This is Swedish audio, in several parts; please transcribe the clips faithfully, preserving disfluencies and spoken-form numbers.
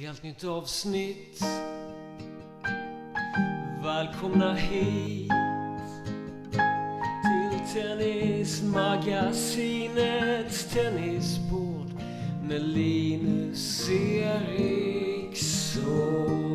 helt nytt avsnitt. Välkomna hit till Tennismagasinets tennisbord med Linus Eriksson.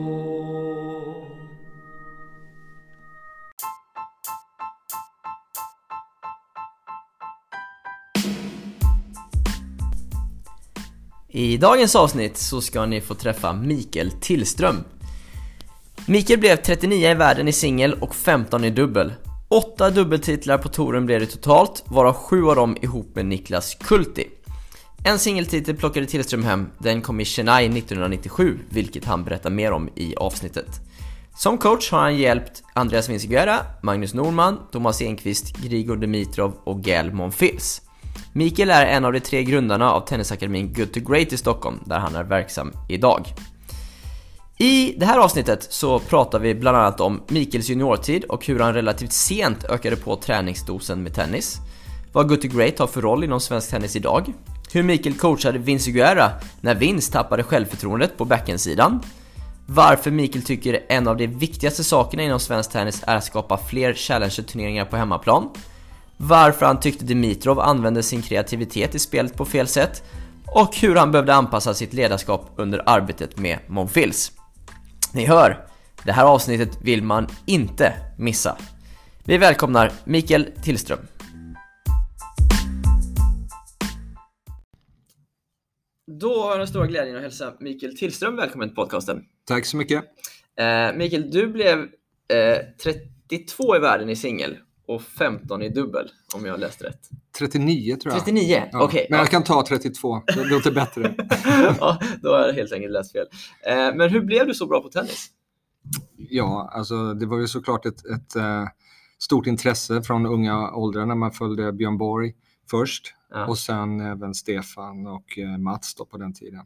I dagens avsnitt så ska ni få träffa Mikael Tillström. Mikael blev trettionio i världen i singel och femton i dubbel. Åtta dubbeltitlar på touren blev det totalt, varav sju av dem ihop med Niklas Kulti. En singeltitel plockade Tillström hem, den kom i Chennai nittonhundranittiosju, vilket han berättar mer om i avsnittet. Som coach har han hjälpt Andreas Vinciguerra, Magnus Norman, Thomas Enqvist, Grigor Dimitrov och Gael Monfils. Mikael är en av de tre grundarna av tennisakademin Good to Great i Stockholm, där han är verksam idag. I det här avsnittet så pratar vi bland annat om Mikaels juniortid och hur han relativt sent ökade på träningsdosen med tennis. Vad Good to Great har för roll inom svensk tennis idag. Hur Mikael coachade Vinciguerra när Vince tappade självförtroendet på backhandsidan. Varför Mikael tycker en av de viktigaste sakerna inom svensk tennis är att skapa fler challenger-turneringar på hemmaplan. Varför han tyckte Dimitrov använde sin kreativitet i spelet på fel sätt. Och hur han behövde anpassa sitt ledarskap under arbetet med Monfils. Ni hör, det här avsnittet vill man inte missa. Vi välkomnar Mikael Tillström. Då har jag den stora glädjen att hälsa Mikael Tillström välkommen till podcasten. Tack så mycket. Eh, Mikael, du blev eh, trettiotvå i världen i singel och femton i dubbel, om jag har läst rätt. trettionio tror jag. trettionio, ja. okej. Okay, men ja. jag kan ta trettiotvå, det låter bättre. Ja, då har jag helt enkelt läst fel. Eh, men hur blev du så bra på tennis? Ja, alltså det var ju såklart ett, ett uh, stort intresse från unga åldrar när man följde Björn Borg först. Ja. Och sen även Stefan och uh, Mats då på den tiden.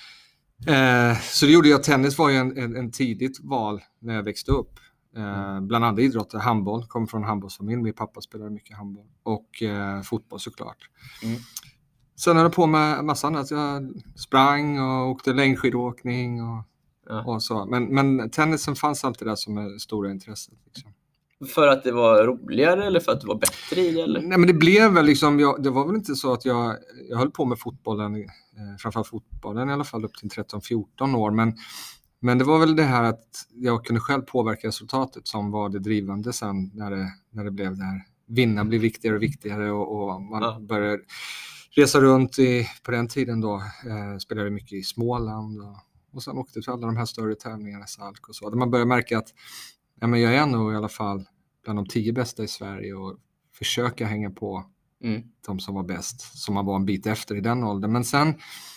Uh, så det gjorde ju att tennis var ju en, en, en tidigt val när jag växte upp. Eh, bland andra idrotter, handboll, kom från handbollsfamilj, min pappa spelade mycket handboll och eh, fotboll såklart. Mm. Sen höll jag på med massa annat, jag sprang och åkte längdskidåkning och, ja. och så. Men, men tennisen fanns alltid där som är stora intresset. Liksom. För att det var roligare eller för att du var bättre i det? Eller? Nej, men det blev väl liksom, jag, det var väl inte så att jag, jag höll på med fotbollen, eh, framförallt fotbollen i alla fall upp till tretton fjorton år, men Men det var väl det här att jag kunde själv påverka resultatet som var det drivande sen när det, när det blev det här. Vinna blir viktigare och viktigare och, och man ja. började resa runt i, på den tiden då eh, spelade mycket i Småland och, och sen åkte till alla de här större tävlingarna, Salk och så. Där man började märka att ja, men jag är nog i alla fall bland de tio bästa i Sverige och försöka hänga på mm. de som var bäst, som man var en bit efter i den åldern. Men sen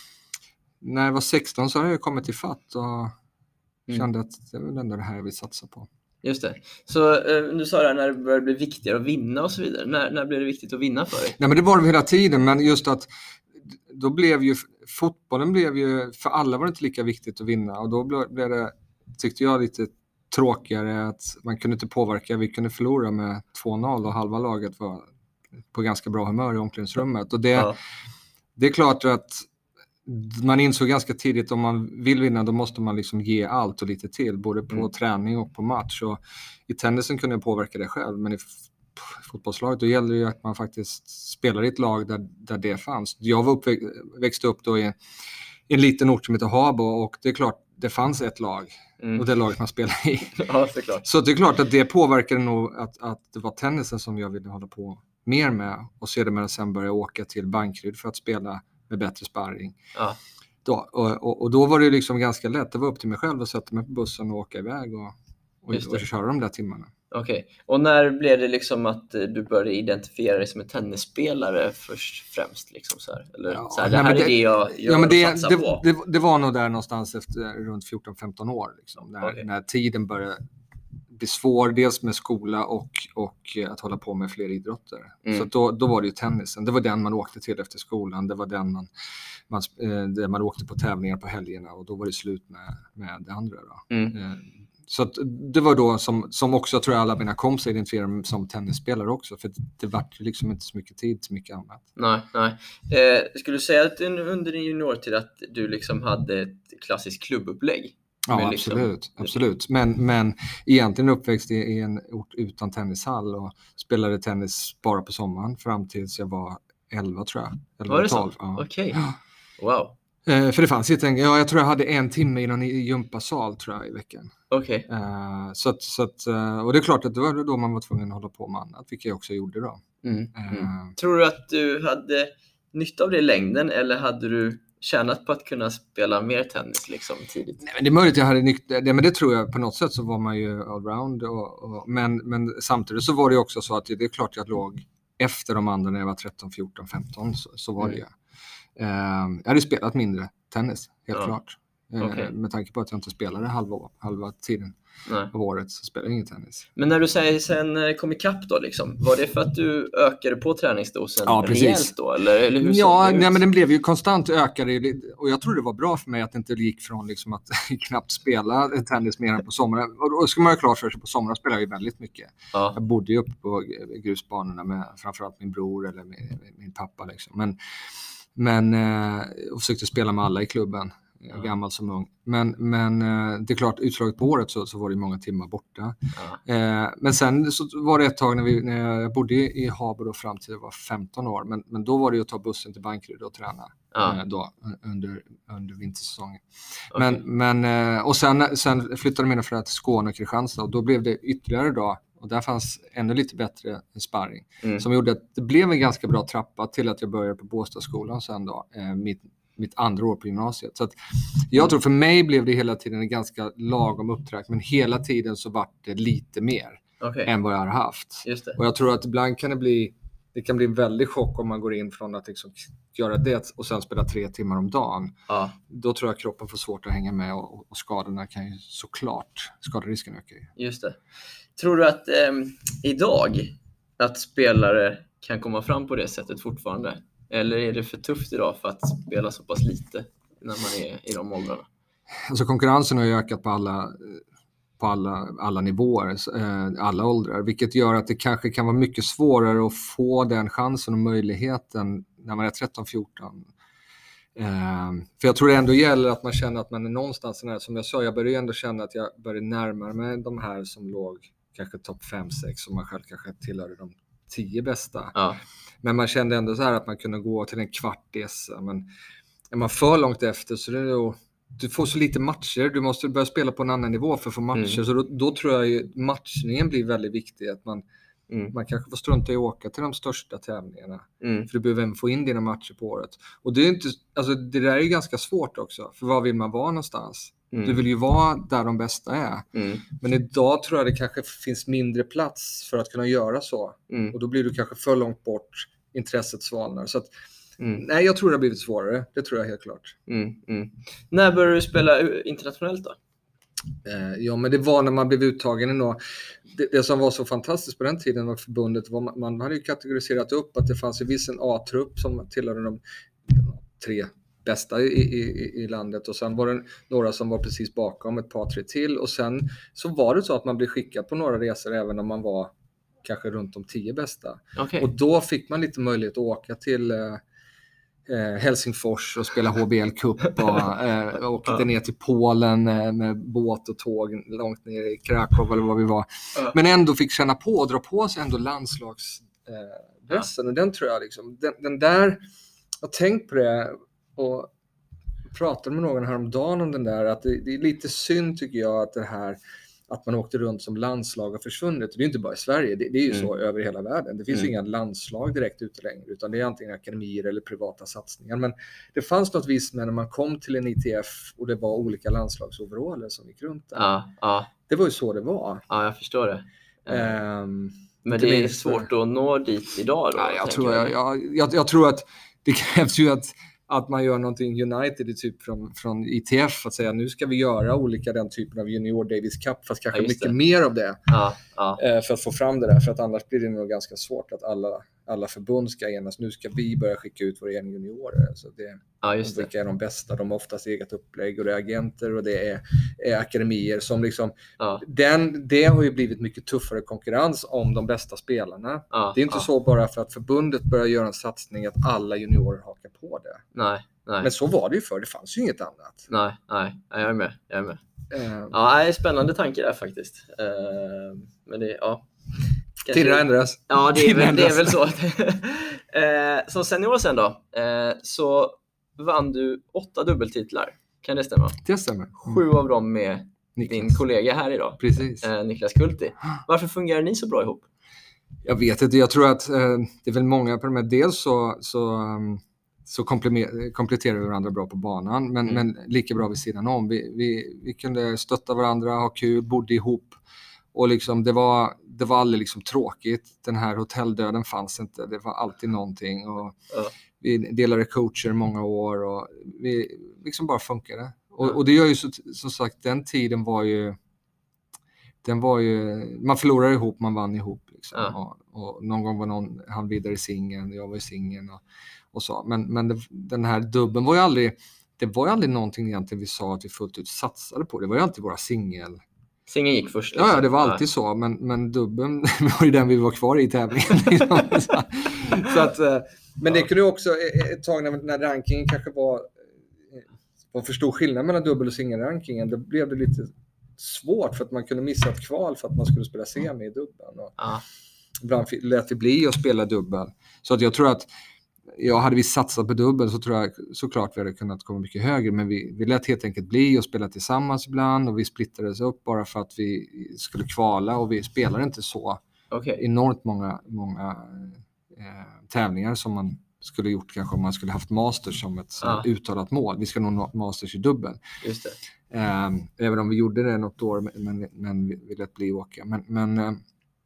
när jag var sexton så har jag kommit till fatt och Mm. kände att det var ändå det här jag vill satsa på. Just det. Så eh, du sa det här, när det började bli viktigare att vinna och så vidare. När, när blev det viktigt att vinna för dig? Nej, men det var det hela tiden. Men just att då blev ju fotbollen blev ju, för alla var det inte lika viktigt att vinna. Och då blev det, tyckte jag, lite tråkigare att man kunde inte påverka. Vi kunde förlora med två noll och halva laget var på ganska bra humör i omklädningsrummet. Och det, ja. det är klart att man insåg ganska tidigt om man vill vinna då måste man liksom ge allt och lite till både på mm. träning och på match och i tennisen kunde jag påverka det själv men i f- fotbollslaget då gäller det ju att man faktiskt spelar i ett lag där, där det fanns. Jag var uppväxt, växte upp då i en, i en liten ort som heter Habo och det är klart det fanns ett lag mm. och det laget man spelade i. Ja, det är klart. Så det är klart att det påverkade nog att, att det var tennisen som jag ville hålla på mer med och sedan sen börja åka till Bankryd för att spela med bättre sparring. Ja. Då, och, och, och då var det liksom ganska lätt. Det var upp till mig själv att sätta mig på bussen och åka iväg och, och, och köra de där timmarna. Okej. Okay. Och när blev det liksom att du började identifiera dig som en tennisspelare först främst? Liksom så här? Eller ja, så här, det här nej, är det, det jag gör ja, men det, det, på. Det, det var nog där någonstans efter runt fjorton femton år. Liksom, när, okay. när tiden började bli svår. Dels med skola och, och att hålla på med fler idrotter. Mm. Så då, då var det ju tennisen. Det var den man åkte till efter skolan. Det var den man, man, där man åkte på tävlingar på helgerna. Och då var det slut med, med det andra. Då. Mm. så att det var då som, som också tror jag alla mina kompisar identifierade mig som tennisspelare också. För det, det var liksom inte så mycket tid, så mycket annat. Nej, nej. Eh, skulle du säga att under din juniortid att du liksom hade ett klassiskt klubbupplägg? Ja, liksom, absolut. absolut. Men, men egentligen uppväxt i en ort utan tennishall och spelade tennis bara på sommaren fram tills jag var elva tror jag. elva, var det tolv, så? ja. Okej. Okay. Wow. Eh, för det fanns inte en, ja, jag tror jag hade en timme i någon gympasal tror jag i veckan. Okej. Okay. Eh, så att, så att, och det är klart att det var då man var tvungen att hålla på med annat, vilket jag också gjorde då. Mm. Eh. Mm. Tror du att du hade nytta av det i längden eller hade du tjänat på att kunna spela mer tennis liksom tidigt? Nej, men det är möjligt att jag hade nytta, det, men det tror jag på något sätt så var man ju allround och, och, men, men samtidigt så var det också så att det är klart jag låg efter de andra när jag var tretton, fjorton, femton så, så var mm. det ju. Uh, jag hade spelat mindre tennis, helt ja. klart. Uh, okay. Med tanke på att jag inte spelade halva, halva tiden Nej. av året så spelade jag ingen tennis. Men när du säger sen kom ikapp då liksom, var det för att du ökade på träningsdosen ja, rejält då? Eller, eller hur ja, nej, men den blev ju konstant ökade och jag tror det var bra för mig att det inte gick från liksom att knappt spela tennis mer än på sommaren. Och då ska man ju klart för sig, på sommaren spelade jag ju väldigt mycket. Ja. Jag bodde ju uppe på grusbanorna med framförallt min bror eller min, min pappa liksom. Men Men eh, och försökte spela med alla i klubben, ja. gammal som ung. Men, men eh, det är klart, utslaget på året så, så var det många timmar borta. Ja. Eh, men sen så var det ett tag när, vi, när jag bodde i Habo då fram till jag var femton år. Men, men då var det ju att ta bussen till Bankeryd och träna ja. eh, då, under, under vintersäsongen. Okay. Men, men, eh, och sen, sen flyttade mina föräldrar till Skåne och Kristianstad och då blev det ytterligare då. Och där fanns ännu lite bättre sparring. Mm. Som gjorde att det blev en ganska bra trappa till att jag började på Båstadskolan sen då. Eh, mitt, mitt andra år på gymnasiet. Så att jag mm. tror för mig blev det hela tiden en ganska lagom uppträck. Men hela tiden så var det lite mer okay. än vad jag har haft. Just det. Och jag tror att ibland kan det bli, det kan bli en väldig chock om man går in från att liksom göra det och sen spela tre timmar om dagen. Ja. Då tror jag kroppen får svårt att hänga med och, och skadorna kan ju såklart, skaderisken ökar ju. Just det. Tror du att eh, idag att spelare kan komma fram på det sättet fortfarande? Eller är det för tufft idag för att spela så pass lite när man är i de åldrarna? Alltså konkurrensen har ju ökat på alla, på alla, alla nivåer, alla åldrar. Vilket gör att det kanske kan vara mycket svårare att få den chansen och möjligheten när man är tretton fjorton. Uh, för jag tror det ändå gäller att man känner att man är någonstans där. Som jag sa, jag började ändå känna att jag började närma mig de här som låg kanske topp fem sex som man själv kanske tillhörde de tio bästa. Ja. Men man kände ändå så här att man kunde gå till en kvart i S M. Men är man för långt efter så det är då, du får så lite matcher. Du måste börja spela på en annan nivå för att få matcher. Mm. Så då, då tror jag ju matchningen blir väldigt viktig. Att man, mm. man kanske får strunta i att åka till de största tävlingarna. Mm. För du behöver få in dina matcher på året. Och det är inte, alltså det där är ju ganska svårt också. För var vill man vara någonstans? Mm. Du vill ju vara där de bästa är. Mm. Men idag tror jag det kanske finns mindre plats för att kunna göra så. Mm. Och då blir du kanske för långt bort. Intresset svalnar. Så att, mm. nej, jag tror det har blivit svårare. Det tror jag helt klart. Mm. Mm. När började du spela internationellt då? Eh, ja, men det var när man blev uttagen ändå. Det, det som var så fantastiskt på den tiden var förbundet. Var man, man hade ju kategoriserat upp att det fanns en viss en A-trupp som tillhörde de tre bästa i, i, i landet och sen var det några som var precis bakom, ett par tre till och sen så var det så att man blev skickad på några resor även om man var kanske runt de tio bästa. Okay. Och då fick man lite möjlighet att åka till eh, Helsingfors och spela H B L Cup och eh, åka uh. ner till Polen eh, med båt och tåg långt ner i Krakow eller vad vi var. Uh. Men ändå fick känna på och dra på sig ändå landslagsdressen uh. och den tror jag liksom, den, den där, jag har tänkt på det och pratade med någon häromdagen om den där, att det, det är lite synd tycker jag att det här att man åkte runt som landslag har försvunnit. Det är inte bara i Sverige, det, det är ju mm. så över hela världen. Det finns mm. ju inga landslag direkt ute längre utan det är antingen akademier eller privata satsningar. Men det fanns något vis med när man kom till en I T F och det var olika landslagsoveraller som gick runt där. Ja, ja. Det var ju så det var. Ja, jag förstår det. Um, Men det är minst, svårt att nå dit idag då? Ja, jag, tror, jag, jag, jag, jag tror att det krävs ju att att man gör någonting United typ från, från I T F att säga nu ska vi göra olika den typen av Junior Davis Cup fast kanske ja, mycket det. mer av det ja, ja. för att få fram det där för att annars blir det nog ganska svårt att alla, alla förbund ska enas. Nu ska vi börja skicka ut våra egna juniorer. Så det, Ja, just det. Vilka är de bästa? De har oftast eget upplägg och det är agenter och det är, är akademier som liksom... Ja. Den, det har ju blivit mycket tuffare konkurrens om de bästa spelarna. Ja, det är inte ja. så bara för att förbundet börjar göra en satsning att alla juniorer hakar på det. Nej, nej. Men så var det ju för. Det fanns ju inget annat. Nej, nej. Jag är med. Jag är med. Uh, Ja, det är spännande tanke där faktiskt. Uh, men det, ja. Kanske... Tiderna ändras. Ja, det är väl, det är väl så. uh, som senior sen då, uh, så vann du åtta dubbeltitlar. Kan det stämma? Det stämmer. Mm. Sju av dem med Niklas. Din kollega här idag. Precis. Uh, Niklas Kulti. Varför fungerar ni så bra ihop? Jag vet inte. Jag tror att uh, det är väl många på de här. Dels så... så um... så kompletterar vi varandra bra på banan, men, mm. men lika bra vid sidan om. Vi, vi, vi kunde stötta varandra, ha kul, bodde ihop och liksom det var, det var aldrig liksom tråkigt. Den här hotelldöden fanns inte, det var alltid någonting och ja. Vi delade coacher många år och vi liksom bara funkade. Och, ja. och det gör ju så, som sagt, den tiden var ju den var ju, man förlorade ihop, man vann ihop liksom. Ja. och, och någon gång var någon han vidare i singeln, jag var i singeln och Och så. Men, men det, den här dubben var ju aldrig, det var ju aldrig någonting egentligen vi sa att vi fullt ut satsade på. Det var ju alltid våra singel. Singeln gick först. Liksom. Ja, det var alltid ja. så. Men, men dubben var ju den vi var kvar i tävlingen. så, så att, men det kunde ju också ett tag när, när rankingen kanske var, var för stor skillnad mellan dubbel- och singelrankingen. Då blev det lite svårt för att man kunde missa ett kval för att man skulle spela semi i dubbeln. Och ja. Ibland lät vi bli att spela dubbel. Så att jag tror att Ja, hade vi satsat på dubbel så tror jag såklart vi hade kunnat komma mycket högre. Men vi, vi lät helt enkelt bli och spela tillsammans ibland. Och vi splittrades upp bara för att vi skulle kvala. Och vi spelade inte så okay. enormt många, många eh, tävlingar som man skulle gjort kanske om man skulle haft Masters som ett ah. uttalat mål. Vi ska nå Masters i dubbel. Just det. Eh, även om vi gjorde det något år men, men vi, vi lät bli åka. Men... men eh,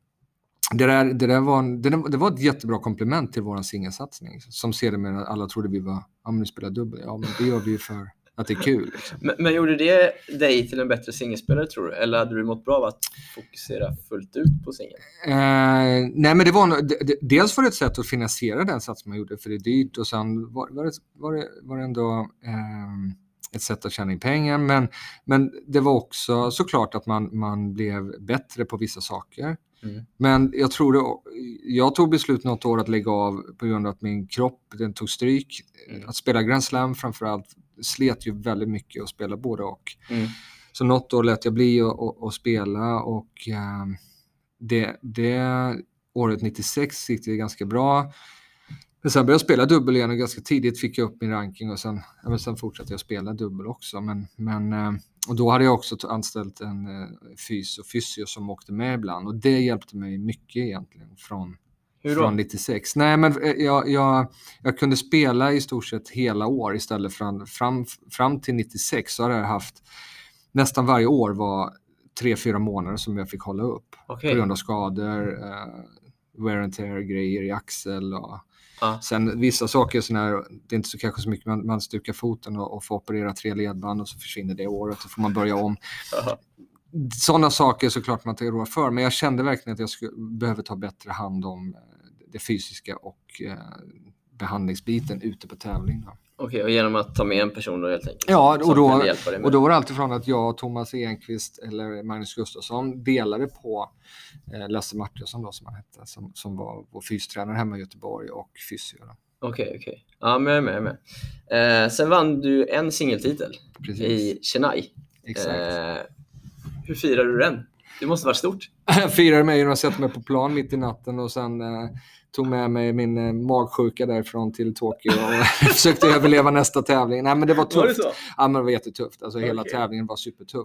Det, där, det, där var en, det, där, det var ett jättebra komplement till våran singelsatsning. Som ser det med att alla trodde vi var, ja men nu spelar dubbel. Ja men det gör vi ju för att det är kul. Liksom. Men, men gjorde det dig till en bättre singelspelare tror du? Eller hade du mått bra av att fokusera fullt ut på singel? Eh, nej men det var, det, det, dels var det ett sätt att finansiera den sats man gjorde för det är dyrt. Och sen var, var, det, var, det, var det ändå eh, ett sätt att tjäna in pengar. Men, men det var också såklart att man, man blev bättre på vissa saker. Mm. Men jag tror det, jag tog beslut något år att lägga av på grund av att min kropp den tog stryk. Mm. Att spela Grand Slam framförallt slet ju väldigt mycket att spela både och. Mm. Så något år lät jag bli att spela och äh, det, det året nittiosex gick det ganska bra. Men sen började jag spela dubbel igen och ganska tidigt fick jag upp min ranking och sen, ja, men sen fortsatte jag spela dubbel också. Men, men, och då hade jag också anställt en fys och fysio som åkte med ibland och det hjälpte mig mycket egentligen från, från nittiosex. Nej men jag, jag, jag kunde spela i stort sett hela år istället för fram, fram till nittiosex så hade jag haft nästan varje år var tre, fyra månader som jag fick hålla upp okay. på grund av skador, uh, wear and tear grejer i axel och Ah. Sen vissa saker sån här, det är inte så kanske så mycket man, man stukar foten och, och får operera tre ledband och så försvinner det året och så får man börja om. Uh-huh. Sådana saker såklart man inte råd för, men jag kände verkligen att jag skulle, behöver ta bättre hand om det fysiska och eh, behandlingsbiten ute på tävling. Okej, okay, och genom att ta med en person då helt enkelt? Ja, och då, och då var det alltid från att jag, Thomas Enqvist eller Magnus Gustafsson delade på eh, Lasse Martinsson då som han hette, som, som var vår fystränare hemma i Göteborg och fysio. Okej, okay, okej. Okay. Ja, med, med, med. Eh, sen vann du en singeltitel Precis. i Chennai. Exakt. Eh, hur firar du den? Det måste vara stort. Jag firade mig genom att sätta mig på plan mitt i natten och sen eh, tog med mig min eh, magsjuka därifrån till Tokyo och försökte överleva nästa tävling. Nej men det var tufft. Var det så? Ja men det var jättetufft. Alltså okay. Hela tävlingen var supertuff.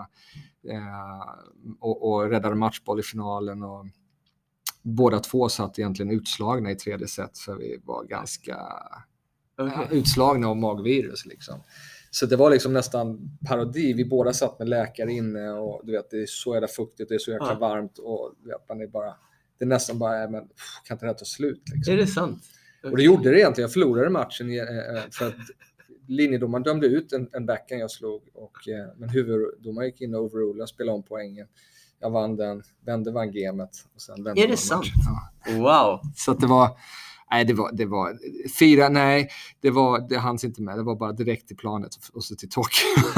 Uh, uh, och, och räddade matchboll i finalen och båda två satt egentligen utslagna i tredje set för vi var ganska okay. uh, utslagna av magvirus liksom. Så det var liksom nästan parodi. Vi båda satt med läkare inne och du vet, det är så jävla fuktigt, det är så jäkla ja. varmt och du vet, man är bara, det är nästan bara, men pff, kan inte det här ta slut? Liksom. Är det sant? Okay. Och det gjorde det egentligen. Jag förlorade matchen för att linjedomaren dömde ut en, en backhand jag slog. Och, men huvuddomaren gick in och overrulade och spelade om poängen. jag vann den, vände vann gamet. Och sen vände Är det sant? Ja. Wow. Så att det var, nej det var, det var, fyra, nej, det var, det hanns inte med. Det var bara direkt till planet och så till Tokyo.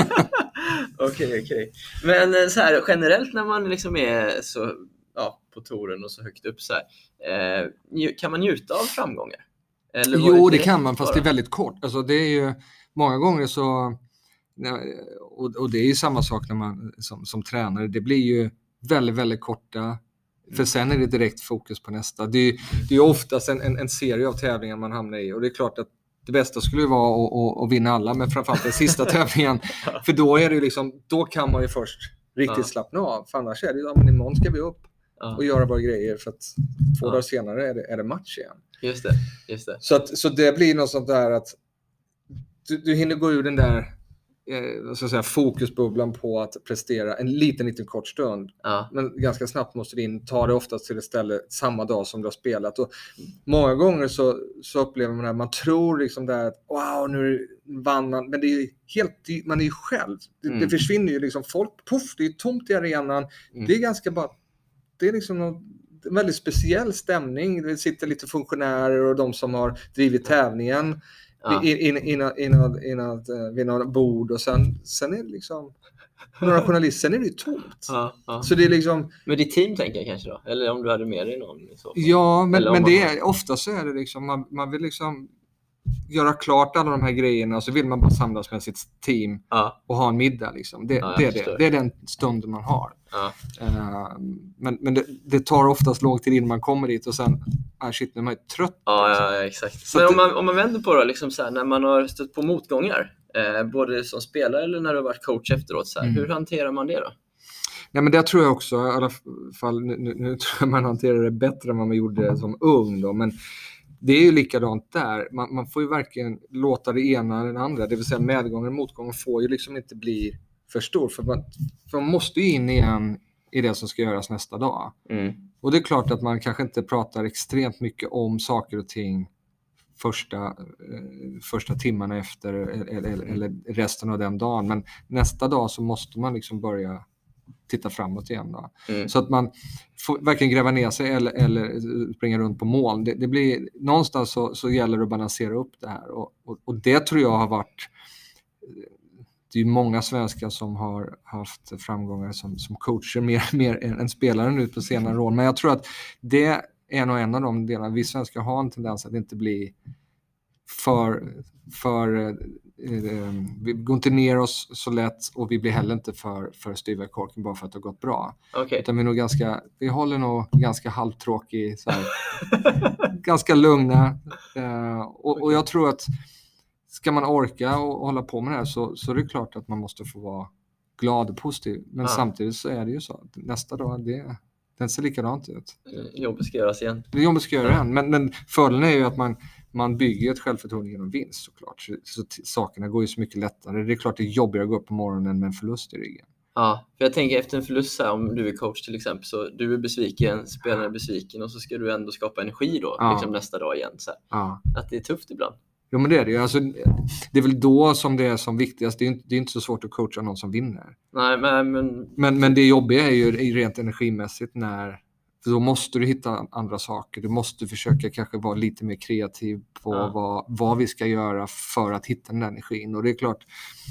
Okej, okej. Okay. Men så här, generellt när man liksom är så, ja, på touren och så högt upp så här, eh, kan man njuta av framgångar? Eller jo, det, det kan man, fast bara? Det är väldigt kort. Alltså det är ju, många gånger så, och, och det är ju samma sak när man som, som tränare, det blir ju väldigt, väldigt korta, för sen är det direkt fokus på nästa. Det är, det är oftast en, en, en serie av tävlingar man hamnar i, och det är klart att det bästa skulle ju vara att, att, att vinna alla, men framförallt den sista tävlingen, för då är det ju liksom, då kan man ju först riktigt ja. slappna av, för annars är det ju, ja, men imorgon ska vi upp ja. och göra våra grejer, för att två ja. dagar senare är det, är det match igen. Just det, just det. Så, att, så det blir något sånt där att du, du hinner gå ur den där eh, så att säga, fokusbubblan på att prestera en liten, liten kort stund. Ja. Men ganska snabbt måste du in, ta det oftast till ett ställe samma dag som du har spelat. Och många gånger så, så upplever man att man tror liksom där att wow, nu vann man. Men det är ju helt, man är ju själv. Det, mm. det försvinner ju liksom folk, puff, det är tomt i arenan. Mm. Det är ganska bara, det är liksom något, en väldigt speciell stämning. Det sitter lite funktionärer och de som har drivit tävlingen ja. innan in, in, in, vid några bord, och sen, sen är det liksom några journalister, sen är det ju tomt. Ja, ja. Så det är liksom, men ditt team tänker jag kanske då? Eller om du hade med dig någon i så fall. Ja, men, men det är, ofta så är det liksom, man, man vill liksom göra klart alla de här grejerna, och så vill man bara samlas med sitt team ja. och ha en middag liksom. Det, ja, det, är det. det är den stunden man har. Ja. Uh, men men det, det tar oftast lång tid innan man kommer dit, och sen ah, shit, nu är man ju trött. Ja, liksom. ja, ja exakt. Så men om man, om man vänder på det liksom så här, när man har stött på motgångar, eh, både som spelare eller när du har varit coach efteråt, så här, mm. hur hanterar man det då? Nej, men det tror jag också, i alla fall nu, nu, nu tror jag man hanterar det bättre än vad man gjorde som ung då, men det är ju likadant där. Man, man får ju verkligen låta det ena eller det andra. Det vill säga medgången och motgången får ju liksom inte bli för stor. För man, för man måste ju in igen i det som ska göras nästa dag. Mm. Och det är klart att man kanske inte pratar extremt mycket om saker och ting första, eh, första timmarna efter eller, eller, eller resten av den dagen. Men nästa dag så måste man liksom börja titta framåt igen då. Mm. Så att man får verkligen gräva ner sig eller, eller springa runt på moln. Det, det blir, någonstans så, så gäller det att balansera upp det här. Och, och, och det tror jag har varit, det är många svenskar som har haft framgångar som, som coacher mer, mer än, än spelare nu på senare år. Men jag tror att det är nog en av de delarna. Vi svenskar har en tendens att inte bli för, för vi går inte ner oss så lätt, och vi blir heller inte för, för styva i korken bara för att det har gått bra. Okay. Utan vi är nog ganska, vi håller nog ganska halvtråkig så här, ganska lugna. Uh, och, och jag tror att ska man orka och, och hålla på med det här, så, så är det klart att man måste få vara glad och positiv. Men ah. samtidigt så är det ju så att nästa dag, det, den ser likadant ut. Jobbet ska göras igen. Det jobbet ska göras igen. Men, men fördelen är ju att man Man bygger ett självförtroende genom vinst såklart. Så, så t- sakerna går ju så mycket lättare. Det är klart det är jobbigare att gå upp på morgonen med en förlust i ryggen. Ja, för jag tänker efter en förlust här, om du är coach till exempel, så du är besviken, spelaren är besviken, och så ska du ändå skapa energi då, ja. liksom nästa dag igen. Så här. Ja. Att det är tufft ibland. Jo, men det är det ju. Alltså, det är väl då som det är som viktigast. Det är inte, det är inte så svårt att coacha någon som vinner. Nej, men... Men, men, men det jobbiga är ju rent energimässigt när... För då måste du hitta andra saker. Du måste försöka kanske vara lite mer kreativ på ja. vad, vad vi ska göra för att hitta den energin. Och det är klart,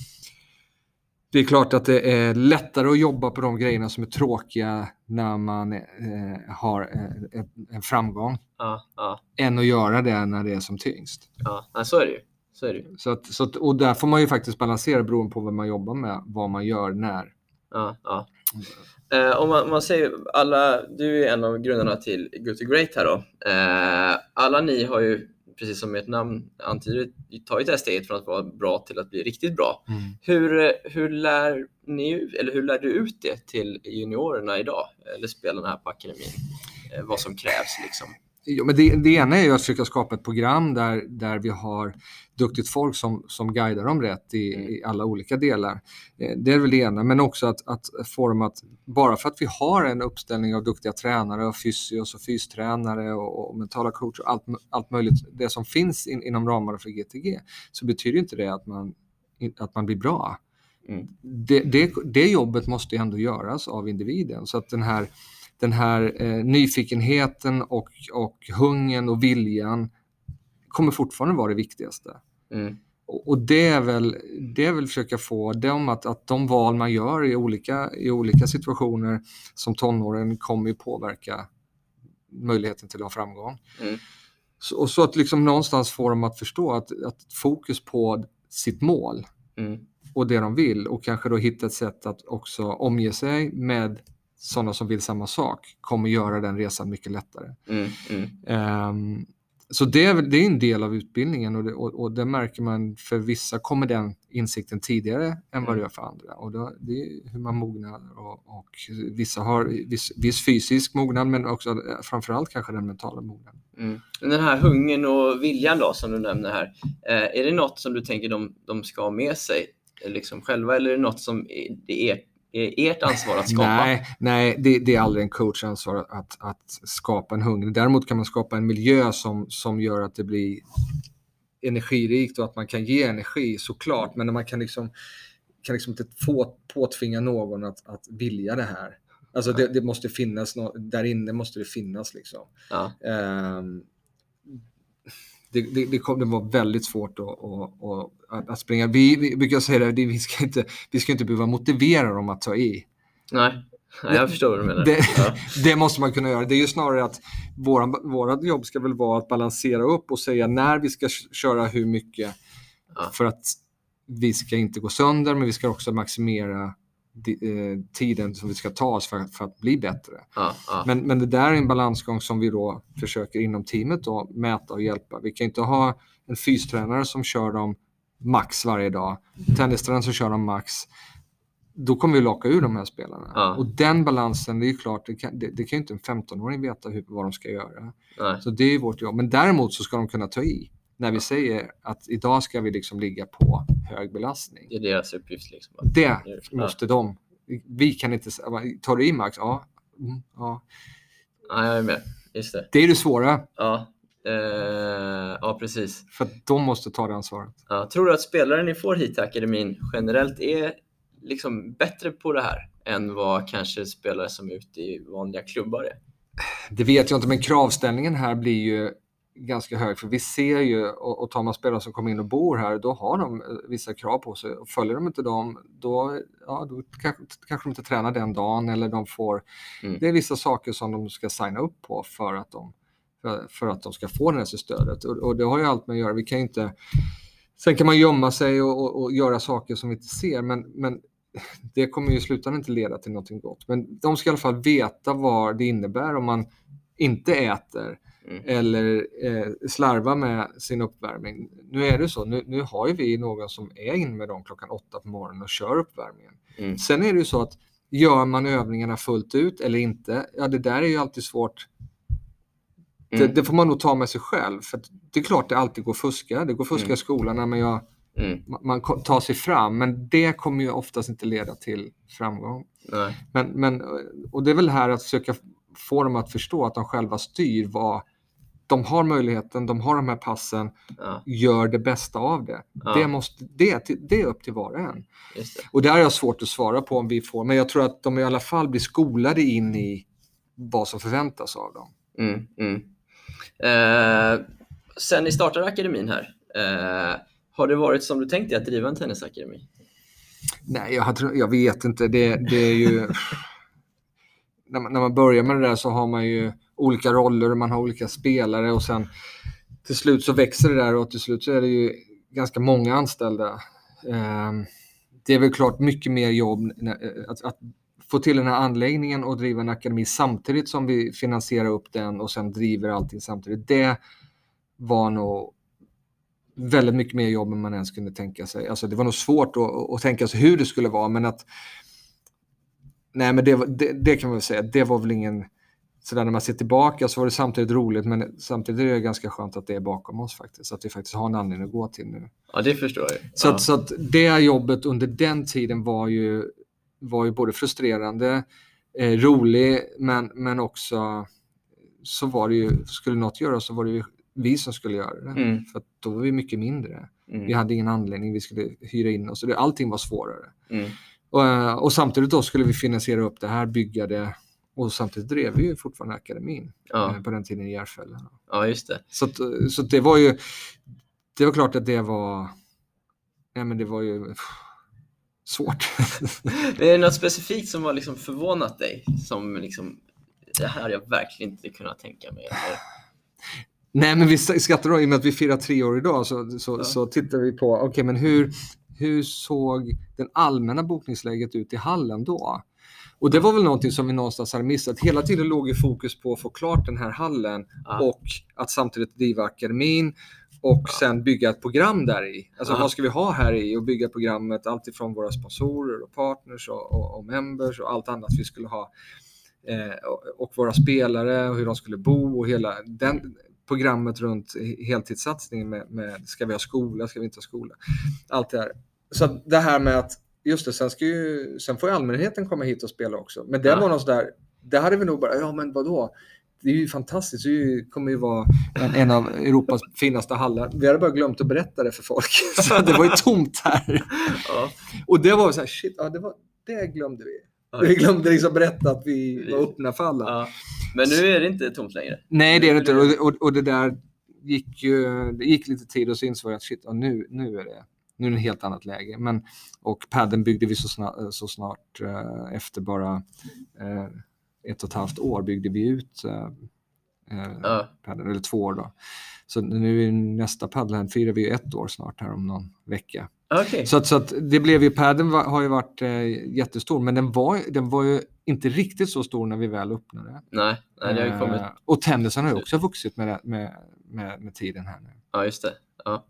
det är klart att det är lättare att jobba på de grejerna som är tråkiga när man eh, har eh, en framgång. Ja, ja. Än att göra det när det är som tyngst. Ja, så är det ju. Så är det ju. Så att, så att, och där får man ju faktiskt balansera beroende på vad man jobbar med, vad man gör när. Ja, ja. Eh, om, man, om man säger alla, du är en av grundarna till Good to Great här då. Eh, alla ni har ju, precis som ert namn antyder, tagit det här steget från att vara bra till att bli riktigt bra. Mm. Hur, hur lär ni, eller hur lär du ut det till juniorerna idag, eller spelarna här på akademin? Eh, vad som krävs liksom? Ja, men det, det ena är ju att försöka skapa ett program där, där vi har duktigt folk som, som guidar dem rätt i, mm. i alla olika delar. Det är väl det ena, men också att, att få dem att, bara för att vi har en uppställning av duktiga tränare och fysios och fystränare och, och mentala coacher och allt, allt möjligt, det som finns in, inom ramarna för G T G, så betyder inte det att man, att man blir bra. Mm. Det, det, det jobbet måste ju ändå göras av individen. Så att den här, den här eh, nyfikenheten och, och hungern och viljan kommer fortfarande vara det viktigaste. Mm. Och, och det är väl det är väl försöka få dem att, att de val man gör i olika, i olika situationer som tonåren kommer ju påverka möjligheten till att ha framgång. Mm. Så, och så att liksom någonstans få dem att förstå att, att fokus på sitt mål Mm. och det de vill, och kanske då hitta ett sätt att också omge sig med sådana som vill samma sak, kommer göra den resan mycket lättare. Mm. Mm. Um, så det är, det är en del av utbildningen, och det, och, och det märker man, för vissa kommer den insikten tidigare än vad det gör för andra. Och då, det är hur man mognar, och, och vissa har viss, viss fysisk mognad, men också framförallt kanske den mentala mognaden. Mm. Den här hungern och viljan då som du nämner här, eh, är det något som du tänker de, de ska ha med sig liksom själva, eller är det något som det är, är ert ansvar att skapa? Nej, nej det, det är aldrig en coachs ansvar att, att skapa en hunger. Däremot kan man skapa en miljö som, som gör att det blir energirikt och att man kan ge energi, såklart, men man kan liksom, kan liksom inte få påtvinga någon att, att vilja det här. Alltså det, det måste finnas, där inne måste det finnas liksom. Ja. Um, det, det, det kommer vara väldigt svårt att, att, att, att springa. Vi, vi brukar säga det, vi ska inte, vi ska inte behöva motivera dem att ta i. Nej, Nej jag förstår vad du menar. Det, ja. det måste man kunna göra. Det är ju snarare att våran, vårat jobb ska väl vara att balansera upp och säga när vi ska köra hur mycket, Ja. för att vi ska inte gå sönder, men vi ska också maximera tiden som vi ska ta oss för, för att bli bättre. Ja, ja. Men, men det där är en balansgång som vi då försöker inom teamet då mäta och hjälpa. Vi kan inte ha en fystränare som kör dem max varje dag, tennistränare som kör dem max. Då kommer vi locka ur de här spelarna. Ja. Och den balansen, det är ju klart, det kan, det, det kan ju inte en femton-åring veta hur, vad de ska göra. Nej. Så det är vårt jobb. Men däremot så ska de kunna ta i. När vi säger att idag ska vi liksom ligga på hög belastning. Det är deras uppgift liksom. Det Ja. måste de. Vi kan inte säga, tar du i max? Ja. Mm, ja. Ja, jag är med. Just det. Det är det svåra. Ja, eh, ja precis. För att de måste ta det ansvaret. Ja, tror du att spelare ni får hit till akademin generellt är liksom bättre på det här än vad kanske spelare som är ute i vanliga klubbar är? Det vet jag inte, men kravställningen här blir ju ganska hög, för vi ser ju, och, och tar man spelare som kommer in och bor här, då har de vissa krav på sig, och följer de inte dem, då, ja, då kanske, kanske de inte tränar den dagen, eller de får, Mm. det är vissa saker som de ska signa upp på för att de, för, för att de ska få det här stödet, och, och det har ju allt med att göra, vi kan inte, sen kan man gömma sig och, och, och göra saker som vi inte ser, men, men det kommer ju slutändan inte leda till någonting gott, men de ska i alla fall veta vad det innebär om man inte äter Mm. eller eh, slarva med sin uppvärmning. Nu är det så, nu, nu har ju vi någon som är in med dem klockan åtta på morgonen och kör uppvärmningen. Mm. Sen är det ju så att gör man övningarna fullt ut eller inte, ja det där är ju alltid svårt. Mm. Det, det får man nog ta med sig själv, för det är klart det alltid går att fuska. Det går att fuska Mm. i skolan när man, gör, Mm. man, man tar sig fram, men det kommer ju oftast inte leda till framgång. Nej. Men, men, och det är väl här att försöka få dem att förstå att de själva styr vad de har möjligheten, de har de här passen, Ja, gör det bästa av det. Ja. Det, måste, det, det är upp till var och en. just det. Och det har jag svårt att svara på om vi får, men jag tror att de i alla fall blir skolade in i vad som förväntas av dem. Mm, mm. Eh, sen ni startade akademin här, eh, har det varit som du tänkte att driva en tennisakademi? Nej, jag, har, jag vet inte. Det, det är ju... när, man, när man börjar med det där så har man ju olika roller, man har olika spelare, och sen till slut så växer det där, och till slut så är det ju ganska många anställda. Eh, det är väl klart mycket mer jobb att, att få till den här anläggningen och driva en akademi samtidigt som vi finansierar upp den och sen driver allting samtidigt. Det var nog väldigt mycket mer jobb än man ens kunde tänka sig. Alltså det var nog svårt att, att tänka sig hur det skulle vara, men att nej, men det, det, det kan man väl säga, det var väl ingen sådär, när man ser tillbaka så var det samtidigt roligt, men samtidigt är det ganska skönt att det är bakom oss faktiskt, att vi faktiskt har en anledning att gå till nu. Ja, det förstår jag. Så, Ja. att, så att det jobbet under den tiden var ju, var ju både frustrerande, eh, rolig, men, men också så var det ju, skulle något göra så var det ju vi som skulle göra det. Mm. För att då var vi mycket mindre. Mm. Vi hade ingen anledning, vi skulle hyra in oss. Så allting var svårare. Mm. Och, och samtidigt då skulle vi finansiera upp det här, bygga det. Och samtidigt drev vi ju fortfarande akademin ja. eh, på den tiden i Järfälla. Ja, just det. Så, att, så det var ju, det var klart att det var, nej men det var ju pff, svårt. Det är något specifikt som har liksom förvånat dig? Som liksom, det här har jag verkligen inte kunnat tänka mig. Eller? Nej, men vi skrattar då, i och med att vi firar tre år idag så, så, ja. så tittar vi på, okej okay, men hur, hur såg den allmänna bokningsläget ut i hallen då? Och det var väl någonting som vi någonstans hade missat. Hela tiden låg ju fokus på att få klart den här hallen ja. och att samtidigt driva akademin och ja. sen bygga ett program där i. Alltså ja. vad ska vi ha här i och bygga programmet, allt ifrån våra sponsorer och partners och, och, och members och allt annat vi skulle ha. Eh, och, och våra spelare och hur de skulle bo och hela den programmet runt heltidssatsningen med, med ska vi ha skola, ska vi inte ha skola. Allt det här. Så det här med att just det, sen, ska ju, sen får ju allmänheten komma hit och spela också. Men det ja. var något där, det hade vi nog bara, ja men vadå? Det är ju fantastiskt, det kommer ju vara en, en av Europas finaste hallar. Vi hade bara glömt att berätta det för folk. Så det var ju tomt här. Ja. Och det var så här, shit, ja, det, var, det glömde vi. Ja. Vi glömde liksom berätta att vi var öppna för alla. Ja. Men nu är det inte tomt längre. Nej, det är det inte. Och, och, och det där gick ju, det gick lite tid och så insåg jag att shit, ja, nu, nu är det Nu är det ett helt annat läge. Men, och padden byggde vi så snart, så snart eh, efter bara eh, ett och ett halvt år byggde vi ut eh, uh. padden, eller två år då. Så nu är nästa padden, firar vi ett år snart här om någon vecka. Okay. Så, att, så att det blev ju, padden var, har ju varit eh, jättestor, men den var, den var ju inte riktigt så stor när vi väl öppnade. Nej, nej det har ju kommit. Eh, och tennisen har ju också vuxit med, med, med, med tiden här nu. Ja, just det. Ja.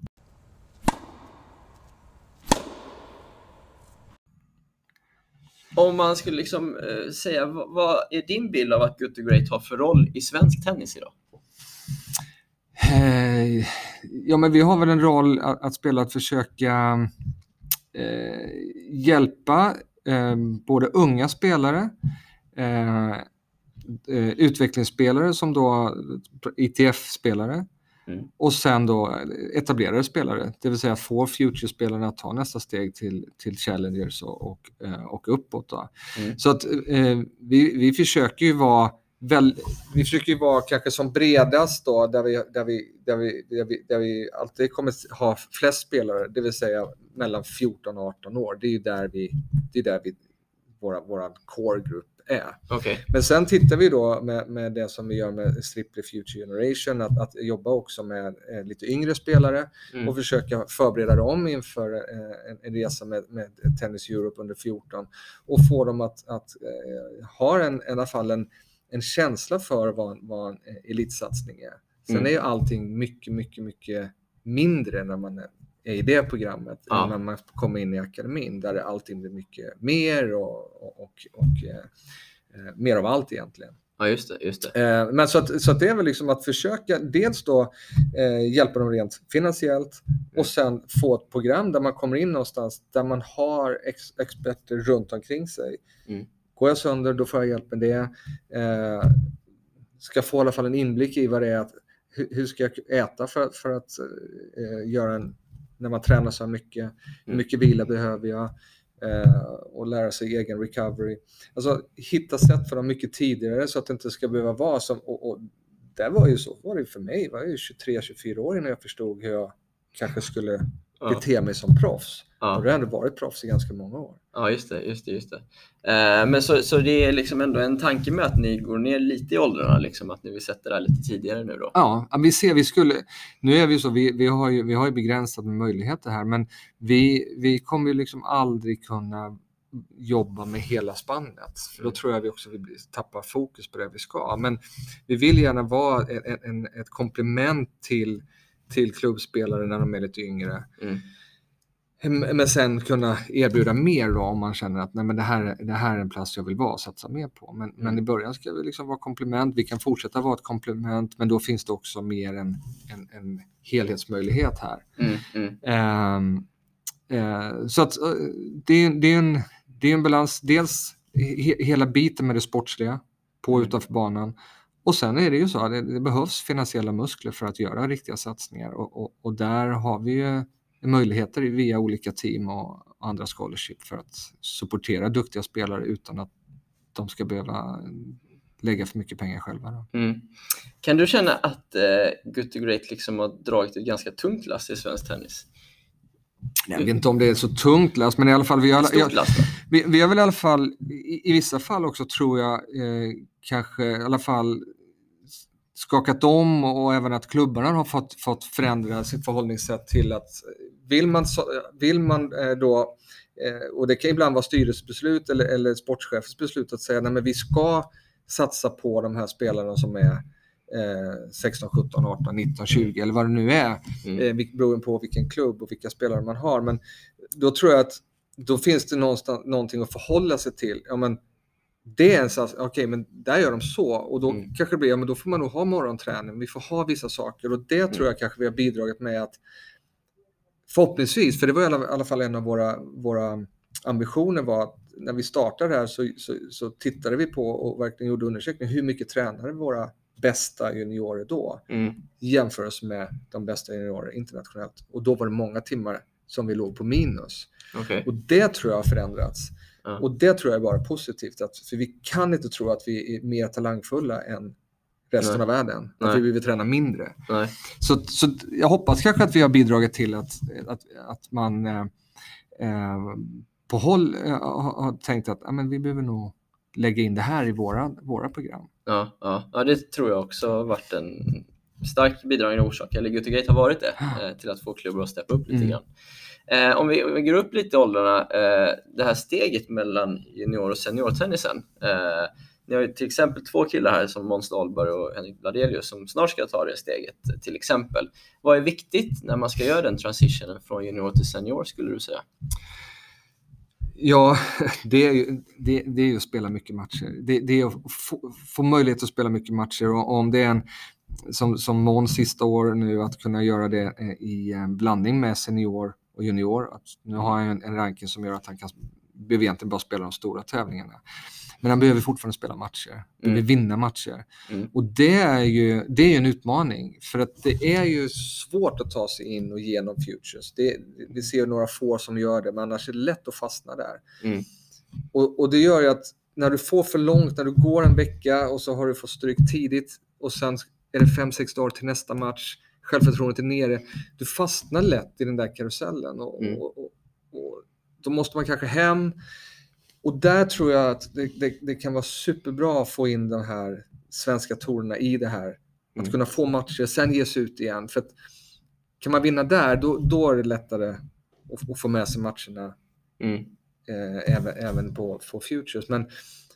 Om man skulle liksom eh, säga, vad, vad är din bild av att Good to Great har för roll i svensk tennis idag? Eh, ja, men vi har väl en roll att, att spela, att försöka eh, hjälpa eh, både unga spelare, eh, eh, utvecklingsspelare som då I T F-spelare. Mm. Och sen då etablerade spelare, det vill säga få future-spelarna att ta nästa steg till, till challengers och, och, och uppåt. Då. Mm. Så att eh, vi, vi försöker ju vara väl, vi försöker ju vara kanske som bredast då, där vi, där vi, där vi, där vi, där vi alltid kommer ha flest spelare, det vill säga mellan fjorton och arton år. Det är ju där vi, det är där vi, våra, våra core group är. Okay. Men sen tittar vi då med, med det som vi gör med Strictly Future Generation, att, att jobba också med eh, lite yngre spelare mm. och försöka förbereda dem inför eh, en, en resa med, med Tennis Europe under fjorton och få dem att, att eh, ha en, i alla fall en, en känsla för vad, vad en elitsatsning är. Sen mm. är ju allting mycket, mycket, mycket mindre när man är är i det programmet ja. när man kommer in i akademin, där allting blir mycket mer och, och, och, och eh, mer av allt egentligen. Ja, just det. Just det. Eh, men så att, så att det är väl liksom att försöka dels då eh, hjälpa dem rent finansiellt mm. och sen få ett program där man kommer in någonstans där man har ex- experter runt omkring sig. Mm. Går jag sönder, då får jag hjälp med det. Eh, ska få i alla fall en inblick i vad det är att, hur, hur ska jag äta för, för att eh, göra en, när man tränar så mycket, hur mycket vila behöver jag eh, och lära sig egen recovery. Alltså hitta sätt för dem mycket tidigare så att det inte ska behöva vara som, och, och det var ju så var det för mig, var ju tjugotre tjugofyra år innan jag förstod hur jag kanske skulle ja. bete mig som proffs. Ja. Och det har ändå varit proffs i ganska många år. Ja, just det, just det, just det. Eh, men så, så det är liksom ändå en tanke med att ni går ner lite i åldrarna, liksom, att ni vill sätta det här lite tidigare nu då? Ja, vi ser, vi skulle, nu är vi så, vi, vi, har ju, vi har ju begränsat med möjligheter här, men vi, vi kommer ju liksom aldrig kunna jobba med hela spannet. För då tror jag vi också vill tappa fokus på det vi ska. Men vi vill gärna vara en, en, ett komplement till, till klubbspelare när de är lite yngre. Mm. Men sen kunna erbjuda mer då, om man känner att nej, men det, här, det här är en plats jag vill vara och satsa mer på. Men, mm. men i början ska vi liksom vara komplement. Vi kan fortsätta vara ett komplement, men då finns det också mer en, en, en helhetsmöjlighet här. Mm. Mm. Um, uh, så att uh, det, det, är en, det är en balans. Dels he, hela biten med det sportsliga på mm. utanför banan Och sen är det ju så att det, det behövs finansiella muskler för att göra riktiga satsningar och, och, och där har vi ju möjligheter via olika team och andra scholarship för att supportera duktiga spelare utan att de ska behöva lägga för mycket pengar själva. Då. Mm. Kan du känna att eh, Good to Great liksom har dragit ett ganska tungt lass i svensk tennis? Jag vet inte om det är så tungt lass, men i alla fall vi har, Stort lass, vi, vi har väl i alla fall i, i vissa fall också tror jag eh, kanske i alla fall skakat om och även att klubbarna har fått, fått förändra sitt förhållningssätt till att vill man, vill man eh, då eh, och det kan ibland vara styrelsebeslut eller, eller sportchefens beslut att säga nej men vi ska satsa på de här spelarna som är eh, sexton, sjutton, arton, nitton, tjugo eller vad det nu är mm. eh, beroende på vilken klubb och vilka spelare man har, men då tror jag att då finns det någonstans, någonting att förhålla sig till. Ja men det är en sån, okej okay, men där gör de så och då mm. kanske det blir, ja men då får man nog ha morgonträning, vi får ha vissa saker och det mm. tror jag kanske vi har bidragit med att förhoppningsvis, för det var i alla, i alla fall en av våra, våra ambitioner var att när vi startade här så, så, så tittade vi på och verkligen gjorde undersökningar hur mycket tränade våra bästa juniorer då mm. jämförs med de bästa juniorer internationellt och då var det många timmar som vi låg på minus okay. och det tror jag har förändrats. Mm. Och det tror jag är bara positivt. Att, för vi kan inte tro att vi är mer talangfulla än resten Nej. av världen. Nej. Att vi vill träna mindre. Nej. Så, så jag hoppas kanske att vi har bidragit till att, att, att man eh, på håll eh, har tänkt att ah, men vi behöver nog lägga in det här i våra, våra program. Ja, ja. ja, det tror jag också har varit en stark bidragande orsak. Eller Good to Great har varit det eh, till att få klubbar att steppa upp lite Mm. grann. Eh, om, vi, om vi går upp lite i åldrarna, eh, det här steget mellan junior- och seniortennisen. Eh, ni har ju till exempel två killar här som Måns Dahlberg och Henrik Bladelius som snart ska ta det steget till exempel. Vad är viktigt när man ska göra den transitionen från junior till senior skulle du säga? Ja, det är ju, det, det är ju att spela mycket matcher. Det, det är att få, få möjlighet att spela mycket matcher och om det är en som, som Måns sista år nu att kunna göra det i en blandning med senior och junior. Att nu har jag en, en ranking som gör att han kan behöver egentligen bara spela de stora tävlingarna. Men han behöver fortfarande spela matcher. Behöver mm. vinna matcher. Mm. Och det är ju det är ju en utmaning. För att det är ju svårt att ta sig in och genom futures. Det, vi ser några få som gör det. Men annars är det lätt att fastna där. Mm. Och, och det gör ju att när du får för långt. När du går en vecka och så har du fått stryk tidigt. Och sen är det fem sex dagar till nästa match. Självförtroendet är nere. Du fastnar lätt i den där karusellen. Och, mm. och, och, och då måste man kanske hem. Och där tror jag att det, det, det kan vara superbra att få in de här svenska torerna i det här. Att mm. kunna få matcher, sen ge sig ut igen. För att kan man vinna där, då, då är det lättare att, att få med sig matcherna. Mm. Eh, även, även på, på futures. Men,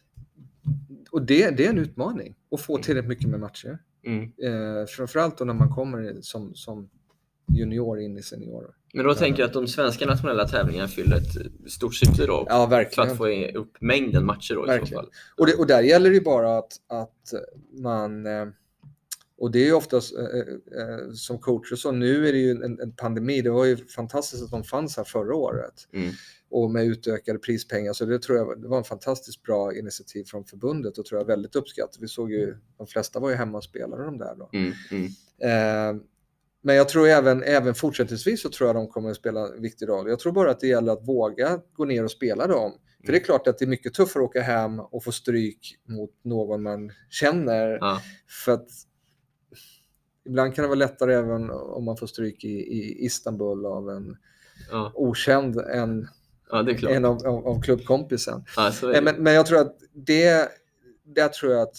och det, det är en utmaning att få tillräckligt mycket med matcher. Mm. Eh, framförallt då när man kommer som, som junior in i seniorer. Men då tänker jag att de svenska nationella tävlingarna fyller ett stort syfte då. Ja, verkligen. För att få upp mängden matcher då i så fall. Och, det, och där gäller det ju bara att, att man, och det är ju oftast eh, eh, som coacher så, nu är det ju en, en pandemi, det var ju fantastiskt att de fanns här förra året. Mm. Och med utökade prispengar, så det tror jag det var en fantastiskt bra initiativ från förbundet och tror jag väldigt uppskattat. Vi såg ju, de flesta var ju hemma och spelade de där då. Mm. Mm. Eh, Men jag tror även, även fortsättningsvis så tror jag de kommer att spela en viktig roll. Jag tror bara att det gäller att våga gå ner och spela dem. Mm. För det är klart att det är mycket tuffare att åka hem och få stryk mot någon man känner. Ja. För att ibland kan det vara lättare även om man får stryk i, i Istanbul av en ja. okänd än, ja, det är klart. en av, av, av klubbkompisen. Ja, så är det. Men, men jag tror att det, det tror jag att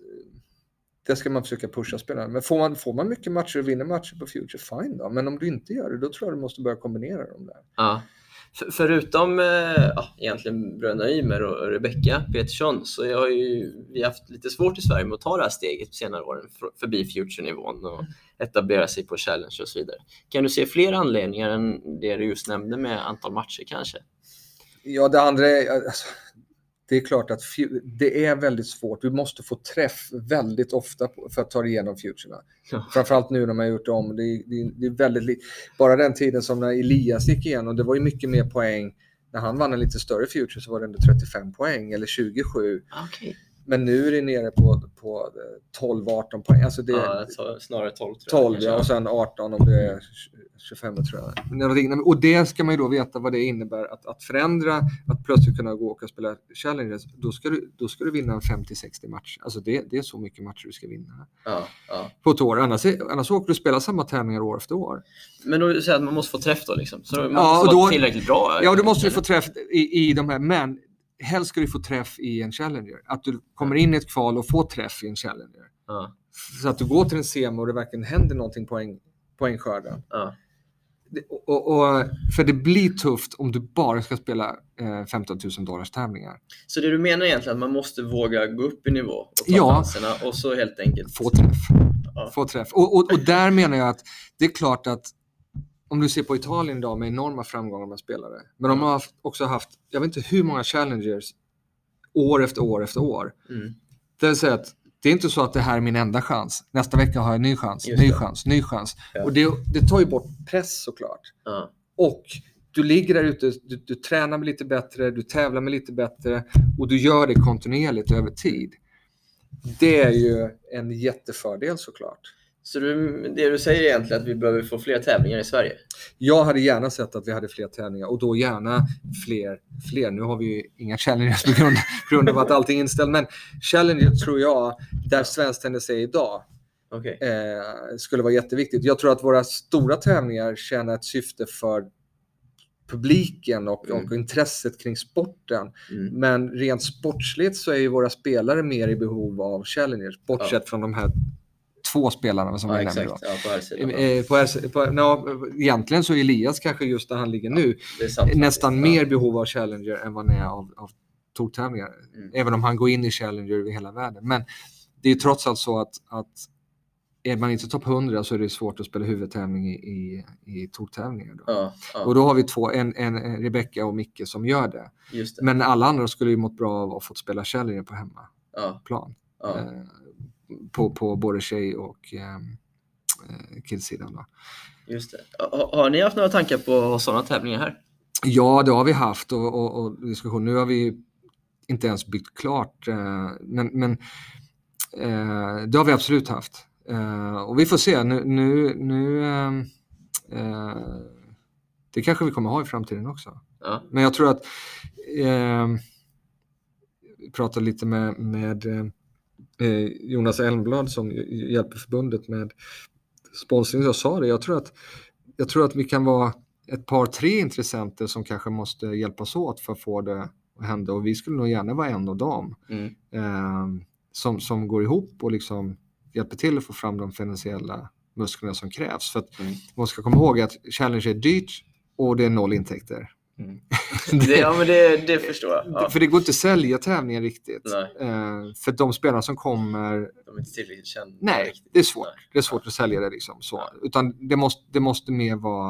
det ska man försöka pusha spelarna. Men får man, får man mycket matcher och vinner matcher på Future, fine då. Men om du inte gör det, då tror jag du måste börja kombinera dem där. Ja. För, förutom ja, egentligen Bröna Ymer och Rebecca Petersson, så har ju vi haft lite svårt i Sverige med att ta det här steget på senare åren förbi Future-nivån och etablera sig på Challenge och så vidare. Kan du se fler anledningar än det du just nämnde med antal matcher kanske? Ja, det andra är... Alltså, det är klart att det är väldigt svårt. Du måste få träff väldigt ofta för att ta dig igenom futurerna. Ja. Framförallt nu när man har gjort om. Det är, det är, det är väldigt li- Bara den tiden som när Elias gick igenom, det var ju mycket mer poäng. När han vann en lite större future så var det under trettiofem poäng eller tjugosju. Okay. Men nu är det nere på, på tolv arton poäng. Alltså det, ja, snarare tolv tror jag. tolv ja, och sen arton om det är tjugofem tror jag. Och det ska man ju då veta vad det innebär att, att förändra, att plötsligt kunna gå och spela Challengers. Då ska du, då ska du vinna en femtio sextio match. Alltså det, det är så mycket matcher du ska vinna ja, ja. på ett år. Annars, annars åker du spela samma tävlingar år efter år. Men då säger att man måste få träff då liksom. Så man ja, måste och vara då, tillräckligt bra. Ja, du måste ju få träff i, i de här, men helst ska du få träff i en Challenger. Att du kommer in i ett kval och får träff i en Challenger. Ja. Så att du går till en sema och det verkligen händer någonting poäng, poängskörden. Ja. Och, och, och, för det blir tufft om du bara ska spela eh, femton tusen dollars tävlingar. Så det du menar egentligen att man måste våga gå upp i nivå och ta ja, chanserna och så helt enkelt få träff. Ja. Få träff. Och, och, och där menar jag att det är klart att om du ser på Italien idag med enorma framgångar med spelare. Men de har haft, också haft, jag vet inte hur många Challengers år efter år efter år. Mm. Det vill säga att det är inte så att det här är min enda chans. Nästa vecka har jag en ny chans, ny chans, ny chans. Ja. Och det, det tar ju bort press såklart. Ja. Och du ligger där ute, du, du tränar med lite bättre, du tävlar med lite bättre och du gör det kontinuerligt över tid. Det är ju en jättefördel såklart. Så du, det du säger egentligen att vi behöver få fler tävlingar i Sverige? Jag hade gärna sett att vi hade fler tävlingar och då gärna fler. fler. Nu har vi ju inga Challengers på grund, på grund av att allting är inställt. Men Challengers tror jag, där svensk tennis är idag, okay. eh, skulle vara jätteviktigt. Jag tror att våra stora tävlingar tjänar ett syfte för publiken och, mm. och intresset kring sporten. Mm. Men rent sportsligt så är ju våra spelare mer i behov av Challengers. Bortsett ja. från de här två spelarna som ja, vi nämnde då. Ja, på här sidan, ja. på här, på, no, egentligen så är Elias kanske just där han ligger nu nästan mer ja. behov av Challenger än vad han är av, av tortävlingar. Mm. Även om han går in i Challenger i hela världen. Men det är trots allt så att, att är man inte topp hundra så är det svårt att spela huvudtävling i, i, i tortävlingar. Då. Ja, ja. Och då har vi två, en, en, en Rebecca och Micke som gör det. Just det. Men alla andra skulle ju mått bra av att få spela Challenger på hemmaplan. Ja. Ja. Eh, På, på både tjej- och eh, killsidan då. Just det. Har, har ni haft några tankar på sådana tävlingar här? Ja, det har vi haft och, och, och diskussion. Nu har vi inte ens byggt klart. Eh, men men eh, det har vi absolut haft. Eh, och vi får se. Nu, nu, nu eh, eh, det kanske vi kommer ha i framtiden också. Ja. Men jag tror att eh, vi pratade lite med, med eh, Jonas Elmblad som hjälper förbundet med sponsring. Jag sa det, jag tror att jag tror att vi kan vara ett par tre intressenter som kanske måste hjälpas åt för att få det att hända, och vi skulle nog gärna vara en av dem mm. eh, som, som går ihop och liksom hjälper till att få fram de finansiella musklerna som krävs, för att mm. man ska komma ihåg att Challenge är dyrt och det är noll intäkter. Mm. det, ja, men det, det förstår jag. Ja. För det går inte att sälja tävlingen riktigt. Uh, för de spelarna som kommer... De är inte tillräckligt kända. Nej, riktigt. det är svårt. Nej. Det är svårt ja. att sälja det liksom. Så. Ja. Utan det måste, det måste mer vara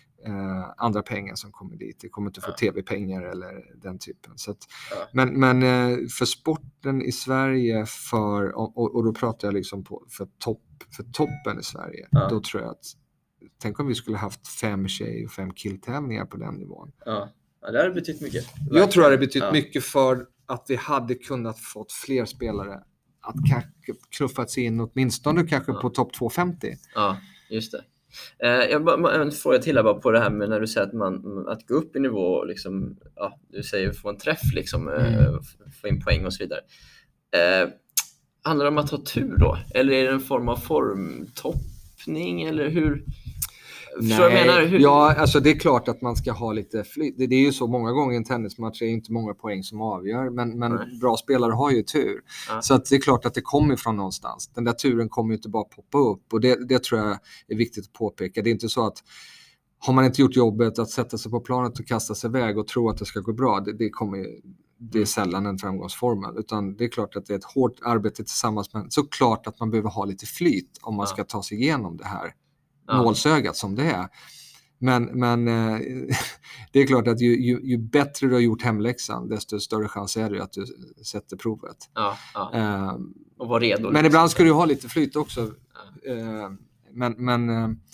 uh, andra pengar som kommer dit. Det kommer inte få ja. tv-pengar eller den typen. Så att, ja. Men, men uh, för sporten i Sverige, för, och, och då pratar jag liksom på, för, topp, för toppen i Sverige, ja. då tror jag att tänk om vi skulle haft fem tjej- och fem killtävlingar på den nivån. Ja, ja det hade betytt mycket. Jag tror att det har betytt ja. mycket för att vi hade kunnat fått fler spelare att kanske knuffats in åtminstone kanske ja. på topp tvåhundrafemtio. Ja, just det. Eh, jag bara, en fråga till här bara på det här med när du säger att man att gå upp i nivå och liksom, ja, du säger få en träff liksom, mm. eh, få in poäng och så vidare. Eh, handlar det om att ha tur då? Eller är det en form av formtoppning eller hur? Nej, jag menar, hur... ja, alltså det är klart att man ska ha lite flyt. Det, det är ju så många gånger i en tennismatch är inte många poäng som avgör, men, men bra spelare har ju tur. Ja. Så att det är klart att det kommer från någonstans. Den där turen kommer ju inte bara poppa upp, och det, det tror jag är viktigt att påpeka. Det är inte så att har man inte gjort jobbet att sätta sig på planet och kasta sig iväg och tro att det ska gå bra, det, det kommer ju, det är sällan en framgångsformel, utan det är klart att det är ett hårt arbete tillsammans, men såklart att man behöver ha lite flyt om man ja. ska ta sig igenom det här ja. nålsögat som det är. Men, men eh, det är klart att ju, ju, ju bättre du har gjort hemläxan, desto större chans är det att du sätter provet. Ja, ja. Eh, och var redo. Men liksom. Ibland ska du ha lite flyt också. Ja. Eh, men men eh,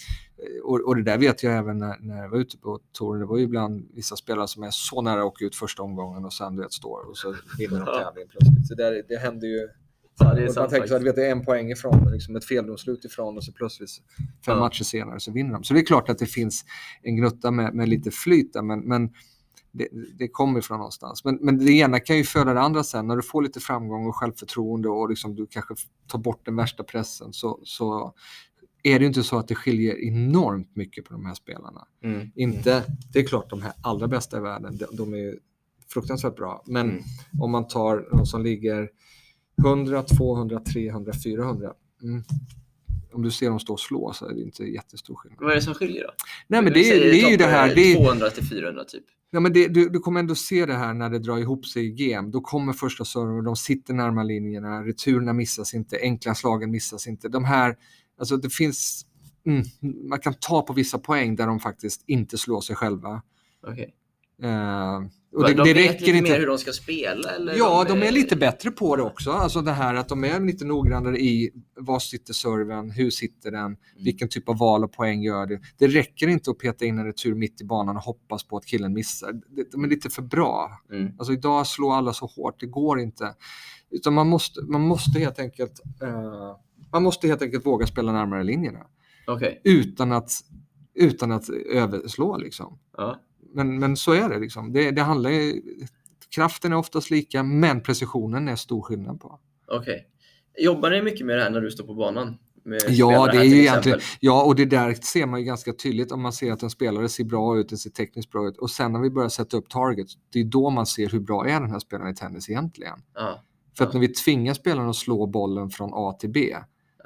Och, och det där vet jag även när, när jag var ute på touren. Det var ju ibland vissa spelare som är så nära att åka ut första omgången och sen du vet står och så vinner de tävlingen plötsligt. Så det, det händer ju. Ja, det är man sant, tänker så att vet, det är en poäng ifrån, liksom ett feldomslut ifrån och så plötsligt fem ja. matcher senare så vinner de. Så det är klart att det finns en gnutta med, med lite flyt där, men, men det, det kommer ifrån någonstans. Men, men det ena kan ju föda det andra sen. När du får lite framgång och självförtroende och liksom du kanske tar bort den värsta pressen så, så är det ju inte så att det skiljer enormt mycket på de här spelarna. Mm. Inte, det är klart de här allra bästa i världen, de, de är ju fruktansvärt bra. Men mm. om man tar någon som ligger hundra, tvåhundra, trehundra, fyrahundra. Mm. Om du ser dem stå och slå så är det inte jättestor skillnad. Vad är det som skiljer då? Nej, men det, det, det är ju det här. Det är, tvåhundra till fyrahundra typ. Ja, men det, du, du kommer ändå se det här när det drar ihop sig i game. Då kommer första server, de sitter närmare linjerna. Returerna missas inte, enkla slagen missas inte. De här, alltså det finns, mm, man kan ta på vissa poäng där de faktiskt inte slår sig själva. Okej. Okay. Uh, Och det, de det vet lite inte mer hur de ska spela? Eller ja, de är... de är lite bättre på det också. Alltså det här att de är lite noggrannare i var sitter serven, hur sitter den, mm. vilken typ av val och poäng gör det. Det räcker inte att peta in en retur mitt i banan och hoppas på att killen missar. De är lite för bra. Mm. Alltså idag slår alla så hårt, det går inte. Utan man måste, man måste helt enkelt uh, man måste helt enkelt våga spela närmare linjerna. Okay. Utan att utan att överslå liksom. Ja. Men, men så är det liksom. Det, det handlar ju, kraften är oftast lika, men precisionen är stor skillnad på. Okej. Okay. Jobbar ni mycket med det här när du står på banan? Ja, det är ju egentligen, ja, och det där ser man ju ganska tydligt om man ser att en spelare ser bra ut, den ser tekniskt bra ut. Och sen när vi börjar sätta upp targets, det är då man ser hur bra är den här spelaren i tennis egentligen. Ja. För att ja. när vi tvingar spelaren att slå bollen från A till B,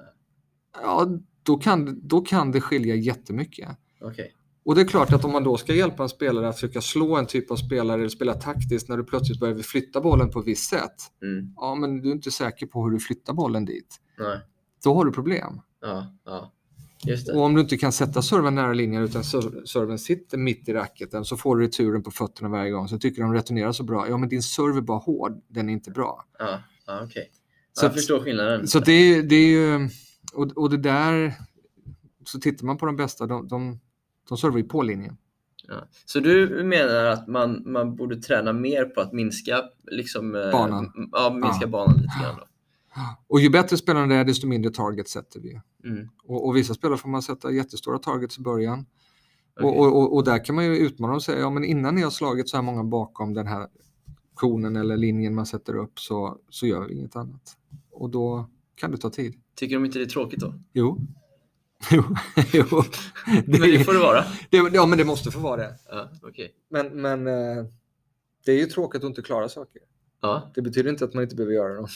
ja, då kan, då kan det skilja jättemycket. Okej. Okay. Och det är klart att om man då ska hjälpa en spelare att försöka slå en typ av spelare eller spela taktiskt när du plötsligt börjar flytta bollen på ett visst sätt. Mm. Ja, men du är inte säker på hur du flyttar bollen dit. Nej. Då har du problem. Ja, ja. Just det. Och om du inte kan sätta serven nära linjen utan serven sitter mitt i racketen så får du returen på fötterna varje gång. Så tycker de returnerar så bra. Ja, men din serv är bara hård. Den är inte bra. Ja, ja okej. Okay. Så jag förstår skillnaden. Så det är, det är ju... Och, och det där... Så tittar man på de bästa, de... de De servar ju på linjen. Ja. Så du menar att man, man borde träna mer på att minska liksom, banan, ja, minska ja. banan lite grann då? Och ju bättre spelaren det är, desto mindre targets sätter vi. Mm. Och, och vissa spelare får man sätta jättestora targets i början. Okay. Och, och, och där kan man ju utmana och säga, ja men innan ni har slagit så här många bakom den här konen eller linjen man sätter upp så, så gör vi inget annat. Och då kan det ta tid. Tycker de inte det är tråkigt då? Jo. jo, jo. Det, men det får det vara. Det, ja, men det måste få vara det. Ja, okay. Men, men eh, det är ju tråkigt att inte klara saker. Ja. Det betyder inte att man inte behöver göra dem.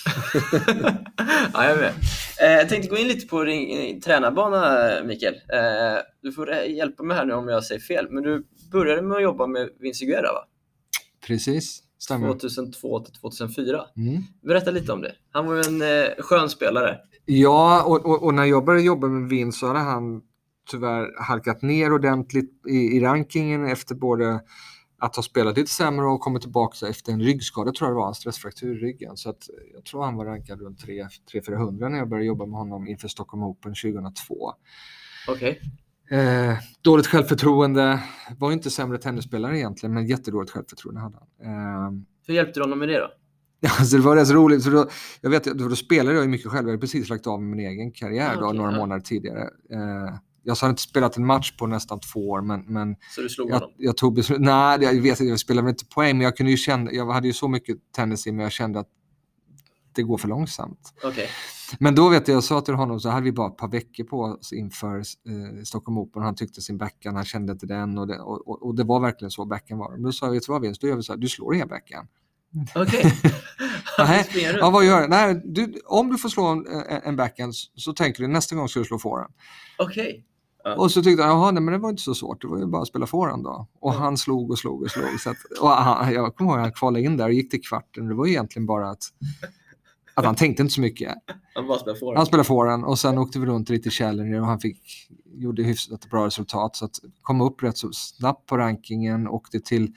Ja, jag vet. Eh, jag tänkte gå in lite på din tränarbana, Mikael. Eh, du får hjälpa mig här nu om jag säger fel. Men du började med att jobba med Vince Guerra, va? Precis, stämmer. tjugohundratvå till tjugohundrafyra. Mm. Berätta lite om det. Han var en eh, skön spelare. Ja, och, och, och när jag började jobba med Vince så hade han tyvärr halkat ner ordentligt i, i rankingen efter både att ha spelat lite sämre och kommit tillbaka efter en ryggskada, tror jag det var, en stressfraktur i ryggen. Så att jag tror han var rankad runt tre till fyrahundra när jag började jobba med honom inför Stockholm Open tjugohundratvå. Okej. Okay. Eh, dåligt självförtroende, var inte sämre tennisspelare egentligen, men jättedåligt självförtroende hade han. Eh, Hur hjälpte du honom med det då? Alltså det var rätt så roligt, för då, jag vet, då, då spelade jag ju mycket själv. Jag hade precis lagt av med min egen karriär då, okay, några ja. månader tidigare. Eh, jag har inte spelat en match på nästan två år, men, men så du slog jag, honom? jag tog beslut. Nej, jag vet jag spelade inte poäng, men jag kunde ju känna, jag hade ju så mycket tennis i mig, jag kände att det går för långsamt. Okay. Men då vet jag, jag sa till honom, så hade vi bara ett par veckor på oss inför eh, Stockholm Open. Han tyckte sin backhand, han kände inte den och det, och, och, och det var verkligen så backhand var. Men då sa jag, vet du vad Vince, då gör vi så här, du slår inga backhand. Okej. Okay. Ja, vad gör du? Nej, du, om du får slå en, en backhand så tänker du nästa gång ska du slå forehand. Okej. Okay. Ja. Och så tyckte han, jaha, nej, men det var inte så svårt. Det var ju bara att spela forehand då. Och ja. han slog och slog och slog. Så att, och han, jag kommer ihåg att han kvalade in där och gick till kvarten. Det var egentligen bara att, att han tänkte inte så mycket. Han bara spelade forehand. Han spelade forehand och sen åkte vi runt lite i Challenger och han fick, gjorde hyfsat bra resultat. Så att kom upp rätt så snabbt på rankingen, åkte till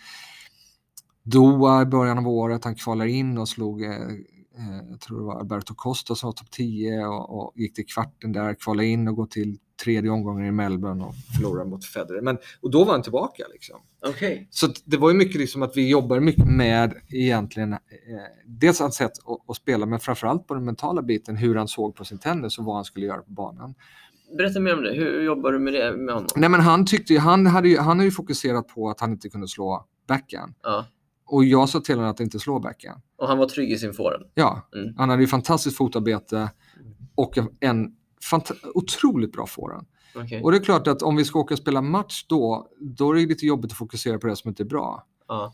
Doha i början av året, han kvalar in och slog, eh, jag tror det var Alberto Costa som var topp tio och, och gick till kvarten där, kvalade in och gå till tredje omgången i Melbourne och förlorade mot Federer. Men, och då var han tillbaka liksom. Okej. Så det var ju mycket liksom att vi jobbar mycket med egentligen eh, dels hans sätt att, att spela, men framförallt på den mentala biten, hur han såg på sin tennis och vad han skulle göra på banan. Berätta mer om det. Hur jobbar du med det med honom? Nej, men han tyckte ju, han hade ju, han hade ju fokuserat på att han inte kunde slå backhand. Ja. Och jag sa till honom att inte slå backhand. Och han var trygg i sin forehand. Ja, Mm. han hade ju fantastiskt fotarbete och en, en fant- otroligt bra forehand. Okay. Och det är klart att om vi ska åka och spela match då, då är det lite jobbigt att fokusera på det som inte är bra. Ja.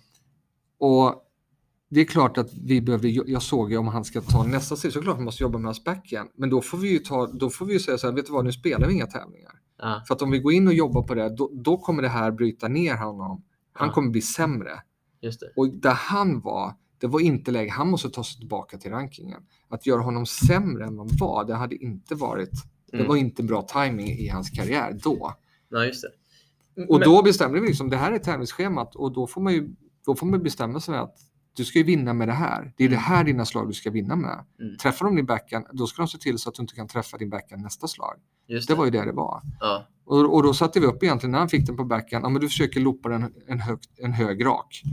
Och det är klart att vi behövde, jag såg ju om han ska ta nästa steg, så klart vi måste jobba med hans backhand. Men då får vi ju ta, då får vi ju säga så här, vet du vad, nu spelar vi inga tävlingar. Ja. För att om vi går in och jobbar på det, då, då kommer det här bryta ner honom. Han Ja. kommer bli sämre. Just det. Och där han var, det var inte läge, han måste ta sig tillbaka till rankingen. Att göra honom sämre än man var, det hade inte varit, det Mm. var inte bra timing i hans karriär då. Ja, just det. Och Men- då bestämde vi liksom, det här är tävlingsschemat och då får man ju, då får man bestämma sig att du ska ju vinna med det här. Det är det här dina slag du ska vinna med. Mm. Träffar de din backhand, då ska de se till så att du inte kan träffa din backhand nästa slag. Just Det var ju det det var. Ja. Och, och då satte vi upp egentligen när han fick den på backhand, ja men du försöker loopa den en, hög, en hög rak.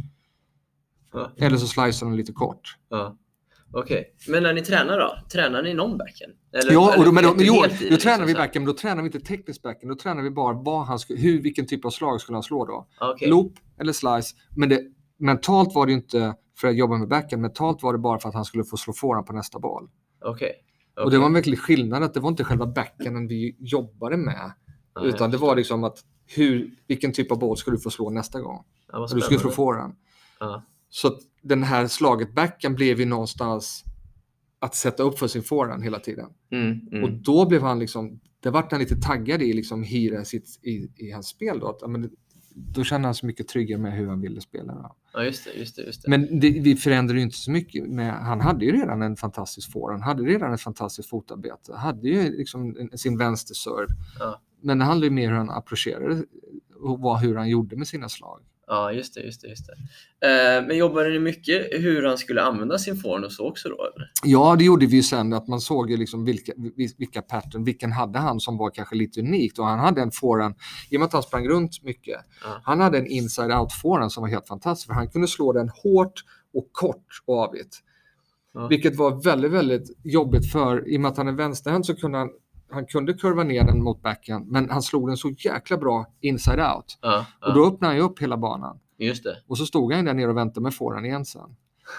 Ja. Eller så slicear den lite kort. Ja. Okej. Men när ni tränar då? Tränar ni någon backhand? Eller, Ja, och då, men då, vet du jo, helt i då det, tränar vi liksom, så här? backhand, men då tränar vi inte tekniskt backhand. Då tränar vi bara vad han skulle, hur, vilken typ av slag skulle han slå då. Okej. Loop eller slice. Men det, mentalt var det ju inte för att jobba med backhand. Mentalt var det bara för att han skulle få slå forehand på nästa boll. Okej. Och det var en verklig skillnad att det var inte själva backhanden vi jobbade med. Ja, utan jag det var liksom att hur, vilken typ av boll skulle du få slå nästa gång. Ja, vad Och du skulle få spännande. forehand. Ja. Så att den här slaget backhand blev ju någonstans att sätta upp för sin forehand hela tiden. Mm, mm. Och då blev han liksom, det vart han lite taggad i liksom hira sitt, i, i hans spel då. Att, ja, men, då kände han sig mycket tryggare med hur han ville spela. Då. Ja, just det, just det, just det. Men det, vi förändrade ju inte så mycket. Med, han hade ju redan en fantastisk forehand. Han hade redan ett fantastiskt fotarbete. Han hade ju liksom en, sin vänsterserv. Ja. Men det handlade ju mer om hur han approcherade och vad, hur han gjorde med sina slag. Ja, just det, just det, just det. Eh, men jobbade ni mycket hur han skulle använda sin forehand och så också då? Eller? Ja, det gjorde vi ju sen, att man såg ju liksom vilka, vilka pattern, vilken hade han som var kanske lite unikt. Och han hade en forehand, i och med att han sprang runt mycket, Ja. han hade en inside-out forehand som var helt fantastisk. För han kunde slå den hårt och kort och avigt. Ja. Vilket var väldigt, väldigt jobbigt för, i och med att han är vänsterhänt så kunde han, han kunde kurva ner den mot backhand, men han slog den så jäkla bra inside-out. Ja, ja. Och då öppnade han ju upp hela banan. Just det. Och så stod han där nere och väntade med forehand igen sen.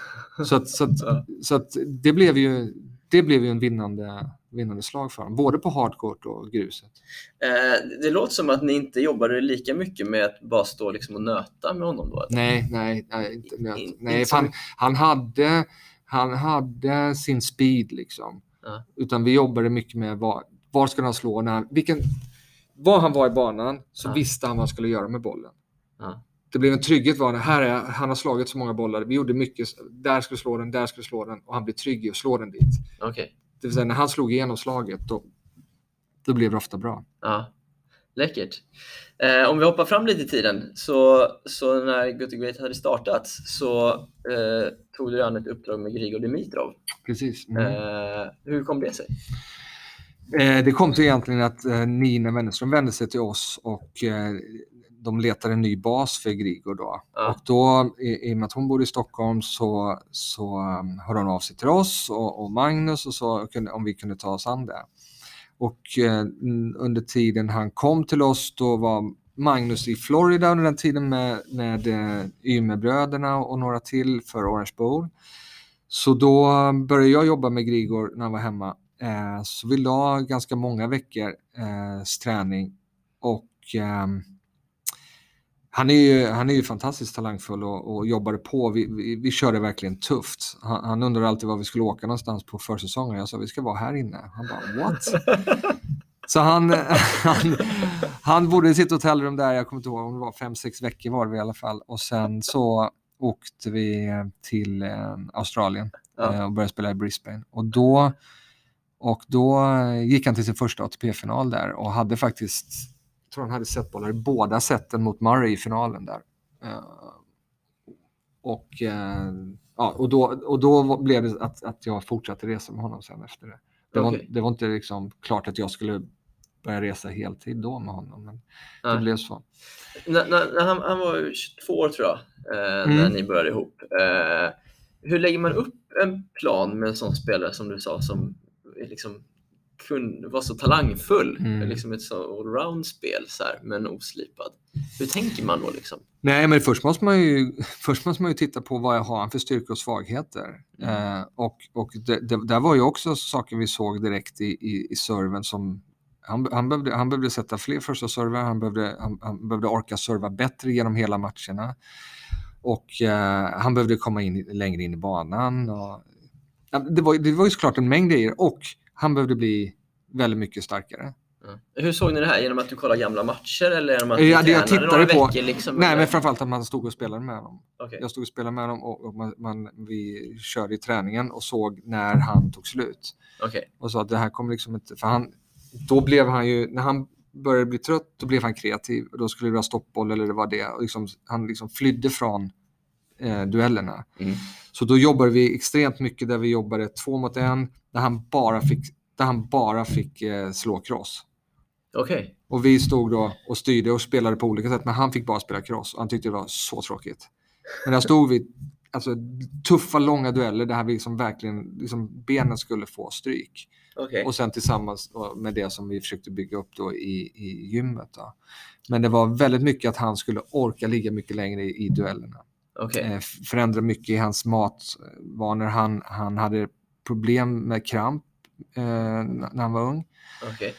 Så att, så att, Ja. så att det blev ju, det blev ju en vinnande, vinnande slag för honom. Både på hardcourt och gruset. Eh, det låter som att ni inte jobbade lika mycket med att bara stå liksom och nöta med honom då? Eller? Nej, nej, nej. Inte, In- nej, inte nej så han, mycket. han, hade, han hade sin speed liksom. Ja. Utan vi jobbade mycket med var, var skulle han slå, när, vilken, var han var i banan så Ja. visste han vad han skulle göra med bollen. Ja. Det blev en trygghet, var här är, han har slagit så många bollar, vi gjorde mycket, där skulle slå den, där skulle slå den och han blev trygg i att slå den dit. Okej. Det vill säga när han slog igenom slaget då, då blev det ofta bra. Ja. Läckert. Eh, om vi hoppar fram lite i tiden, så, så när Good to Great hade startats så eh, tog du an ett uppdrag med Grigor Dimitrov. Precis. Mm. Eh, hur kom det sig? Eh, det kom till egentligen att eh, Nina Wennerström vände sig till oss och eh, de letade en ny bas för Grigor då. Ja. Och då, i, i och med att hon bor i Stockholm så, så um, hörde hon av sig till oss och, och Magnus och så kunde, om vi kunde ta oss an det. Och eh, under tiden han kom till oss då var Magnus i Florida under den tiden med, med eh, Ymerbröderna och några till för Orange Bowl. Så då började jag jobba med Grigor när han var hemma. Eh, så vi la ganska många veckor eh, träning och eh, han är ju, han är ju fantastiskt talangfull och, och jobbade på. Vi, vi, vi körde verkligen tufft. Han, han undrade alltid var vi skulle åka någonstans på försäsongen. Jag sa vi ska vara här inne. Han bara what? Så han, han, han bodde i sitt hotellrum där, jag kommer inte ihåg om det var fem, sex veckor var det i alla fall. Och sen så åkte vi till eh, Australien Ja. eh, och började spela i Brisbane. Och då, och då gick han till sin första A T P-final där och hade faktiskt, jag tror han hade sett bollar i båda sätten mot Murray i finalen där. Eh, och, eh, ja, och, då, och då blev det att, att jag fortsatte resa med honom sen efter det. Det, Okej. var, det var inte liksom klart att jag skulle börja resa heltid då med honom. Men Nej. det blev så. När, när, när han, han var tjugotvå år tror jag, eh, Mm. när ni började ihop. Eh, hur lägger man upp en plan med en sån spelare som du sa, som liksom kunde, var så talangfull? Mm. Liksom ett så allround-spel så här, men oslipad. Hur tänker man då liksom? Nej, men först måste man ju, först måste man ju titta på vad jag har för styrkor och svagheter. Mm. Eh, och och det, det, där var ju också saker vi såg direkt i, i, i serven som han, han, behövde, han behövde sätta fler första server, han behövde, han, han behövde orka serva bättre genom hela matcherna. Och eh, han behövde komma in längre in i banan. Och, ja, det, var, det var ju såklart en mängd grejer, och han behövde bli väldigt mycket starkare. Mm. Hur såg ni det här? Genom att du kollar gamla matcher eller genom att Ja, ni det jag tränade tittade några på. veckor liksom? Nej, eller? men framförallt att man stod och spelade med honom. Okay. Jag stod och spelade med honom och, och man, man, vi körde i träningen och såg när han tog slut. Okay. Och sa att det här kommer liksom inte... För han, då blev han ju... När han började bli trött, då blev han kreativ. Och då skulle det vara stoppboll eller det var det. Och liksom, han liksom flydde från eh, duellerna. Mm. Så då jobbade vi extremt mycket där vi jobbade två mot en. Där han bara fick, där han bara fick eh, slå cross. Okej. Okay. Och vi stod då och styrde och spelade på olika sätt. Men han fick bara spela cross. Och han tyckte det var så tråkigt. Men där stod vi... Alltså tuffa, långa dueller där vi liksom verkligen liksom benen skulle få stryk. Okay. Och sen tillsammans med det som vi försökte bygga upp då i, i gymmet. Då. Men det var väldigt mycket att han skulle orka ligga mycket längre i, i duellerna. Okay. Eh, förändra mycket i hans matvanor. Han, han hade problem med kramp eh, när han var ung. Okay.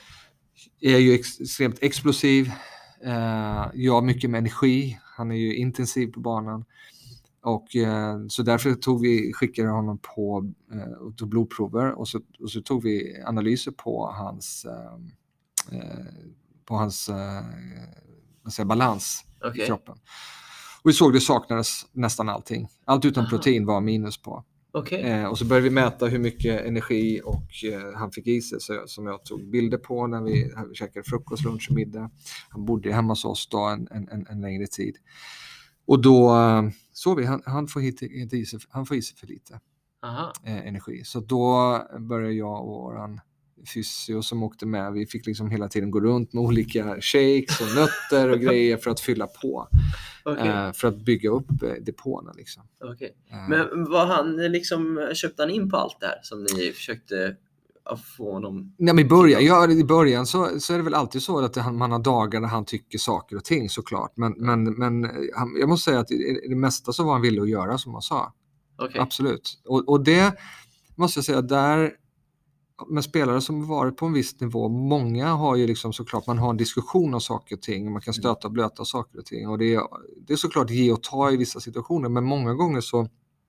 Är ju ex- extremt explosiv. Eh, gör mycket med energi. Han är ju intensiv på banan. Och eh, så därför tog vi, skickade honom på eh, blodprover och så, och så tog vi analyser på hans eh, på hans eh, vad säger, balans okay. i kroppen. Och vi såg det saknades nästan allting. Allt utom Aha. protein var minus på. Okay. Eh, och så började vi mäta hur mycket energi och eh, han fick i sig, så, som jag tog bilder på när vi, när vi käkade frukost, lunch och middag. Han bodde hemma hos oss då en, en, en längre tid. Och då såg vi, han, han, får hit, inte i sig, han får i sig för lite eh, energi. Så då började jag och våran fysio som åkte med, vi fick liksom hela tiden gå runt med olika shakes och nötter och grejer för att fylla på. Okay. Eh, för att bygga upp eh, depåerna liksom. Okay. Eh. Men var han liksom, köpte han in på allt det här som ni försökte få honom? Nej, men i början, ja, i början så, så är det väl alltid så att han, man har dagar där han tycker saker och ting såklart. Men, men, men han, jag måste säga att det, det mesta så var han ville att göra som man sa. Okay. Absolut. Och, och det måste jag säga, där med spelare som varit på en viss nivå, många har ju liksom såklart, man har en diskussion om saker och ting, man kan stöta och blöta saker och ting, och det är, det är såklart ge och ta i vissa situationer, men många gånger så,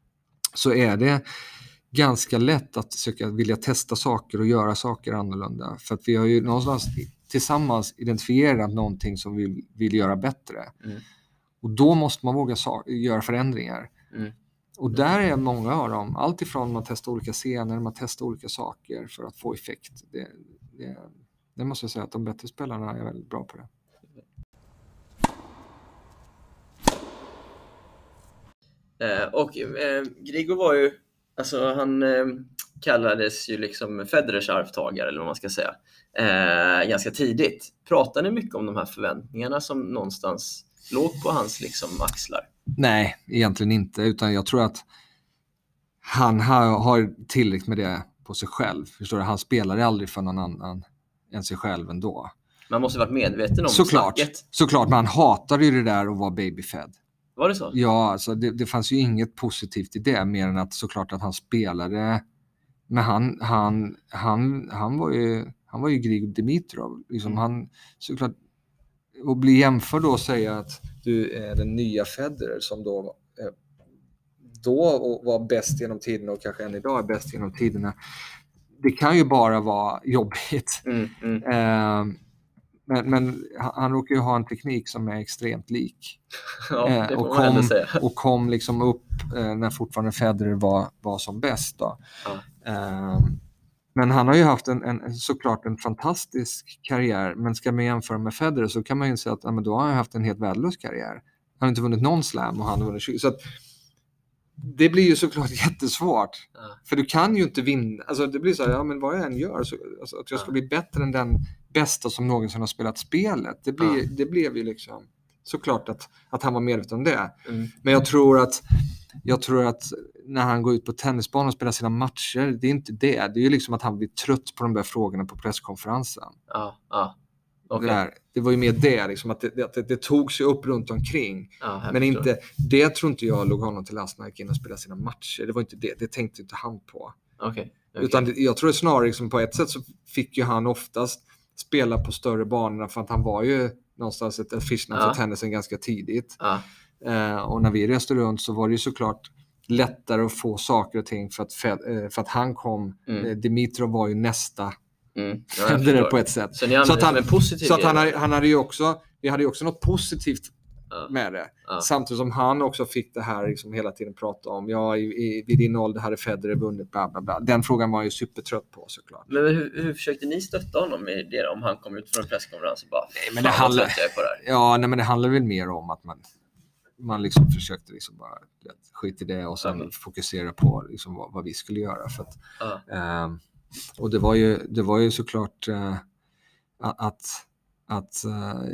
så är det ganska lätt att försöka vilja testa saker och göra saker annorlunda, för att vi har ju någonstans tillsammans identifierat någonting som vi vill, vill göra bättre. Mm. Och då måste man våga sa- göra förändringar. Mm. Och där är många av dem, allt ifrån man testar olika scener, man testar olika saker för att få effekt. Det, det, det måste jag säga att de bättre spelarna är väldigt bra på det. Eh, och eh, Grigor var ju, alltså han eh, kallades ju liksom Federers arvtagare eller vad man ska säga, eh, ganska tidigt. Pratade ni mycket om de här förväntningarna som någonstans låg på hans liksom axlar? Nej, egentligen inte, utan jag tror att han har, har tillräckligt med det på sig själv. Förstår du? Han spelar aldrig för någon annan än sig själv ändå. Man måste varit medveten om såklart, snacket. Såklart, men han hatade ju det där att vara babyfed. Var det så? Ja, alltså det, det fanns ju inget positivt i det, mer än att såklart att han spelade. Men han, han, han, han var ju han var ju Grigor Dimitrov. Liksom, mm. Han, såklart, och bli jämförd då och säga att du är den nya Federer som då, eh, då var bäst genom tiderna och kanske än idag är bäst genom tiderna. Det kan ju bara vara jobbigt. Mm, mm. Eh, men, men han råkar ju ha en teknik som är extremt lik. Ja, det får eh, och, man kom, ändå säga. Och kom liksom upp eh, när fortfarande Federer var, var som bäst då. Ja. Eh, Men han har ju haft en, en, såklart en fantastisk karriär. Men ska man jämföra med Federer så kan man ju säga att ja, men då har han haft en helt värdelös karriär. Han har inte vunnit någon slam och han har vunnit tjugo. Så att det blir ju såklart jättesvårt. Ja. För du kan ju inte vinna. Alltså det blir så här, ja men vad jag än gör så, alltså, att jag ska Ja. bli bättre än den bästa som någonsin har spelat spelet. Det, blir, Ja. det blev ju liksom såklart att, att han var medveten om det. Mm. Men jag tror att jag tror att när han går ut på tennisbanan och spelar sina matcher, det är inte det. Det är ju liksom att han blir trött på de där frågorna på presskonferensen. Ja, ja. Okay. Det, där, det var ju mer det, liksom, att det, det, det tog sig upp runt omkring. Ja, men inte, det tror inte jag låg honom till last när han gick in och spelade sina matcher. Det var inte det, det tänkte inte han på. Okay. Okay. Utan det, jag tror det snarare liksom, på ett sätt så fick ju han oftast spela på större banor för att han var ju någonstans ett affischnamn ja. för tennisen ganska tidigt. Ja. Eh, och när vi reste runt så var det ju såklart lättare att få saker och ting för att, för, för att han kom. Mm. Eh, Dimitrov var ju nästa mm. ja, det på ett sätt. Så, så att han, en positiv så att han, hade, han hade ju också, vi hade ju också något positivt ja. med det. Ja. Samtidigt som han också fick det här liksom hela tiden prata om, ja i, i, vid din ålder hade Federer vunnit, bla bla bla. Den frågan var ju supertrött på såklart. Men hur, hur försökte ni stötta honom i det om han kom ut från en presskonferens och bara, nej, men det handlar, på det ja, nej, men det handlar väl mer om att man man liksom försökte liksom bara skit i det och sen okay. fokusera på liksom vad, vad vi skulle göra för att, ja. eh, och det var ju det var ju såklart eh, att att eh,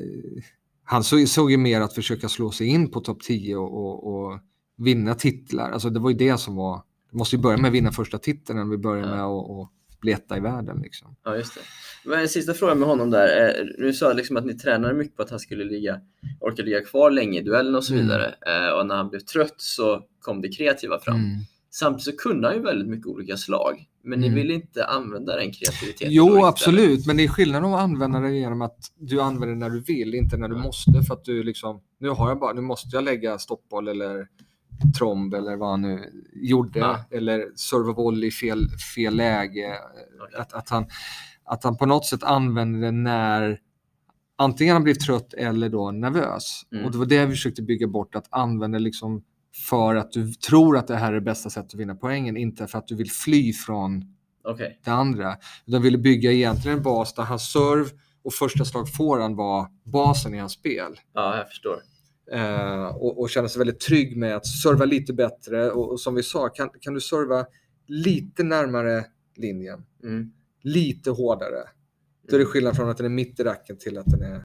han såg, såg ju mer att försöka slå sig in på topp tio och, och, och vinna titlar. Alltså det var ju det som var, det måste ju börja med att vinna första titeln när vi börjar ja. med att och bli etta i världen liksom. Ja, just det. Men en sista fråga med honom där. Du sa liksom att ni tränade mycket på att han skulle ligga, orka ligga kvar länge i duellen och så vidare. Mm. Och när han blev trött så kom det kreativa fram. Mm. Samtidigt så kunde han ju väldigt mycket olika slag. Men mm. ni vill inte använda den kreativiteten. Jo, absolut. Men det är skillnad att använda det genom att du använder det när du vill, inte när du mm. måste. För att du liksom, nu har jag bara, nu måste jag lägga stoppboll eller tromb eller vad han nu gjorde. Ja. Eller serva volley i fel, fel läge. Okay. Att, att, han, att han på något sätt använder det när antingen han blir trött eller då nervös. Mm. Och det var det vi försökte bygga bort, att använda liksom för att du tror att det här är det bästa sättet att vinna poängen, inte för att du vill fly från okay. det andra. De ville bygga egentligen en bas där hans serv och första slag foran var basen i hans spel. Ja, jag förstår. Uh, och, och känna sig väldigt trygg med att serva lite bättre. Och, och som vi sa, kan, kan du serva lite närmare linjen, mm. lite hårdare, mm. då är det skillnad från att den är mitt i racken till att den är...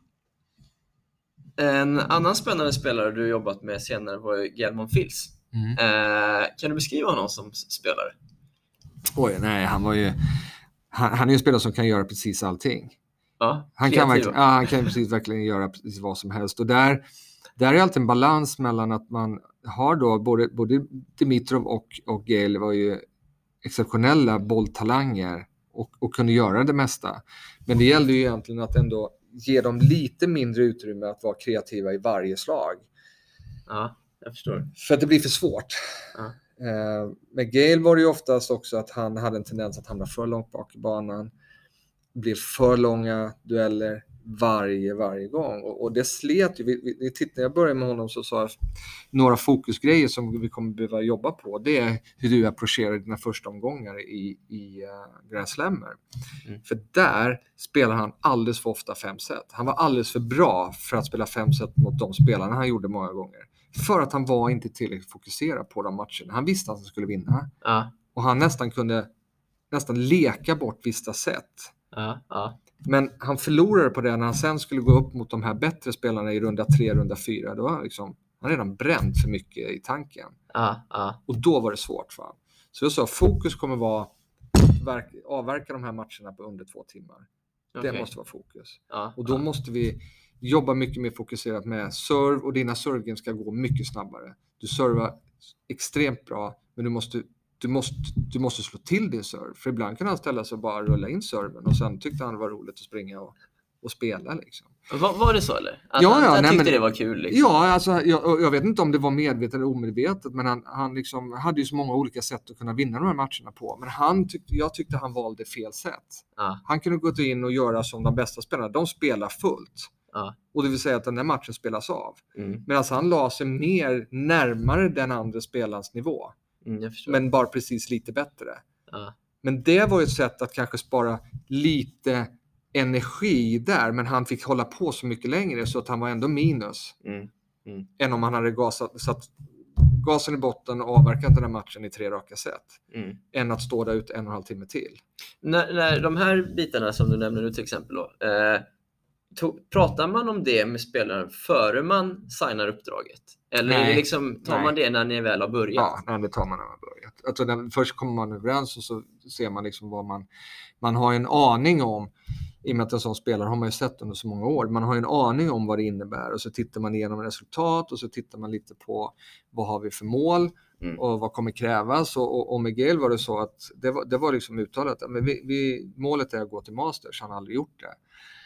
En annan spännande spelare du jobbat med senare var ju Gelmon Fils. Mm. Uh, kan du beskriva honom som spelare? Oj, nej, han var ju... Han, han är ju en spelare som kan göra precis allting. Ja, han, kan verkligen, ja, han kan precis verkligen göra precis vad som helst. Och där, där är alltid en balans mellan att man har då både, både Dimitrov och, och Gael var ju exceptionella bolltalanger och, och kunde göra det mesta. Men det gällde ju egentligen att ändå ge dem lite mindre utrymme att vara kreativa i varje slag. Ja, jag förstår. För att det blir för svårt. Ja. Eh, med Gael var det ju oftast också att han hade en tendens att hamna för långt bak i banan. Blev för långa dueller varje, varje gång. Och, och det slet ju. Vi, vi, när jag började med honom så sa jag några fokusgrejer som vi kommer behöva jobba på. Det är hur du approcherar dina första omgångar i, i uh, Grand Slammer. Mm. För där spelar han alldeles för ofta fem set. Han var alldeles för bra för att spela fem set mot de spelarna han gjorde många gånger. För att han var inte tillräckligt fokuserad på de matcherna. Han visste att han skulle vinna. Ja. Och han nästan kunde nästan leka bort vissa sätt. Ja, ja. Men han förlorade på det när han sen skulle gå upp mot de här bättre spelarna i runda tre, runda fyra. Då var liksom, han redan bränt för mycket i tanken. Ja, ja. Och då var det svårt för honom. Så jag sa, fokus kommer vara verk, avverka de här matcherna på under två timmar. Okay. Det måste vara fokus. Ja, och då ja. måste vi jobba mycket mer fokuserat med serve, och dina serven ska gå mycket snabbare. Du servar extremt bra, men du måste Du måste, du måste slå till din serve. För ibland kan han ställa sig och bara rulla in serven. Och sen tyckte han det var roligt att springa och, och spela. Liksom. Var, var det så eller? Att ja, han, ja, han nej, tyckte men, det var kul? Liksom. Ja, alltså, jag, jag vet inte om det var medvetet eller omedvetet. Men han, han liksom hade ju så många olika sätt att kunna vinna de här matcherna på. Men han tyckte, jag tyckte han valde fel sätt. Ah. Han kunde gå in och göra som de bästa spelarna. De spelar fullt. Ah. Och det vill säga att den här matchen spelas av. Mm. Men alltså han la sig mer närmare den andra spelarens nivå. Mm, men bara precis lite bättre. Ja. Men det var ju ett sätt att kanske spara lite energi där, men han fick hålla på så mycket längre så att han var ändå minus mm. Mm. än om han hade gasat, satt gasen i botten och avverka den här matchen i tre raka set. Mm. Än att stå där ute en och en halv timme till. När, när de här bitarna som du nämner nu till exempel då, eh, to, pratar man om det med spelaren före man signar uppdraget? Eller är det liksom, tar Nej. man det när ni väl har börjat? Ja, nej, det tar man när man har börjat. Alltså, när, först kommer man överens och så ser man liksom vad man... Man har en aning om, i och med att en sån spelare har man ju sett under så många år, man har en aning om vad det innebär och så tittar man igenom resultat och så tittar man lite på vad har vi för mål mm. och vad kommer krävas. Och, och, och med Gael var det så att det var, det var liksom uttalat, men vi, vi, målet är att gå till Masters, han har aldrig gjort det.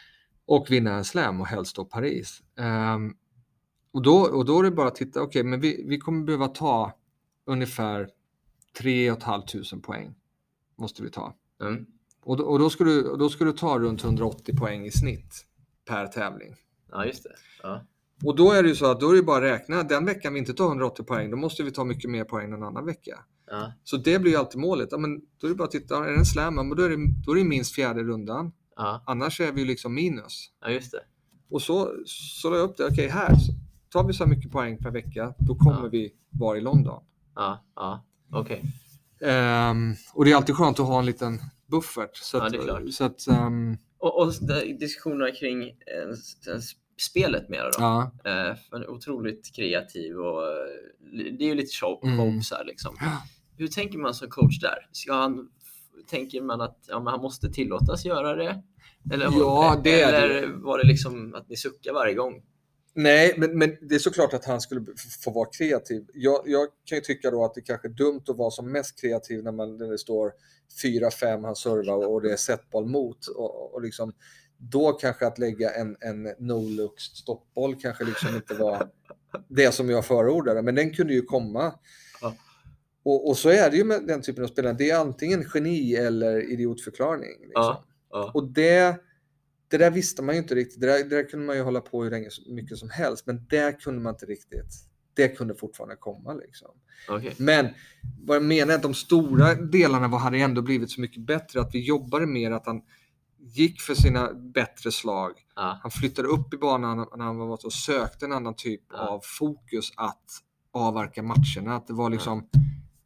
Och vinna en slam och helst då Paris. Um, och, då, och då är det bara att titta, okej, okay, men vi, vi kommer behöva ta ungefär tre och ett halvt tusen poäng måste vi ta. Mm. Och, då, och då, ska du, då ska du ta runt hundraåttio poäng i snitt per tävling. Ja, just det. Ja. Och då är det ju så att då är det bara att räkna. Den veckan vi inte tar hundraåttio poäng, då måste vi ta mycket mer poäng en annan vecka. Ja. Så det blir ju alltid målet. Ja, men då är det bara att titta, är det en slam, men då är det, då är det minst fjärde rundan. Ja. Annars är vi ju liksom minus. Ja, just det. Och så, så la jag upp det. Okej, okay, här så tar vi så mycket poäng per vecka, då kommer ja. vi vara i London. Ja, ja, okej. Okay. Um, och det är alltid skönt att ha en liten buffert. Så ja, att, det är klart. Så att, um... och, och diskussionerna kring en, en spelet mer då. Ja. Uh, otroligt kreativ och det är ju lite show, mm. show så här, liksom. Hur tänker man som coach där? Ska han, tänker man att ja, men han måste tillåtas göra det? Eller, ja, det är eller det. var det liksom att ni suckar varje gång? Nej, men, men det är såklart att han skulle få vara kreativ. Jag, jag kan ju tycka då att det kanske är dumt att vara som mest kreativ när, man, när det står fyra fem han servar och det är setboll mot. Och, och liksom, då kanske att lägga en, en no-look stoppboll kanske liksom inte var det som jag förordade. Men den kunde ju komma. Ja. Och, och så är det ju med den typen av spelare. Det är antingen geni eller idiotförklaring. Liksom. Ja. Ja. Och det... Det där visste man ju inte riktigt. Det där, det där kunde man ju hålla på hur länge, mycket som helst. Men det kunde man inte riktigt. Det kunde fortfarande komma liksom. Okay. Men vad jag menar är att de stora delarna var, hade ändå blivit så mycket bättre. Att vi jobbade mer, att han gick för sina bättre slag. Ah. Han flyttade upp i banan när han var och sökte en annan typ ah. av fokus att avverka matcherna. Att det var liksom... Ah.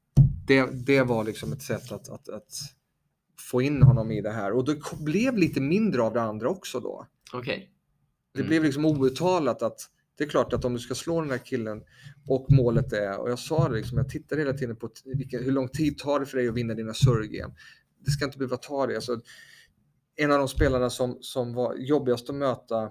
Det, det var liksom ett sätt att... att, att få in honom i det här. Och det blev lite mindre av det andra också då. Okej. Okay. Mm. Det blev liksom outtalat att det är klart att om du ska slå den här killen och målet är, och jag sa det liksom, jag tittar hela tiden på vilken, hur lång tid tar det för dig att vinna dina servegame. Det ska inte behöva ta det. Alltså, en av de spelarna som, som var jobbigast att möta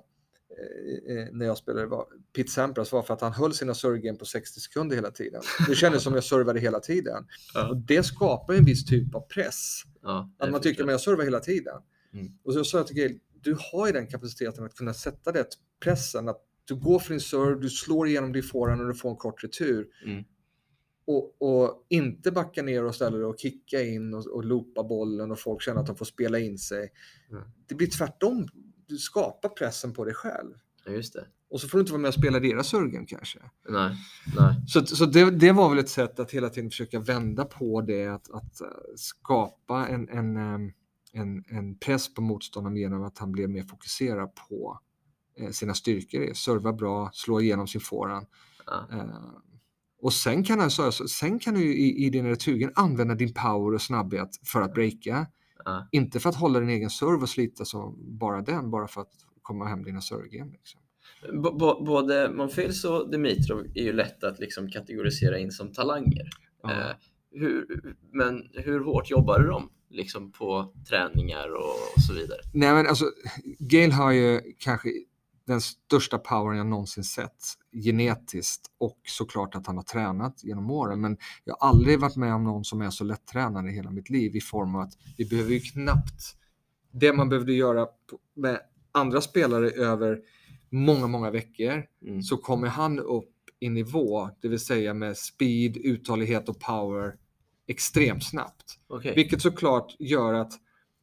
eh, när jag spelade var Pete Sampras, var för att han höll sina servegame på sextio sekunder hela tiden. Det kändes som jag servade hela tiden. Ja. Och det skapar en viss typ av press. Ja, att man tycker att jag servar hela tiden. Mm. Och så sa jag till Gael, du har ju den kapaciteten att kunna sätta det pressen. Att du går för din serve, du slår igenom din forehand och du får en kort retur. Mm. Och, och inte backa ner och ställa dig och kicka in och, och loopa bollen och folk känner att de får spela in sig. Mm. Det blir tvärtom. Du skapar pressen på dig själv. Ja, just det. Och så får du inte vara med och spela deras serve kanske. Nej, nej. Så, så det, det var väl ett sätt att hela tiden försöka vända på det. Att, att skapa en, en, en, en press på motståndaren genom att han blev mer fokuserad på sina styrkor. Serva bra, slå igenom sin forehand. Ja. Uh, och sen kan, alltså, sen kan du i, i din returen använda din power och snabbhet för att breaka. Ja. Inte för att hålla din egen serve och slita som bara den, bara för att komma hem dina serve-game. Liksom. B- b- både Monfils och Dimitrov är ju lätt att liksom kategorisera in som talanger. Ja. Eh, hur, men hur hårt jobbade de liksom på träningar och så vidare? Nej, men alltså, Gael har ju kanske den största powern jag någonsin sett genetiskt, och såklart att han har tränat genom åren, men jag har aldrig varit med om någon som är så lättränad i hela mitt liv, i form av att vi behöver ju knappt det man behövde göra med andra spelare över många, många veckor. Mm. Så kommer han upp i nivå, det vill säga med speed, uthållighet och power extremt snabbt. Okay. Vilket såklart gör att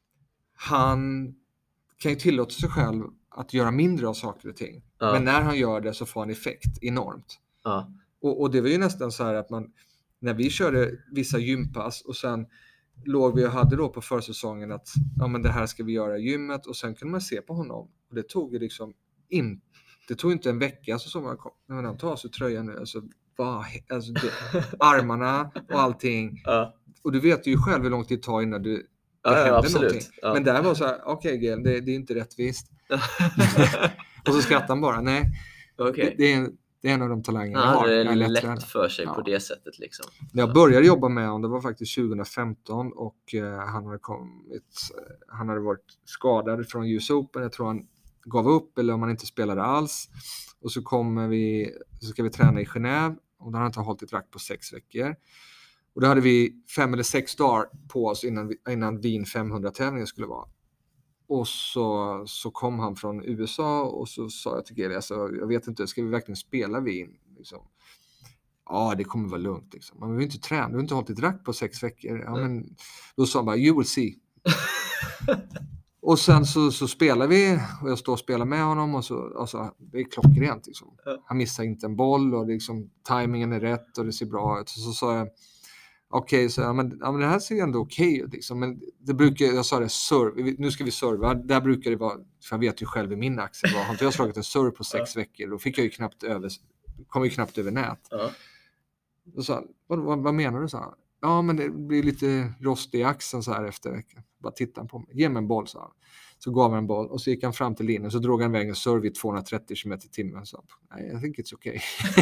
han kan ju tillåta sig själv att göra mindre av saker och ting. Ja. Men när han gör det så får han effekt enormt. Ja. Och, och det var ju nästan så här att man, när vi körde vissa gympass och sen låg vi och hade då på försäsongen att ja, men det här ska vi göra i gymmet, och sen kunde man se på honom. Och det tog ju liksom in, det tog inte en vecka så som man kom, när man tar sig tröjan nu, alltså vad, alltså det, armarna och allting. Ja. Och du vet ju själv hur lång tid det tar innan du, det Ja, ja, händer absolut. någonting. Ja. Men där var så här, okej okay, det, det är inte rättvist. Och så skrattar han bara, nej. Okay. Det, det, är, det är en av de talangerna ja, jag har. Det är jag är lätt lätt för sig ja. på det sättet liksom. När jag började jobba med honom, det var faktiskt tjugohundrafemton och eh, han hade kommit, han hade varit skadad från U S Open. Jag tror han gav upp eller om han inte spelade alls. Och så kommer vi, så ska vi träna i Genève och då har han inte hållit ett rack på sex veckor. Och då hade vi fem eller sex dagar på oss innan, innan Wien femhundra-tävlingen skulle vara. Och så, så kom han från U S A och så sa jag till Geli, alltså, jag vet inte, ska vi verkligen spela Wien? Liksom. Ja, det kommer vara lugnt. Liksom. Man vill inte träna, du har inte hållit ett rack på sex veckor. Ja, men, då sa han bara, you will see. Och sen så, så spelar vi och jag står och spelar med honom och så, alltså, det är klockrent. Liksom. Han missar inte en boll och liksom, timingen är rätt och det ser bra ut. Så, så sa jag, okej, okay, så ja, men, ja, men det här ser ändå okej ut. Liksom. Men det brukar, jag sa det, serve, nu ska vi serva. Där brukar det vara, för jag vet ju själv i min axel, har inte jag slagit en serve på sex ja. veckor, då fick jag ju knappt över, kom ju knappt över nät. Ja. Då sa han, vad, vad, vad menar du? Så han, ja, men det blir lite rost i axeln så här efter veckan. Bara titta på mig. Ge mig en boll, så han. Så gav han en boll och så gick han fram till linjen så drog han iväg en serve i tvåhundratrettio kilometer i timmen. Så nej, I think it's okay.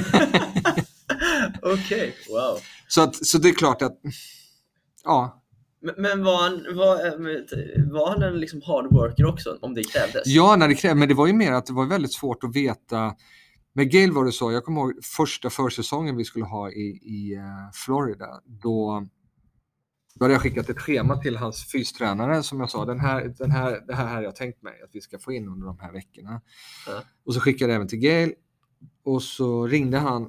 Okej, okay, wow. Så, att, så det är klart att, ja. Men, men var han, var, var han en liksom hard worker också, om det krävdes? Ja, när det krävdes, men det var ju mer att det var väldigt svårt att veta. Med Gael var det så, jag kommer ihåg första försäsongen vi skulle ha i, i uh, Florida, då, då hade jag skickat ett schema till hans fystränare som jag sa, den här, den här, det här har jag tänkt mig att vi ska få in under de här veckorna. Mm. Och så skickade jag även till Gael och så ringde han.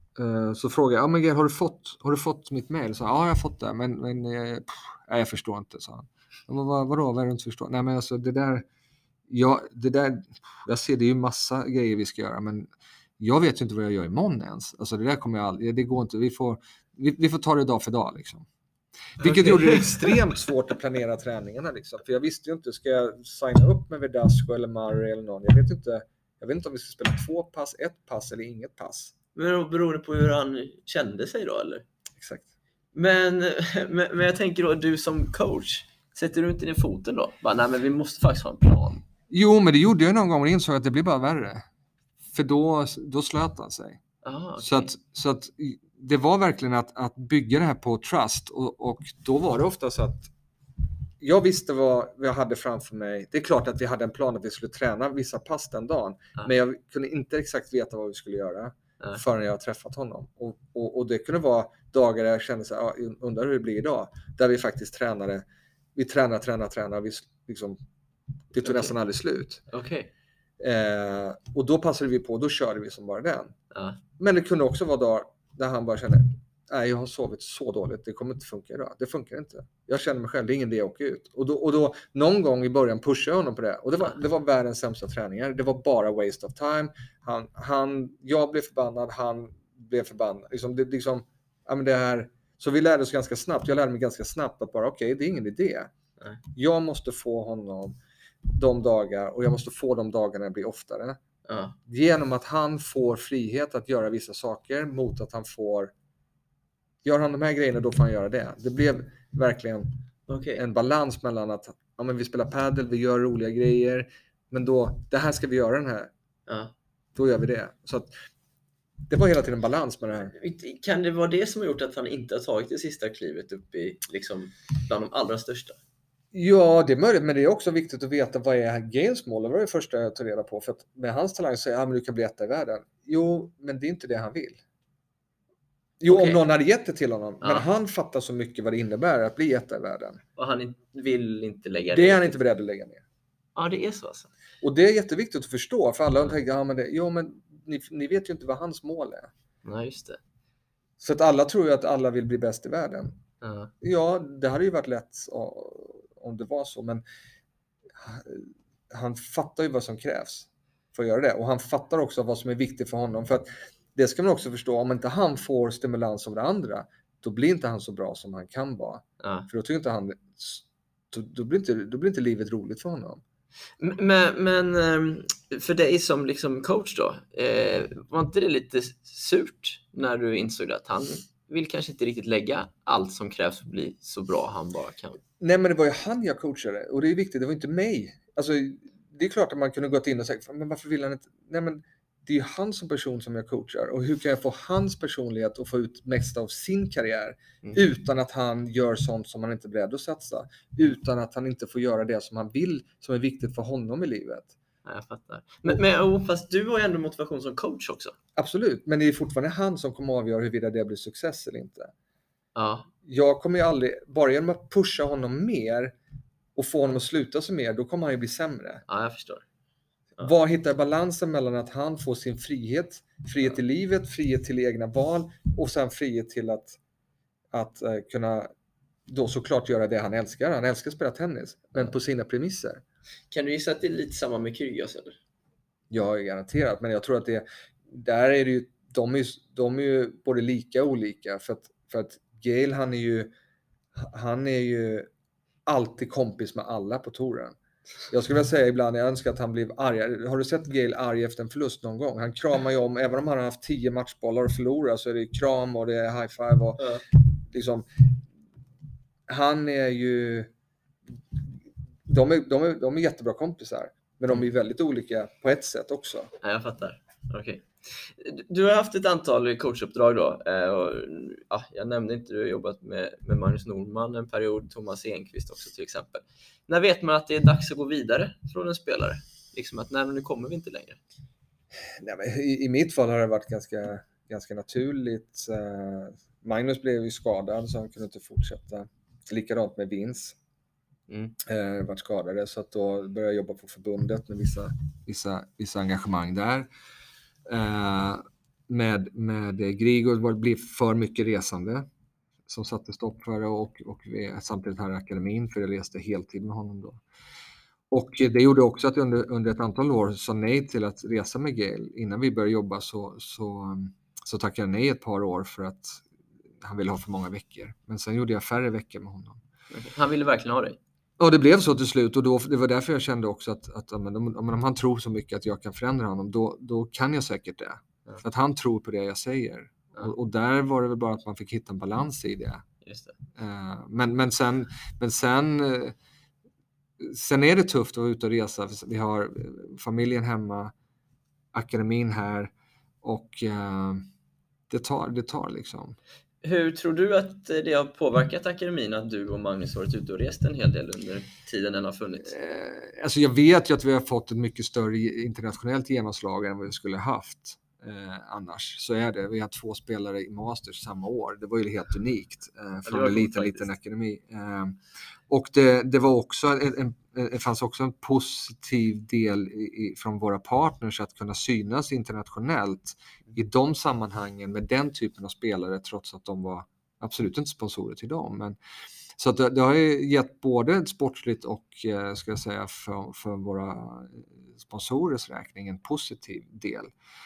Så frågade jag, ja men Gael, har du fått, har du fått mitt mejl? Så ja, jag har fått det, men, men pff, nej, jag förstår inte, sa han. Men vad, vadå, vad är det du inte förstår? Nej men alltså det där, ja, det där, jag ser det är ju massa grejer vi ska göra, men jag vet ju inte vad jag gör imorgon ens. Alltså det där kommer jag aldrig, det går inte, vi får, vi, vi får ta det dag för dag liksom. Vilket okay. gjorde det extremt svårt att planera träningarna liksom. För jag visste ju inte, ska jag signa upp med Verdasco eller Murray eller någon? Jag vet inte, jag vet inte om vi ska spela två pass, ett pass eller inget pass. Men då beror det på hur han kände sig då, eller? Exakt. Men, men, men jag tänker då, du som coach, sätter du inte ner foten då? Bara, nej men vi måste faktiskt ha en plan. Jo, men det gjorde jag någon gång och insåg att det blir bara värre. För då, då slöt han sig. Aha, okay. så, att, så att det var verkligen att, att bygga det här på trust. Och, och då var det ofta så att jag visste vad jag hade framför mig. Det är klart att vi hade en plan att vi skulle träna vissa pass den dagen. Ah. Men jag kunde inte exakt veta vad vi skulle göra. Nej. Förrän jag har träffat honom. Och, och, och det kunde vara dagar där jag kände så här, ja, undrar hur det blir idag. Där vi faktiskt tränade. Vi tränar, tränar, tränar. Vi, liksom, det tog okay. nästan aldrig slut. Okay. Eh, och då passade vi på, då körde vi som bara den. Ja. Men det kunde också vara dagar där han bara kände, nej jag har sovit så dåligt, det kommer inte funka idag. Det funkar inte. Jag känner mig själv, det är ingen idé att åka ut. Och då, och då någon gång i början pushade jag honom på det. Och det var, det var världens sämsta träningar. Det var bara waste of time. Han, han, jag blev förbannad, han blev förbannad. Liksom, det, liksom, ja, men det här, så vi lärde oss ganska snabbt. Jag lärde mig ganska snabbt att bara, okej, okay, det är ingen idé. Nej. Jag måste få honom de dagar, och jag måste få de dagarna bli oftare. Ja. Genom att han får frihet att göra vissa saker mot att han får, gör han de här grejerna då får han göra det. Det blev verkligen okay. en balans mellan att ja, men vi spelar paddel, vi gör roliga grejer, men då, det här ska vi göra den här. Ja. Då gör vi det. Så att det var hela tiden balans med det här. Kan det vara det som har gjort att han inte har tagit det sista klivet upp i liksom bland de allra största? Ja, det är möjligt, men det är också viktigt att veta vad är Gaels mål. Det var det första jag tog reda på. För att med hans talang så säger han, ja, men du kan bli etta i världen. Jo, men det är inte det han vill. Jo, okay. Om någon hade gett det till honom. Ja. Men han fattar så mycket vad det innebär att bli etta i världen. Och han vill inte lägga ner. Det är han inte beredd att lägga ner. Ja, det är så alltså. Och det är jätteviktigt att förstå. För alla tänker, ja men, det, jo, men ni, ni vet ju inte vad hans mål är. Nej, just det. Så att alla tror ju att alla vill bli bäst i världen. Ja, ja det hade ju varit lätt om det var så. Men han fattar ju vad som krävs för att göra det. Och han fattar också vad som är viktigt för honom. För att det ska man också förstå. Om inte han får stimulans av det andra, då blir inte han så bra som han kan vara. ja. För då tycker inte han, då, då, blir inte, då blir inte livet roligt för honom. Men, men för dig som liksom coach då, var inte det lite surt när du insåg att han vill kanske inte riktigt lägga allt som krävs för att bli så bra han bara kan? Nej, men det var ju han jag coachade, och det är viktigt, det var inte mig. Alltså, det är klart att man kunde gått in och sagt, men varför vill han inte? Nej, men det är ju han som person som jag coachar, och hur kan jag få hans personlighet att få ut mest av sin karriär mm. utan att han gör sånt som han inte är beredd att satsa, utan att han inte får göra det som han vill, som är viktigt för honom i livet. Ja, jag fattar. Men, men oh, fast du har ju ändå motivation som coach också. Absolut, men det är fortfarande han som kommer att avgöra huruvida det blir success eller inte. Ja. Jag kommer ju aldrig, bara genom att pusha honom mer och få honom att sluta sig mer, då kommer han ju bli sämre. Ja, jag förstår. Ja. Var hittar balansen mellan att han får sin frihet, frihet ja. i livet, frihet till egna val, och sen frihet till att, att uh, kunna då såklart göra det han älskar. Han älskar att spela tennis, men ja. på sina premisser. Kan du gissa att det är lite samma med Kyrgios eller? Ja, garanterat, men jag tror att det där är det ju, de är, de är ju både lika och olika, för att, för att Gael, han är ju han är ju alltid kompis med alla på touren. Jag skulle vilja säga ibland, jag önskar att han blev arg. Har du sett Gael arg efter en förlust någon gång? Han kramar ju om, även om han har haft tio matchbollar och förlorar, så är det kram och det är high five och ja. liksom, han är ju de är, de, är, de är jättebra kompisar, men de är väldigt olika på ett sätt också. Ja, jag fattar. Okej. Okay. Du har haft ett antal coachuppdrag då. Och, ja, jag nämnde inte, du har jobbat med, med Magnus Norman en period, Thomas Enqvist också till exempel. När vet man att det är dags att gå vidare från en spelare? Liksom att nej, nu kommer vi inte längre. Nej, men i, i mitt fall har det varit ganska, ganska naturligt. Uh, Magnus blev ju skadad så han kunde inte fortsätta. Likadant med Vince. Mm. Uh, vart skadade, så att då började jag jobba på förbundet med vissa, vissa, vissa engagemang där. Uh, med, med Grigor var det blev för mycket resande som satte stopp för det, och, och vi, samtidigt här i akademin, för jag reste heltid med honom då. Och det gjorde också att jag under, under ett antal år sa nej till att resa med Gael. Innan vi började jobba så, så, så tackade jag nej ett par år för att han ville ha för många veckor. Men sen gjorde jag färre veckor med honom. Han ville verkligen ha dig? Ja, det blev så till slut, och då, det var därför jag kände också att, att om, om, om han tror så mycket att jag kan förändra honom, då, då kan jag säkert det. Ja. För att han tror på det jag säger. Ja. Och, och där var det väl bara att man fick hitta en balans i det. Just det. Uh, men, men sen, men sen, uh, sen är det tufft att vara ute och resa. Vi har familjen hemma, akademin här, och uh, det tar, det tar liksom. Hur tror du att det har påverkat akademin att du och Magnus varit ute och rest en hel del under tiden den har funnits? Eh, alltså jag vet ju att vi har fått ett mycket större internationellt genomslag än vad vi skulle haft eh, annars. Så är det. Vi har två spelare i Masters samma år. Det var ju helt unikt eh, från en liten, liten akademi. Eh, och det, det var också en, en, det fanns också en positiv del i, i, från våra partners att kunna synas internationellt i de sammanhangen med den typen av spelare, trots att de var absolut inte sponsorer till dem. Men, så att det, det har ju gett både ett sportsligt och eh, ska jag säga för, för våra sponsorers räkning en positiv del.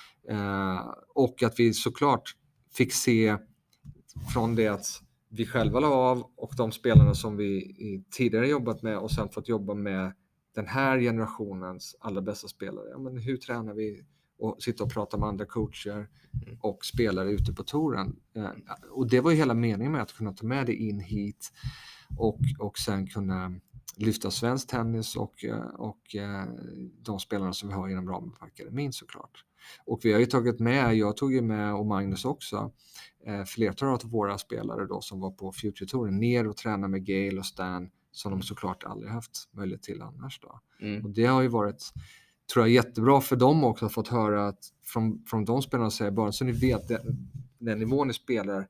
Eh, och att vi såklart fick se från det att vi själva la av och de spelarna som vi tidigare jobbat med, och sen fått jobba med den här generationens allra bästa spelare. Ja, men hur tränar vi och sitta och prata med andra coacher och spelare ute på touren? Och det var ju hela meningen med att kunna ta med det in hit och, och sen kunna lyfta svensk tennis och, och de spelarna som vi har inom ramen för akademin såklart. Och vi har ju tagit med, jag tog ju med och Magnus också, eh, flertalet av våra spelare då som var på Future Touren ner och träna med Gael och Stan, som de såklart aldrig haft möjlighet till annars då. Mm. Och det har ju varit, tror jag, jättebra för dem också att fått höra att från, från de spelarna säger bara så ni vet det, den nivån ni spelar,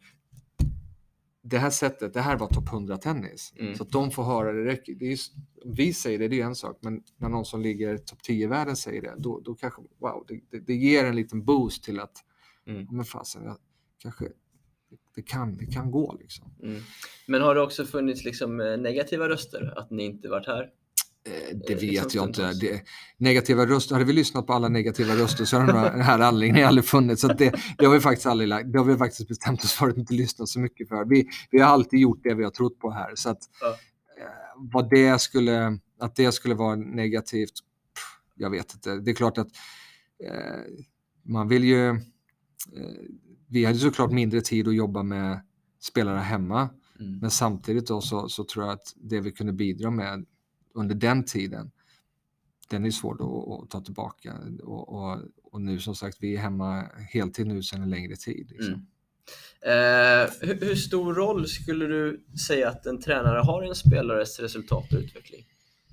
det här sättet, det här var topp hundra tennis. Mm. Så att de får höra det, räcker. Det är just, vi säger det, det är en sak, men när någon som ligger topp tio i världen säger det, då, då kanske, wow, det, det, det ger en liten boost till att, mm. men fasen, jag, kanske, det kan, det kan gå liksom. Mm. Men har det också funnits liksom negativa röster, att ni inte varit här? Det vet liksom jag inte. Det, negativa röster, hade vi lyssnat på alla negativa röster så har den här anläggningen aldrig funnits. Så det, det har vi faktiskt aldrig, det har vi faktiskt bestämt oss för att inte lyssna så mycket för. Vi, vi har alltid gjort det vi har trott på här. Så att, vad det skulle, att det skulle vara negativt, pff, jag vet inte. Det är klart att eh, man vill ju, eh, vi hade såklart mindre tid att jobba med spelare hemma, mm. men samtidigt då så, så tror jag att det vi kunde bidra med under den tiden, den är svårt att, att ta tillbaka. Och, och, och nu som sagt, vi är hemma heltid nu sedan en längre tid. Liksom. Mm. Eh, hur, hur stor roll skulle du säga att en tränare har i en spelares resultat och utveckling?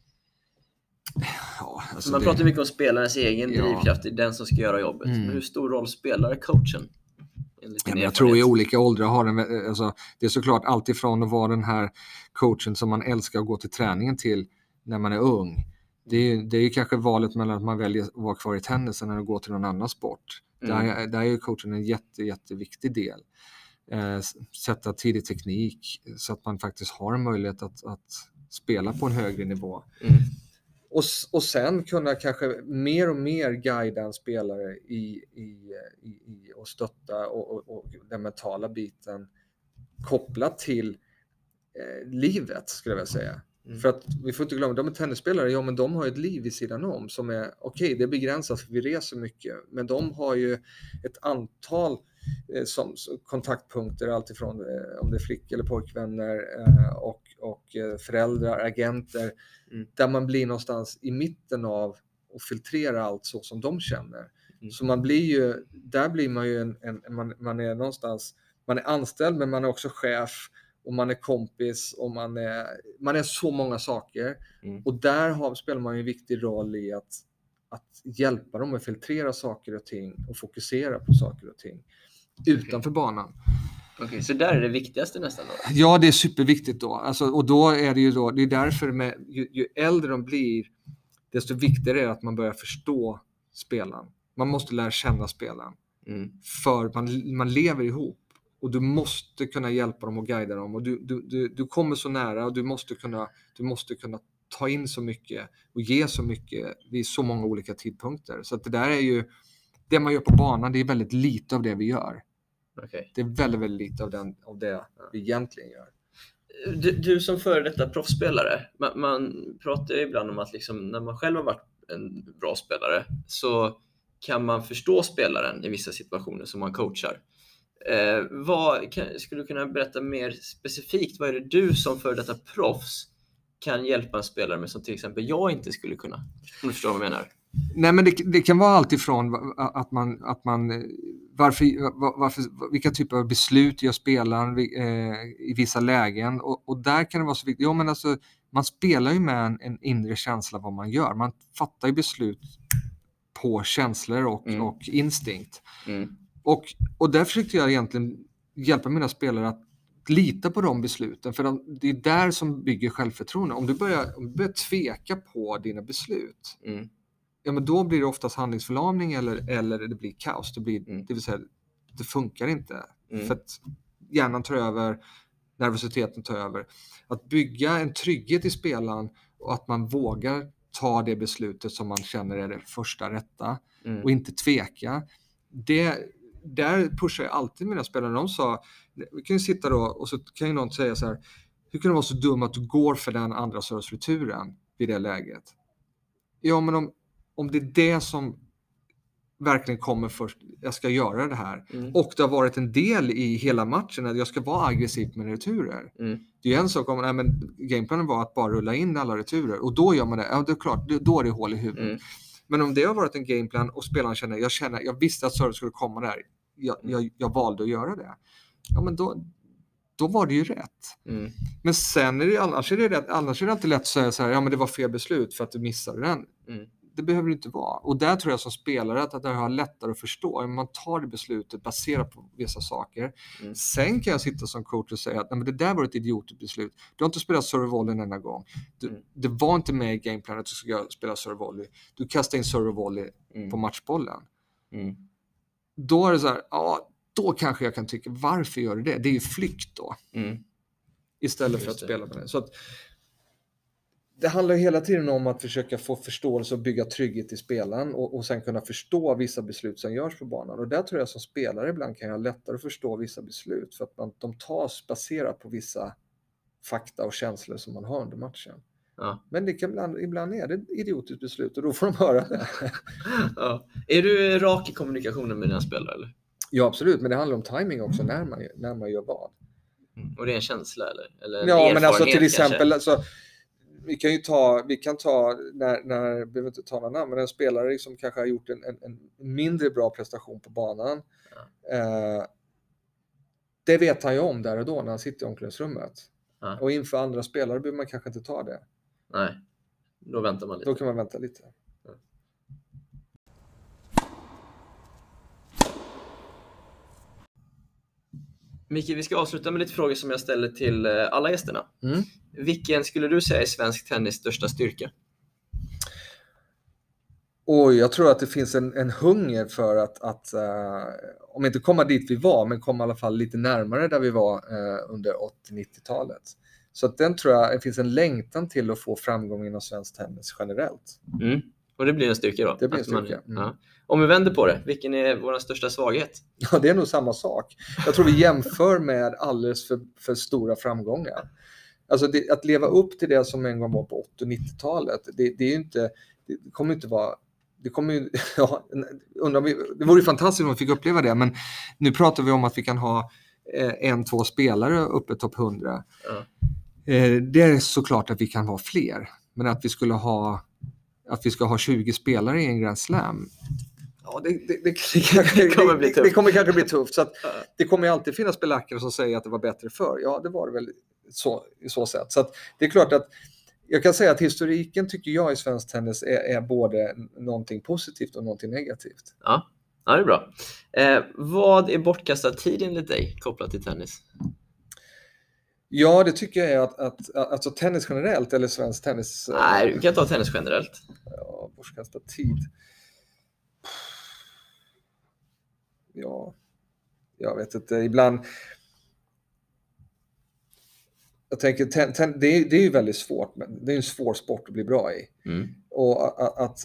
Ja, alltså Man det... pratar mycket om spelarens egen ja. drivkraft, det är den som ska göra jobbet. Mm. Men hur stor roll spelar coachen? Ja, men jag tror i olika åldrar har den, alltså, det är såklart allt ifrån att vara den här coachen som man älskar att gå till träningen till när man är ung. Det är, det är ju kanske valet mellan att man väljer att vara kvar i tennisen eller att gå till någon annan sport. Mm. Där, där är ju coachen en jätte, jätteviktig del. Eh, sätta tidig teknik så att man faktiskt har en möjlighet att, att spela på en högre nivå. Mm. Och, och sen kunna kanske mer och mer guida en spelare i, i, i, i och stötta och, och, och den mentala biten kopplat till eh, livet, skulle jag vilja säga. Mm. För att vi får inte glömma, de är tennisspelare, ja men de har ett liv vid sidan om som är, okej okay, det är begränsat för vi reser mycket, men de har ju ett antal eh, som, kontaktpunkter, alltifrån eh, om det är flick- eller pojkvänner eh, och, och eh, föräldrar, agenter, mm. där man blir någonstans i mitten av och filtrera allt så som de känner. Mm. Så man blir ju, där blir man ju en, en man, man är någonstans, man är anställd men man är också chef. Och man är kompis och man är, man är så många saker. Mm. Och där har, spelar man ju en viktig roll i att, att hjälpa dem att filtrera saker och ting och fokusera på saker och ting utanför okay. banan. Okej, okay, så där är det viktigaste nästan då? Ja, det är superviktigt då. Alltså, och då är det ju då, det är därför med, ju, ju äldre de blir, desto viktigare är det att man börjar förstå spelaren. Man måste lära känna spelaren. Mm. För man, man lever ihop. Och du måste kunna hjälpa dem och guida dem. Och du, du, du, du kommer så nära och du måste, kunna, du måste kunna ta in så mycket och ge så mycket vid så många olika tidpunkter. Så att det där är ju, det man gör på banan, det är väldigt lite av det vi gör. Okay. Det är väldigt, väldigt lite av, den, av det vi egentligen gör. Du, du som före detta proffsspelare, man, man pratar ibland om att liksom, när man själv har varit en bra spelare så kan man förstå spelaren i vissa situationer som man coachar. Eh, vad kan, skulle du kunna berätta mer specifikt, vad är det du som för detta proffs kan hjälpa en spelare med som till exempel jag inte skulle kunna? Om du förstår vad jag menar. Nej, men det, det kan vara allt ifrån att man, att man varför, varför, vilka typer av beslut gör spelaren eh, i vissa lägen och, och där kan det vara så viktigt. Ja, men alltså, man spelar ju med en, en inre känsla av vad man gör. Man fattar ju beslut på känslor och, mm. och instinkt. Mm. Och, och där försökte jag egentligen hjälpa mina spelare att lita på de besluten. För de, det är där som bygger självförtroende. Om du börjar, om du börjar tveka på dina beslut, mm. ja, men då blir det oftast handlingsförlamning eller, eller det blir kaos. Det, blir, mm. det vill säga, det funkar inte. Mm. För att hjärnan tar över, nervositeten tar över. Att bygga en trygghet i spelaren och att man vågar ta det beslutet som man känner är det första rätta mm. och inte tveka. Det där pushar jag alltid mina spelare. De sa, vi kan ju sitta då och så kan ju någon säga så här, hur kan du vara så dum att du går för den andra servicereturen vid det läget? Ja, men om, om det är det som verkligen kommer först, jag ska göra det här. Mm. Och det har varit en del i hela matchen att jag ska vara aggressiv med returer. Mm. Det är ju en sak om, nej, men gameplanen var att bara rulla in alla returer. Och då gör man det, ja det är klart, då är det hål i huvudet. Mm. Men om det har varit en gameplan och spelaren känner, jag känner, jag visste att service skulle komma där. Jag, jag, jag valde att göra det. Ja, men då, då var det ju rätt. Mm. Men sen är det annars är det rätt, annars är det alltid lätt att säga så här, ja men det var fel beslut för att du missade den. Mm. Det behöver det inte vara. Och där tror jag som spelare att, att det har lättare att förstå. Man tar det beslutet baserat på vissa saker. Mm. Sen kan jag sitta som coach och säga att nej, men det där var ett idiotiskt beslut. Du har inte spelat serve-volley en enda gång. Du, mm. Det var inte med i gameplanen att du ska spela serve-volley. Du kastar in serve-volley mm. på matchbollen. Mm. Då är det så här, ja, då kanske jag kan tycka, varför gör du det? Det är ju flykt då. Mm. Istället för att spela med det. Så att det handlar ju hela tiden om att försöka få förståelse och bygga trygghet i spelaren och, och sen kunna förstå vissa beslut som görs på banan. Och där tror jag som spelare ibland kan jag lättare förstå vissa beslut för att man, de tas baserat på vissa fakta och känslor som man har under matchen. Ja. Men det kan ibland, ibland är det idiotiskt beslut och då får de höra det. Ja. Är du rak i kommunikationen med dina spelare eller? Ja, absolut, men det handlar om timing också när man, när man gör vad. Mm. Och det är en känsla eller? eller en ja, men alltså till exempel alltså, vi kan ju ta, vi kan ta när, när behöver inte ta någon namn, men en spelare som kanske har gjort en, en, en mindre bra prestation på banan. Ja. Eh, det vet han ju om där och då när han sitter i omklädningsrummet. Ja. Och inför andra spelare behöver man kanske inte ta det. Nej, då väntar man lite. Då kan man vänta lite. Ja. Micke, vi ska avsluta med lite frågor som jag ställer till alla gästerna. Mm. Vilken skulle du säga är svensk tennis största styrka? Oj, jag tror att det finns en, en hunger för att, att uh, om inte komma dit vi var, men komma i alla fall lite närmare där vi var uh, under åttio-nittiotalet. Så att den tror jag, det finns en längtan till att få framgång inom svensk tennis generellt. Mm. Och det blir en styrka då? Det blir en styrka. Man, mm. ja. Om vi vänder på det, vilken är vår största svaghet? Ja, det är nog samma sak. Jag tror vi jämför med alldeles för, för stora framgångar. Alltså det, att leva upp till det som en gång var på åttio-nittiotalet, det, det är ju inte, det kommer inte vara, det kommer ju, ja, undrar vi, det vore ju fantastiskt om vi fick uppleva det, men nu pratar vi om att vi kan ha eh, en, två spelare uppe topp hundra. Ja. Eh, det är såklart att vi kan ha fler, men att vi skulle ha att vi ska ha tjugo spelare i en Grand Slam. Ja, det, det, det, det, det, kommer bli tufft. Det kommer kanske bli tufft. Så att det kommer ju alltid finnas belackare som säger att det var bättre förr. Ja, det var det väl så, i så sätt. Så att det är klart att jag kan säga att historiken tycker jag i svensk tennis är, är både någonting positivt och någonting negativt. Ja, ja det är bra. Eh, vad är bortkastad tid enligt dig kopplat till tennis? Ja, det tycker jag är att, att, att alltså tennis generellt eller svensk tennis... Nej, du kan ta tennis generellt. Ja, bortkastad tid. Ja, jag vet inte. Ibland... Jag tänker, ten, ten, det, är, det är ju väldigt svårt. Men det är en svår sport att bli bra i. Mm. Och att, att...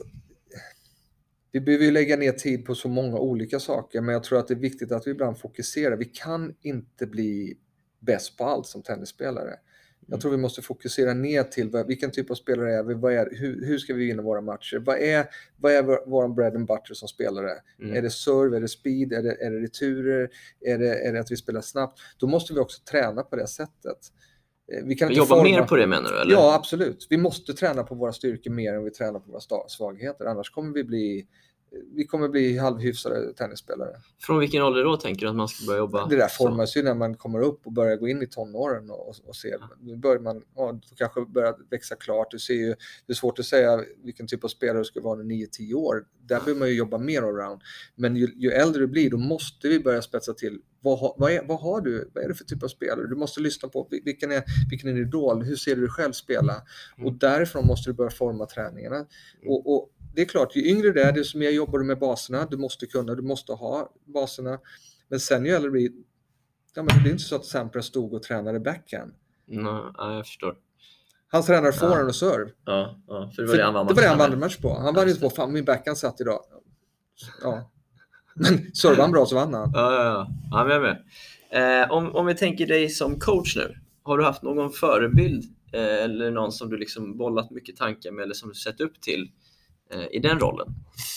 Vi behöver ju lägga ner tid på så många olika saker. Men jag tror att det är viktigt att vi ibland fokuserar. Vi kan inte bli bäst på allt som tennisspelare. Jag tror vi måste fokusera ner till vad, vilken typ av spelare är vi, vad är, hur, hur ska vi vinna våra matcher, vad är, vad är vår, vår bread and butter som spelare, mm. är det serve, är det speed, är det, är det returer, är det, är det att vi spelar snabbt, då måste vi också träna på det sättet. Vi kan inte jobba forma... mer på det menar du? Eller? Ja, absolut. Vi måste träna på våra styrkor mer än vi tränar på våra svagheter, annars kommer vi bli vi kommer bli halvhyfsade tennisspelare. Från vilken ålder då tänker du att man ska börja jobba? Det där formas ju när man kommer upp och börjar gå in i tonåren och, och ser. Nu börjar man ja, kanske börja växa klart. Du ser ju, det är svårt att säga vilken typ av spelare du ska vara när nio till tio år. Där behöver man ju jobba mer allround. Men ju, ju äldre du blir, då måste vi börja spetsa till. Vad, vad, är, vad har du? Vad är det för typ av spelare? Du måste lyssna på vilken är, vilken är din idol? Hur ser du dig själv spela? Mm. Och därifrån måste du börja forma träningarna. Mm. Och, och det är klart, ju yngre det är, desto mer jobbar du med baserna. Du måste kunna, du måste ha baserna. Men sen ju äldre blir ja, men det är inte så att Sampras stod och tränade backhand. Nej, ja, jag förstår. Han tränar forehand ja. och serve. Ja, ja, för det var det han vann det var det han vann match på. Han vann inte på, fan min backhand satt idag. Ja. Men serve han bra så vann han. Ja, ja, ja. Ja, jag är med. Eh, om, om vi tänker dig som coach nu. Har du haft någon förebild eh, eller någon som du liksom bollat mycket tankar med eller som du sett upp till eh, i den rollen?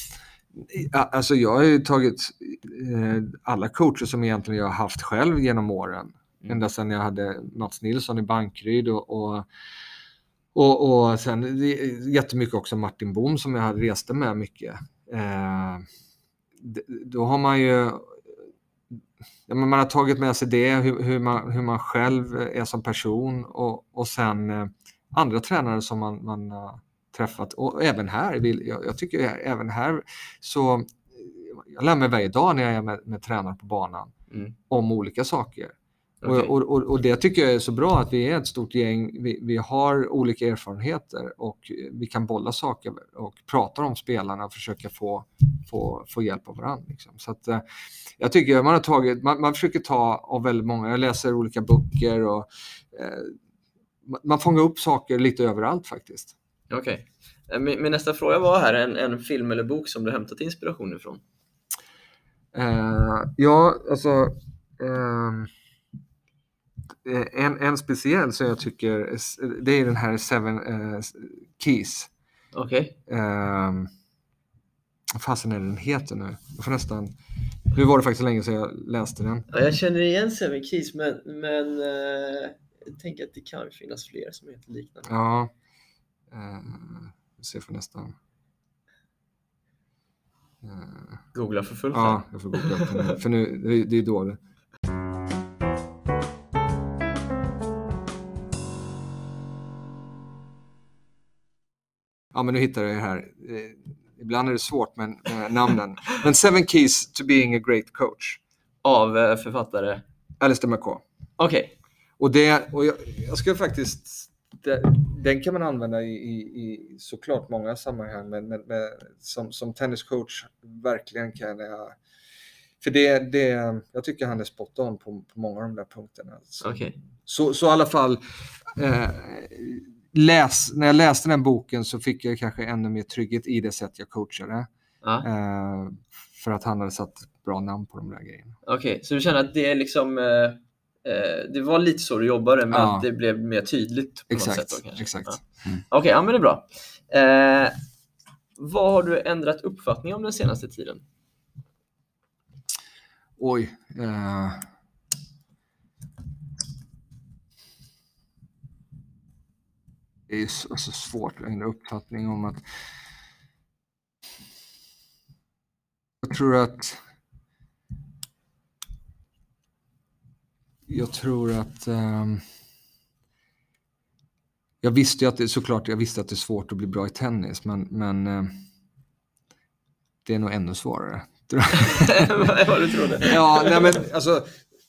Alltså jag har ju tagit eh, alla coacher som egentligen jag har haft själv genom åren. Mm. Ända sedan jag hade Mats Nilsson i Bankryd och, och, och, och sen jättemycket också Martin Bohm som jag hade reste med mycket. Eh, då har man ju ja, man har tagit med sig det, hur, hur, man, hur man själv är som person och, och sen eh, andra tränare som man, man uh, träffat. Och även här, vill, jag, jag tycker även här så jag lär mig varje dag när jag är med, med tränare på banan mm. om olika saker. Okay. Och, och, och det tycker jag är så bra att vi är ett stort gäng, vi, vi har olika erfarenheter och vi kan bolla saker och prata om spelarna och försöka få, få, få hjälp av varandra. Liksom. Så att, eh, jag tycker man har tagit, man, man försöker ta av väldigt många, jag läser olika böcker och eh, man fångar upp saker lite överallt faktiskt. Okej. Okay. Min, min nästa fråga var här, en, en film eller bok som du hämtat inspiration ifrån? Eh, ja, alltså... Eh, en, en speciell som jag tycker, det är den här Seven uh, Keys. Okej. Okay. Um, vad fasen är den heter nu? Jag får nästan... Nu var det faktiskt länge sedan jag läste den. Ja, jag känner igen Seven Keys, men, men uh, jag tänker att det kan finnas fler som heter liknande. Ja. Uh, vi ser för nästan... Uh, Googla för fullt. Ja, jag får googla för nu, för nu det, det är dåligt. Ja, men nu hittar jag det här. Ibland är det svårt med, med namnen. Men Seven Keys to being a great coach. Av författare? Alistair McCaw. Okej. Okay. Och, det, och jag, jag skulle faktiskt... Det, den kan man använda i, i, i såklart många sammanhang. Men, men, men som, som tenniscoach verkligen kan jag... För det, det, jag tycker han är spot on på, på många av de där punkterna. Så, okay. så, så i alla fall... Eh, Läs, när jag läste den boken så fick jag kanske ännu mer trygghet i det sätt jag coachade. Ja. Eh, för att han hade satt bra namn på de där grejerna. Okej, okay, så du känner att det är liksom... Eh, det var lite så du jobbade, men ja. Att det blev mer tydligt på exakt, något sätt då, kanske. Exakt. Ja. Mm. Okej, okay, ja men det är bra. Eh, vad har du ändrat uppfattning om den senaste tiden? Oj... Eh... Det är så alltså svårt att ändra uppfattning om att jag tror att jag tror att um, jag visste ju att det såklart jag visste att det är svårt att bli bra i tennis, men men uh, det är nog ännu svårare. Vad du trodde? Ja, nej men alltså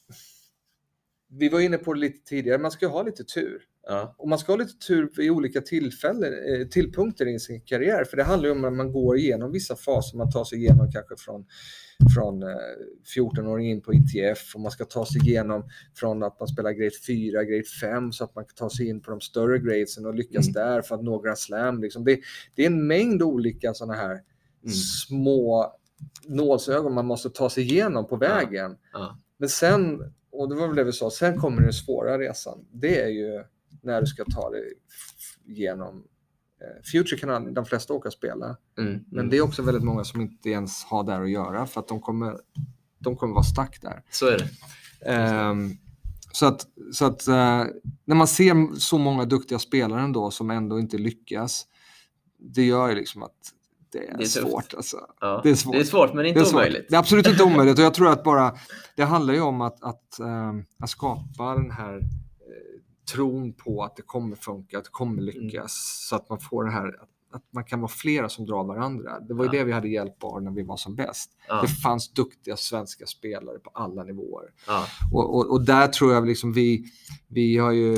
vi var inne på det lite tidigare, man ska ha lite tur. Ja. Och man ska ha lite tur i olika tillfällen, eh, tillpunkter i sin karriär. För det handlar ju om att man går igenom vissa faser. Man tar sig igenom kanske från, från eh, fjorton-åring in på I T F. Och man ska ta sig igenom från att man spelar grade fyra, grade fem. Så att man kan ta sig in på de större gradesen och lyckas mm. där för att några slam. Liksom. Det, det är en mängd olika sådana här mm. små nålsögon man måste ta sig igenom på vägen. Ja. Ja. Men sen, och det var väl det vi sa, sen kommer den svåra resan. Det är ju när du ska ta dig igenom eh, Future kan de flesta åka och spela. Mm, mm. Men det är också väldigt många som inte ens har där att göra för att de kommer, de kommer vara stack där. Så är det. Um, så att, så att uh, när man ser så många duktiga spelare ändå som ändå inte lyckas, det gör ju liksom att det är, det är svårt. Alltså. Ja. Det är svårt. Det är svårt, men inte det omöjligt. Det är absolut inte omöjligt. Och jag tror att bara, det handlar ju om att, att, um, att skapa den här tron på att det kommer funka, att det kommer lyckas mm. så att man får det här, att man kan vara flera som drar varandra. Det var ju ja. det vi hade hjälp av när vi var som bäst. Ja. Det fanns duktiga svenska spelare på alla nivåer. Ja. Och, och, och där tror jag liksom vi, vi har ju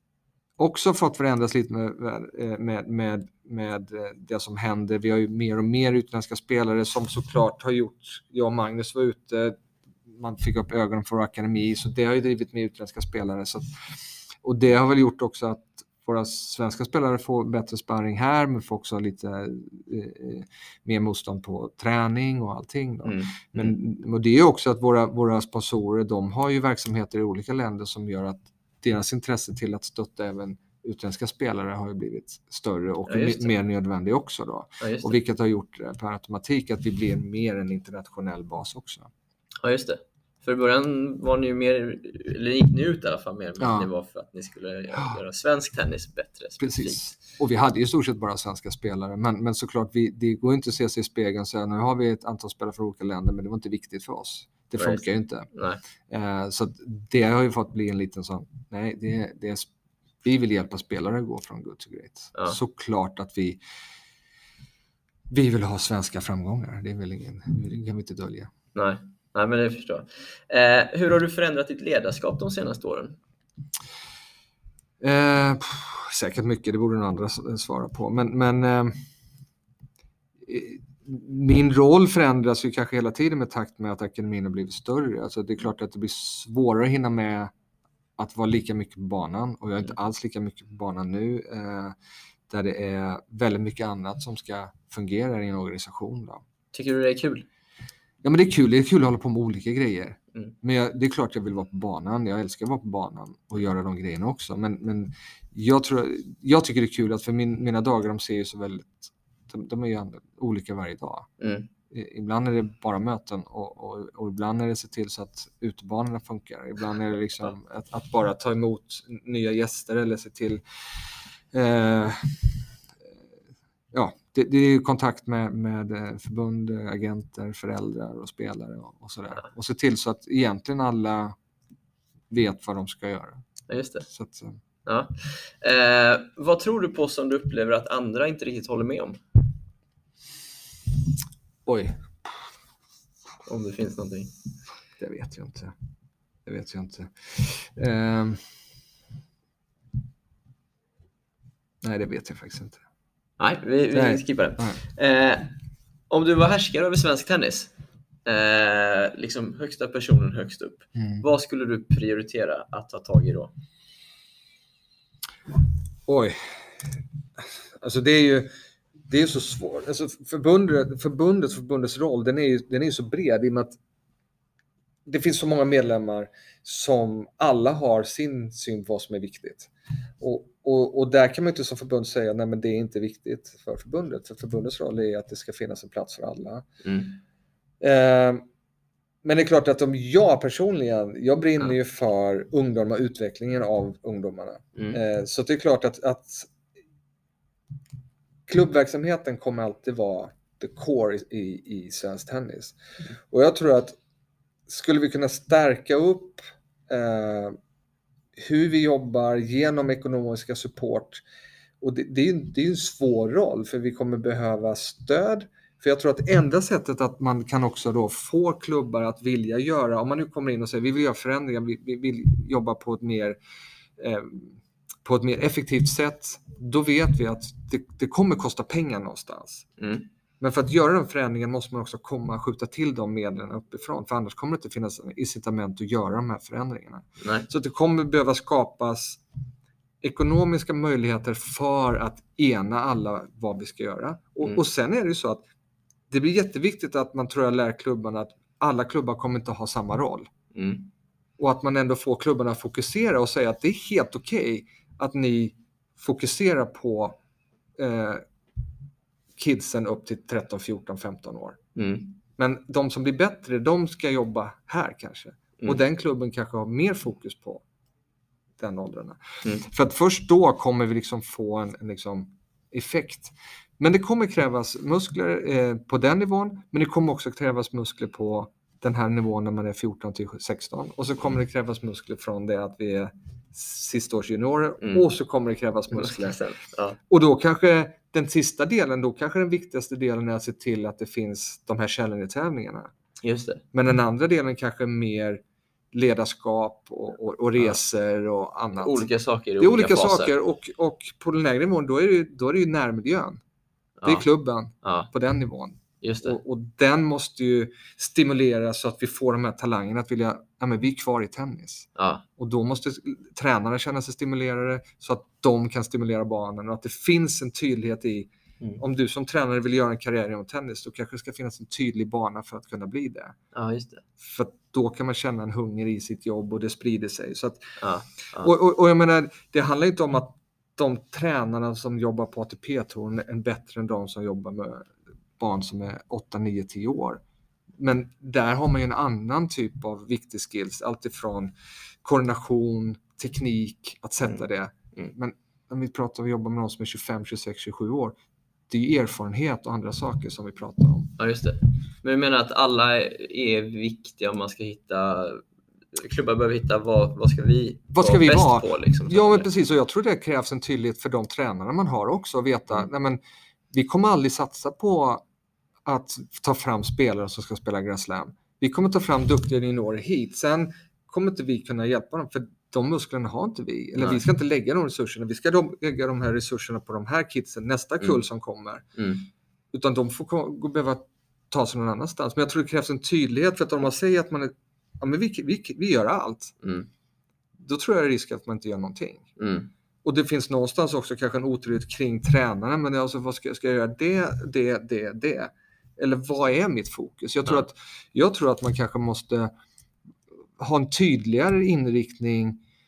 också fått förändras lite med, med, med, med det som händer. Vi har ju mer och mer utländska spelare som såklart har gjort, jag och Magnus var ute, man fick upp ögonen för akademi, så det har ju drivit med utländska spelare. Så att, och det har väl gjort också att våra svenska spelare får bättre sparring här, men får också lite eh, mer motstånd på träning och allting. Då. Mm. Men och det är ju också att våra, våra sponsorer, de har ju verksamheter i olika länder som gör att deras intresse till att stötta även utländska spelare har ju blivit större och ja, mer nödvändig också då. Ja, och vilket har gjort per automatik att vi blir mer en internationell bas också. Ja, just det. För i början var ni ju mer, eller gick ni ut i alla fall mer med ja. att ni var för att ni skulle göra, göra svensk tennis bättre. Precis. Och vi hade ju i stort sett bara svenska spelare. Men, men såklart, vi, det går inte att se sig i spegeln och säga nu har vi ett antal spelare från olika länder, men det var inte viktigt för oss. Det nej, funkar ju inte. Nej. Eh, så det har ju fått bli en liten sån, nej, det, det är, vi vill hjälpa spelare att gå från good to great. Ja. Såklart att vi vi vill ha svenska framgångar. Det är väl ingen, det kan vi inte dölja. Nej. Nej, men det förstår jag. Eh, hur har du förändrat ditt ledarskap de senaste åren? Eh, pff, säkert mycket, det borde den andra svara på. Men, men eh, min roll förändras ju kanske hela tiden med takt med att akademin har blivit större. Alltså det är klart att det blir svårare att hinna med att vara lika mycket på banan. Och jag är inte alls lika mycket på banan nu. Eh, där det är väldigt mycket annat som ska fungera i en organisation. Då. Tycker du det är kul? Ja, men det är kul. Det är kul att hålla på med olika grejer. Mm. Men jag, det är klart jag vill vara på banan. Jag älskar att vara på banan och göra de grejerna också. Men, men jag, tror, jag tycker det är kul att för min, mina dagar de ser ju så väldigt... De, de är ju olika varje dag. Mm. Ibland är det bara möten och, och, och ibland är det se till så att utebanorna funkar. Ibland är det liksom att, att bara ta emot nya gäster eller se till... Eh, ja, det, det är ju kontakt med, med förbund, agenter, föräldrar och spelare och, och sådär. Och se till så att egentligen alla vet vad de ska göra. Ja, just det. Så att, ja. eh, vad tror du på som du upplever att andra inte riktigt håller med om? Oj. Om det finns någonting. Det vet jag inte. Det vet jag inte. Eh, nej, det vet jag faktiskt inte. Nej, vi, vi Nej. skippar det. Eh, om du var härskare över svensk tennis, eh, liksom högsta personen högst upp, Mm. vad skulle du prioritera att ta tag i då? Oj. Alltså det är ju det är så svårt. Alltså förbundet, förbundet, förbundets roll, den är ju den är ju så bred i och med att det finns så många medlemmar som alla har sin syn på vad som är viktigt. Och, och, och där kan man inte som förbund säga nej men det är inte viktigt för förbundet. För förbundets roll är att det ska finnas en plats för alla. Mm. Eh, men det är klart att om jag personligen, jag brinner Ja. ju för ungdomar, utvecklingen av ungdomarna. Mm. Eh, så det är klart att, att klubbverksamheten kommer alltid vara the core i, i svensk tennis. Mm. Och jag tror att skulle vi kunna stärka upp eh, hur vi jobbar genom ekonomiska support. Och det, det är ju det är en svår roll för vi kommer behöva stöd. För jag tror att enda sättet att man kan också då få klubbar att vilja göra, om man nu kommer in och säger vi vill göra förändringar, vi, vi vill jobba på ett mer eh, på ett mer effektivt sätt, då vet vi att det, det kommer kosta pengar någonstans. Mm. Men för att göra den förändringen måste man också komma och skjuta till de medlen uppifrån. För annars kommer det inte finnas incitament att göra de här förändringarna. Nej. Så det kommer behöva skapas ekonomiska möjligheter för att ena alla vad vi ska göra. Och, Mm. och sen är det ju så att det blir jätteviktigt att man tror jag lär klubbarna att alla klubbar kommer inte ha samma roll. Mm. Och att man ändå får klubbarna att fokusera och säga att det är helt okej att ni fokuserar på eh, kidsen upp till tretton, fjorton, femton år. Mm. Men de som blir bättre, de ska jobba här kanske. Mm. Och den klubben kanske har mer fokus på den åldrarna. Mm. För att först då kommer vi liksom få en, en liksom effekt. Men det kommer krävas muskler eh, på den nivån. Men det kommer också krävas muskler på den här nivån när man är fjorton till sexton. Och så kommer det krävas muskler från det att vi är sista års juniorer. Mm. Och så kommer det krävas muskler. Ja. Och då kanske den sista delen, då kanske den viktigaste delen är att se till att det finns de här Challenger-tävlingarna. Just det. Men den andra delen kanske är mer ledarskap och, och, och resor och annat. Olika saker i det är olika, olika faser. saker och, och på den lägre nivån då är det ju, då är det ju närmiljön. Det är Ja. klubben Ja, på den nivån. just det. Och, och den måste ju stimuleras så att vi får de här talangerna att vilja, ja men vi är kvar i tennis. Ja. Och då måste tränarna känna sig stimulerade så att de kan stimulera barnen och att det finns en tydlighet i Mm. om du som tränare vill göra en karriär inom tennis, då kanske det ska finnas en tydlig bana för att kunna bli det. Ja, just det. För att då kan man känna en hunger i sitt jobb och det sprider sig. Så att, Ja. Ja. och, och, och jag menar, det handlar inte om att de tränarna som jobbar på A T P-touren är bättre än de som jobbar med barn som är åtta, nio, tio år. Men där har man ju en annan typ av viktig skills. Allt ifrån koordination, teknik, att sätta Mm. det. Mm. Men när vi pratar om att jobba med någon som är tjugofem, tjugosex, tjugosju år, det är ju erfarenhet och andra saker som vi pratar om. Ja, just det. Men du menar att alla är viktiga om man ska hitta... Klubbar behöver hitta vad, vad ska vi Vad ska vara vi bäst vara? på? Liksom, Ja, men precis. Och jag tror det krävs en tydlighet för de tränarna man har också. Att veta, Mm. nej men, vi kommer aldrig satsa på att ta fram spelare som ska spela Grand Slam. Vi kommer ta fram duktiga juniorer hit. Sen kommer inte vi kunna hjälpa dem, för de musklerna har inte vi. Eller Nej. vi ska inte lägga de resurserna. Vi ska de, lägga de här resurserna på de här kidsen, nästa kull Mm. som kommer. Mm. Utan de får ko- behöva ta sig någon annanstans. Men jag tror det krävs en tydlighet, för att om man säger att man är, ja, men vi, vi, vi gör allt, Mm. då tror jag det är risk att man inte gör någonting. Mm. Och det finns någonstans också kanske en otrygghet kring tränarna. Men alltså, vad ska, ska jag göra? Det, det, det, det. Eller vad är mitt fokus? Jag tror, Ja. att, jag tror att man kanske måste ha en tydligare inriktning.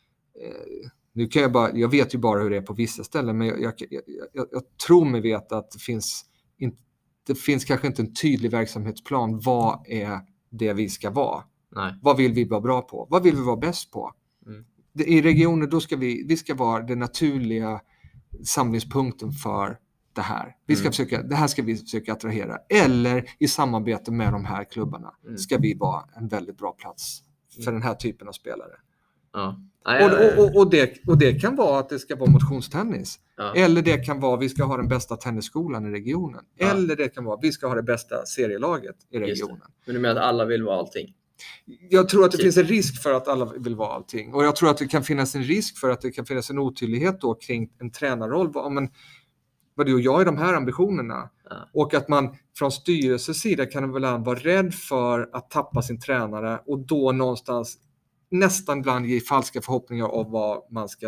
Eh, nu kan jag bara, jag vet ju bara hur det är på vissa ställen, men jag, jag, jag, jag, jag tror mig veta att det finns, in, det finns kanske inte en tydlig verksamhetsplan. Vad är det vi ska vara? Nej. Vad vill vi vara bra på? Vad vill vi vara bäst på? Mm. Det, I regioner då ska vi, vi ska vara den naturliga samlingspunkten för det här. Vi ska Mm. försöka, det här ska vi försöka attrahera. Eller i samarbete med de här klubbarna Mm. ska vi vara en väldigt bra plats för den här typen av spelare. Ja. Och, och, och, och, det, och det kan vara att det ska vara motionstennis. Ja. Eller det kan vara att vi ska ha den bästa tennisskolan i regionen. Ja. Eller det kan vara att vi ska ha det bästa serielaget i Just det. regionen. Men du menar att alla vill vara allting? Jag tror att det Typ. finns en risk för att alla vill vara allting. Och jag tror att det kan finnas en risk för att det kan finnas en otydlighet då kring en tränarroll. Vad, men, vad du och jag är de här ambitionerna. Ja. Och att man från styrelsens sida kan väl vara rädd för att tappa sin tränare. Och då någonstans nästan ibland ge falska förhoppningar av vad man ska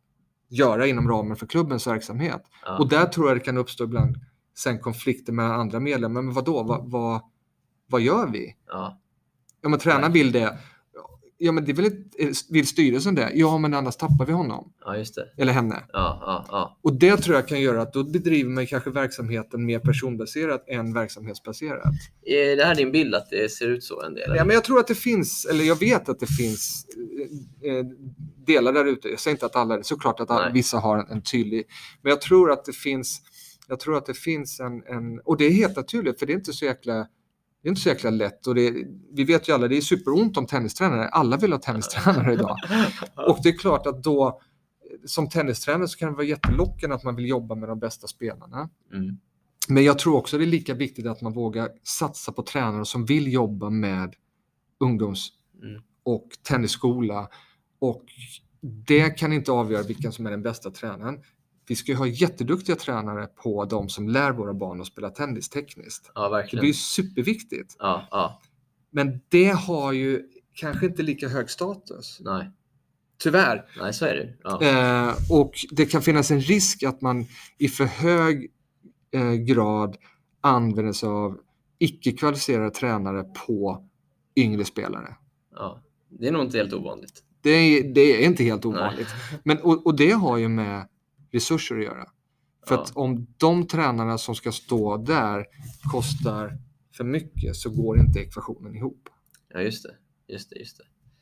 göra inom ramen för klubbens verksamhet. Ja. Och där tror jag det kan uppstå ibland sen konflikter med andra medlemmar. Men vad då? Vad, vad, vad gör vi? Ja. Ja, men tränaren vill det. Ja, men det vill, inte, vill styrelsen det? Ja, men annars tappar vi honom. Ja, just det. Eller henne. Ja, ja, ja. Och det tror jag kan göra att då bedriver man kanske verksamheten mer personbaserat än verksamhetsbaserat. Är det här din bild att det ser ut så en del? Ja, men jag tror att det finns, eller jag vet att det finns eh, delar där ute. Jag säger inte att alla, såklart att alla, vissa har en, en tydlig, men jag tror att det finns, jag tror att det finns en, en, och det är helt naturligt, för det är inte så jäkla Det är inte så jäkla lätt och det, vi vet ju alla, det är superont om tennistränare. Alla vill ha tennistränare idag. Och det är klart att då som tennistränare så kan det vara jättelockande att man vill jobba med de bästa spelarna. Mm. Men jag tror också det är lika viktigt att man vågar satsa på tränare som vill jobba med ungdoms- Mm. och tennisskola. Och det kan inte avgöra vilken som är den bästa tränaren. Vi ska ju ha jätteduktiga tränare på de som lär våra barn att spela tennis tekniskt. Ja, Det verkligen. blir ju superviktigt. Ja, ja. Men det har ju kanske inte lika hög status. Nej. Tyvärr. Nej, så är det. Ja. Eh, och det kan finnas en risk att man i för hög eh, grad använder sig av icke-kvalificerade tränare på yngre spelare. Ja. Det är nog inte helt ovanligt. Det är, det är inte helt ovanligt. Nej. Men, och, och det har ju med resurser att göra. För Ja. att om de tränarna som ska stå där kostar för mycket så går inte ekvationen ihop. Ja, just det. Just det, just det.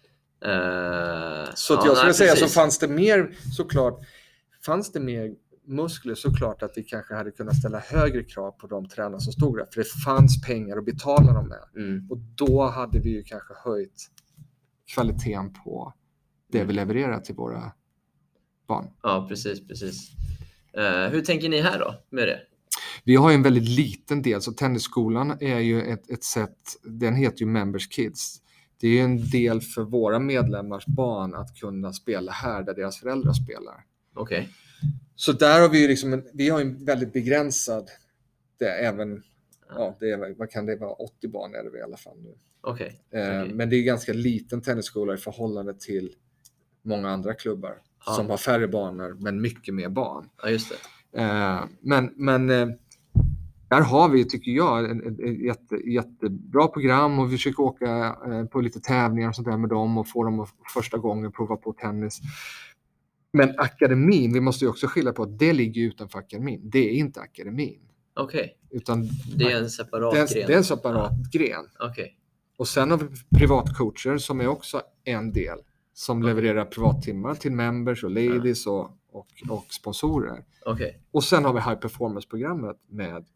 Uh, Så att ja, jag skulle nej, säga precis. så fanns det mer, såklart, fanns det mer muskler såklart att vi kanske hade kunnat ställa högre krav på de tränare som stod där. För det fanns pengar att betala dem med. Mm. Och då hade vi ju kanske höjt kvaliteten på det vi levererar till våra barn. Ja, precis, precis. Uh, hur tänker ni här då med det? Vi har ju en väldigt liten del, så tennisskolan är ju ett, ett sätt, den heter ju Members Kids. Det är ju en del för våra medlemmars barn att kunna spela här där deras föräldrar spelar. Okej. Okay. Så där har vi ju liksom en, vi har en väldigt begränsad, det är även, ja, det är, vad kan det vara, åttio barn är det i alla fall nu. Okej. Okay. Eh, okay. Men det är ganska liten tennisskola i förhållande till många andra klubbar ja. som har färre banor men mycket mer barn. Ja, just det. Eh, men men eh, där har vi, tycker jag, ett jätte, jättebra program och vi försöker åka eh, på lite tävlingar och sånt där med dem och få dem att första gången prova på tennis. Men akademin, vi måste ju också skilja på att det ligger utanför akademin. Det är inte akademin. Okej. Okay. Utan det är en separat det är, gren. Det är en separat ja. gren. Okej. Okay. Och sen har vi privatcoacher som är också en del som okay. levererar privattimmar till members och ladies ja. och, och, och sponsorer. Okay. Och sen har vi high performance-programmet med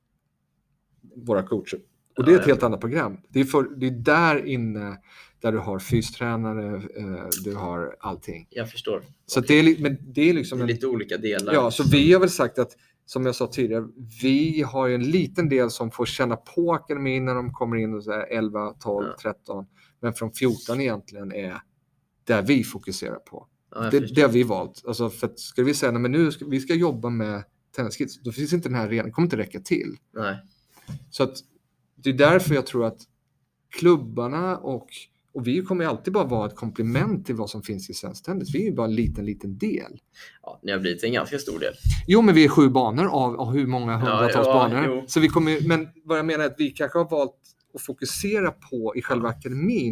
våra coacher. Och det är ett ja, helt annat program. Det är, för, det är där inne där du har fystränare, eh, du har allting. Jag förstår. Så okay. det är, men det är liksom det är lite en, olika delar. Ja, så vi har väl sagt att, som jag sa tidigare, vi har ju en liten del som får känna på akademin när de kommer in och säger elva, tolv, ja. tretton. Men från fjorton egentligen är där vi fokuserar på. Ja, det, det har vi valt. Alltså för att, ska vi säga, nej, men nu ska vi ska jobba med tenniskids, då finns inte den här redan, kommer inte räcka till. Nej. Så att det är därför jag tror att klubbarna och, och vi kommer alltid bara vara ett komplement till vad som finns i svensk tennis. Vi är ju bara en liten, liten del. Ja, ni har blivit en ganska stor del. Jo, men vi är sju banor av, av hur många hundratals ja, ja, banor. Jo. Så vi kommer, men vad jag menar är att vi kanske har valt att fokusera på i själva akademin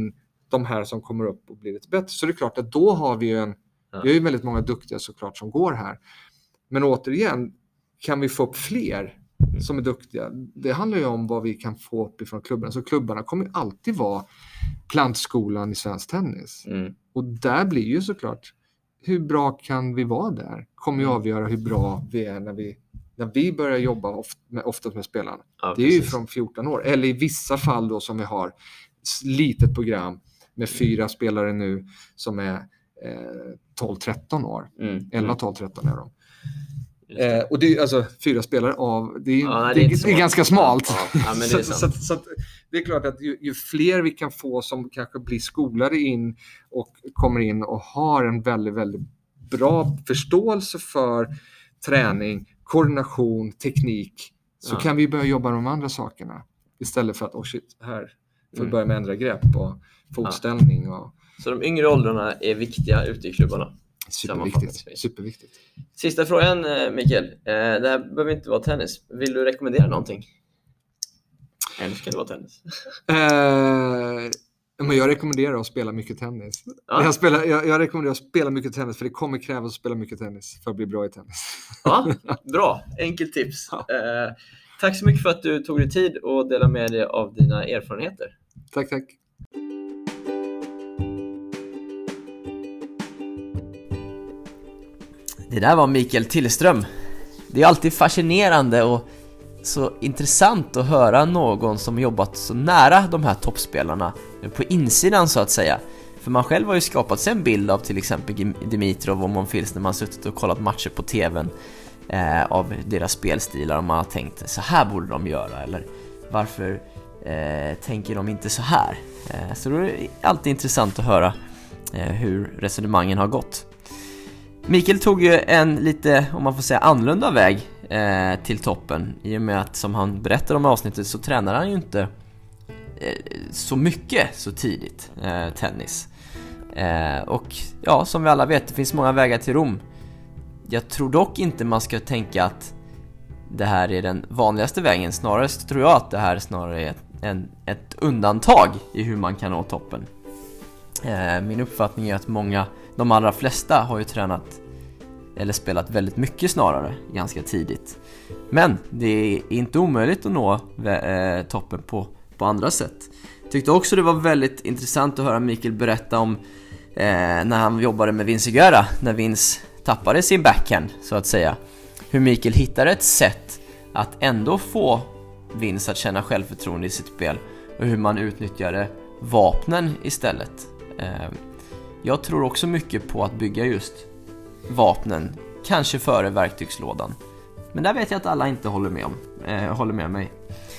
de här som kommer upp och blir lite bättre. Så det är klart att då har vi ju en, ja. vi har ju väldigt många duktiga såklart som går här. Men återigen, kan vi få upp fler som är duktiga? Det handlar ju om vad vi kan få upp ifrån klubbarna. Så klubbarna kommer ju alltid vara plantskolan i svensk tennis. Mm. Och där blir ju såklart, hur bra kan vi vara där? Kommer ju avgöra hur bra vi är när vi, när vi börjar jobba oft, med, oftast med spelarna. Ja, det är precis. Ju från fjorton år. Eller i vissa fall då som vi har litet program med fyra spelare nu som är eh, tolv tretton år. Mm. elva tolv tretton är de. Eh, och det är alltså fyra spelare av det är, ja, nej, det är, det är, det är ganska smalt. Ja, ja, men det är så, så, så att det är klart att ju, ju fler vi kan få som kanske blir skolade in och kommer in och har en väldigt väldigt bra förståelse för träning, koordination, teknik, så ja. kan vi börja jobba med de andra sakerna istället för att oh shit, här får mm. börja med ändra grepp och fotställning. Ja. Och... Så de yngre åldrarna är viktiga ute i klubbarna? Superviktigt. Superviktigt. Sista frågan, Mikael. Det här behöver inte vara tennis. Vill du rekommendera någonting? Eller ska det vara tennis? Uh, men jag rekommenderar att spela mycket tennis. Ja. Jag, spelar, jag, jag rekommenderar att spela mycket tennis, för det kommer krävas att spela mycket tennis för att bli bra i tennis. Ja, bra. Enkelt tips. Ja. Uh, tack så mycket för att du tog dig tid och delade med dig av dina erfarenheter. Tack, tack. Det där var Mikael Tillström. Det är alltid fascinerande och så intressant att höra någon som jobbat så nära de här toppspelarna på insidan så att säga. För man själv har ju skapat sig en bild av till exempel Dimitrov och Monfils när man suttit och kollat matcher på tvn eh, av deras spelstilar, och man har tänkt så här borde de göra, eller varför eh, tänker de inte så här. Eh, så det är alltid intressant att höra eh, hur resonemangen har gått. Mikael tog ju en lite, om man får säga, annorlunda väg eh, till toppen, i och med att, som han berättade om i avsnittet, så tränar han ju inte eh, så mycket så tidigt eh, tennis. Eh, och ja, som vi alla vet, det finns många vägar till Rom. Jag tror dock inte man ska tänka att det här är den vanligaste vägen. Snarare tror jag att det här snarare är en, ett undantag i hur man kan nå toppen. Eh, min uppfattning är att många, de allra flesta har ju tränat eller spelat väldigt mycket snarare ganska tidigt. Men det är inte omöjligt att nå eh, toppen på, på andra sätt. Tyckte också det var väldigt intressant att höra Mikael berätta om eh, när han jobbade med Vince Guerra, när Vince tappade sin backhand så att säga. Hur Mikael hittade ett sätt att ändå få Vince att känna självförtroende i sitt spel, och hur man utnyttjade vapnen istället. Eh, jag tror också mycket på att bygga just vapnen, kanske före verktygslådan. Men där vet jag att alla inte håller med om eh, håller med mig.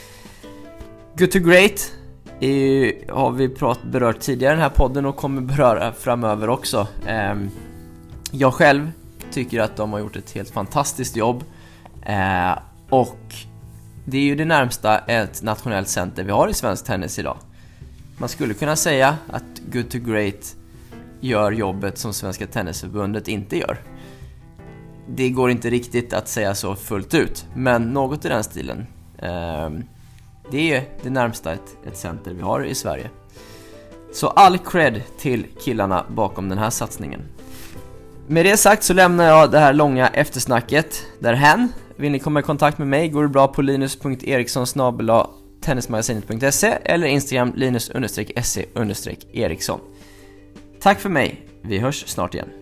Good to Great är, har vi prat, berört tidigare i den här podden och kommer beröra framöver också. Eh, jag själv tycker att de har gjort ett helt fantastiskt jobb, eh, och det är ju det närmsta ett nationellt center vi har i svensk tennis idag. Man skulle kunna säga att Good to Great gör jobbet som Svenska Tennisförbundet inte gör. Det går inte riktigt att säga så fullt ut, men något i den stilen. Eh, det är det närmsta ett, ett center vi har i Sverige. Så all cred till killarna bakom den här satsningen. Med det sagt så lämnar jag det här långa eftersnacket därhän. Vill ni komma i kontakt med mig går det bra på linus punkt eriksson snabel-a tennismagasinet punkt se eller Instagram linus understreck se understreck eriksson. Tack för mig, vi hörs snart igen.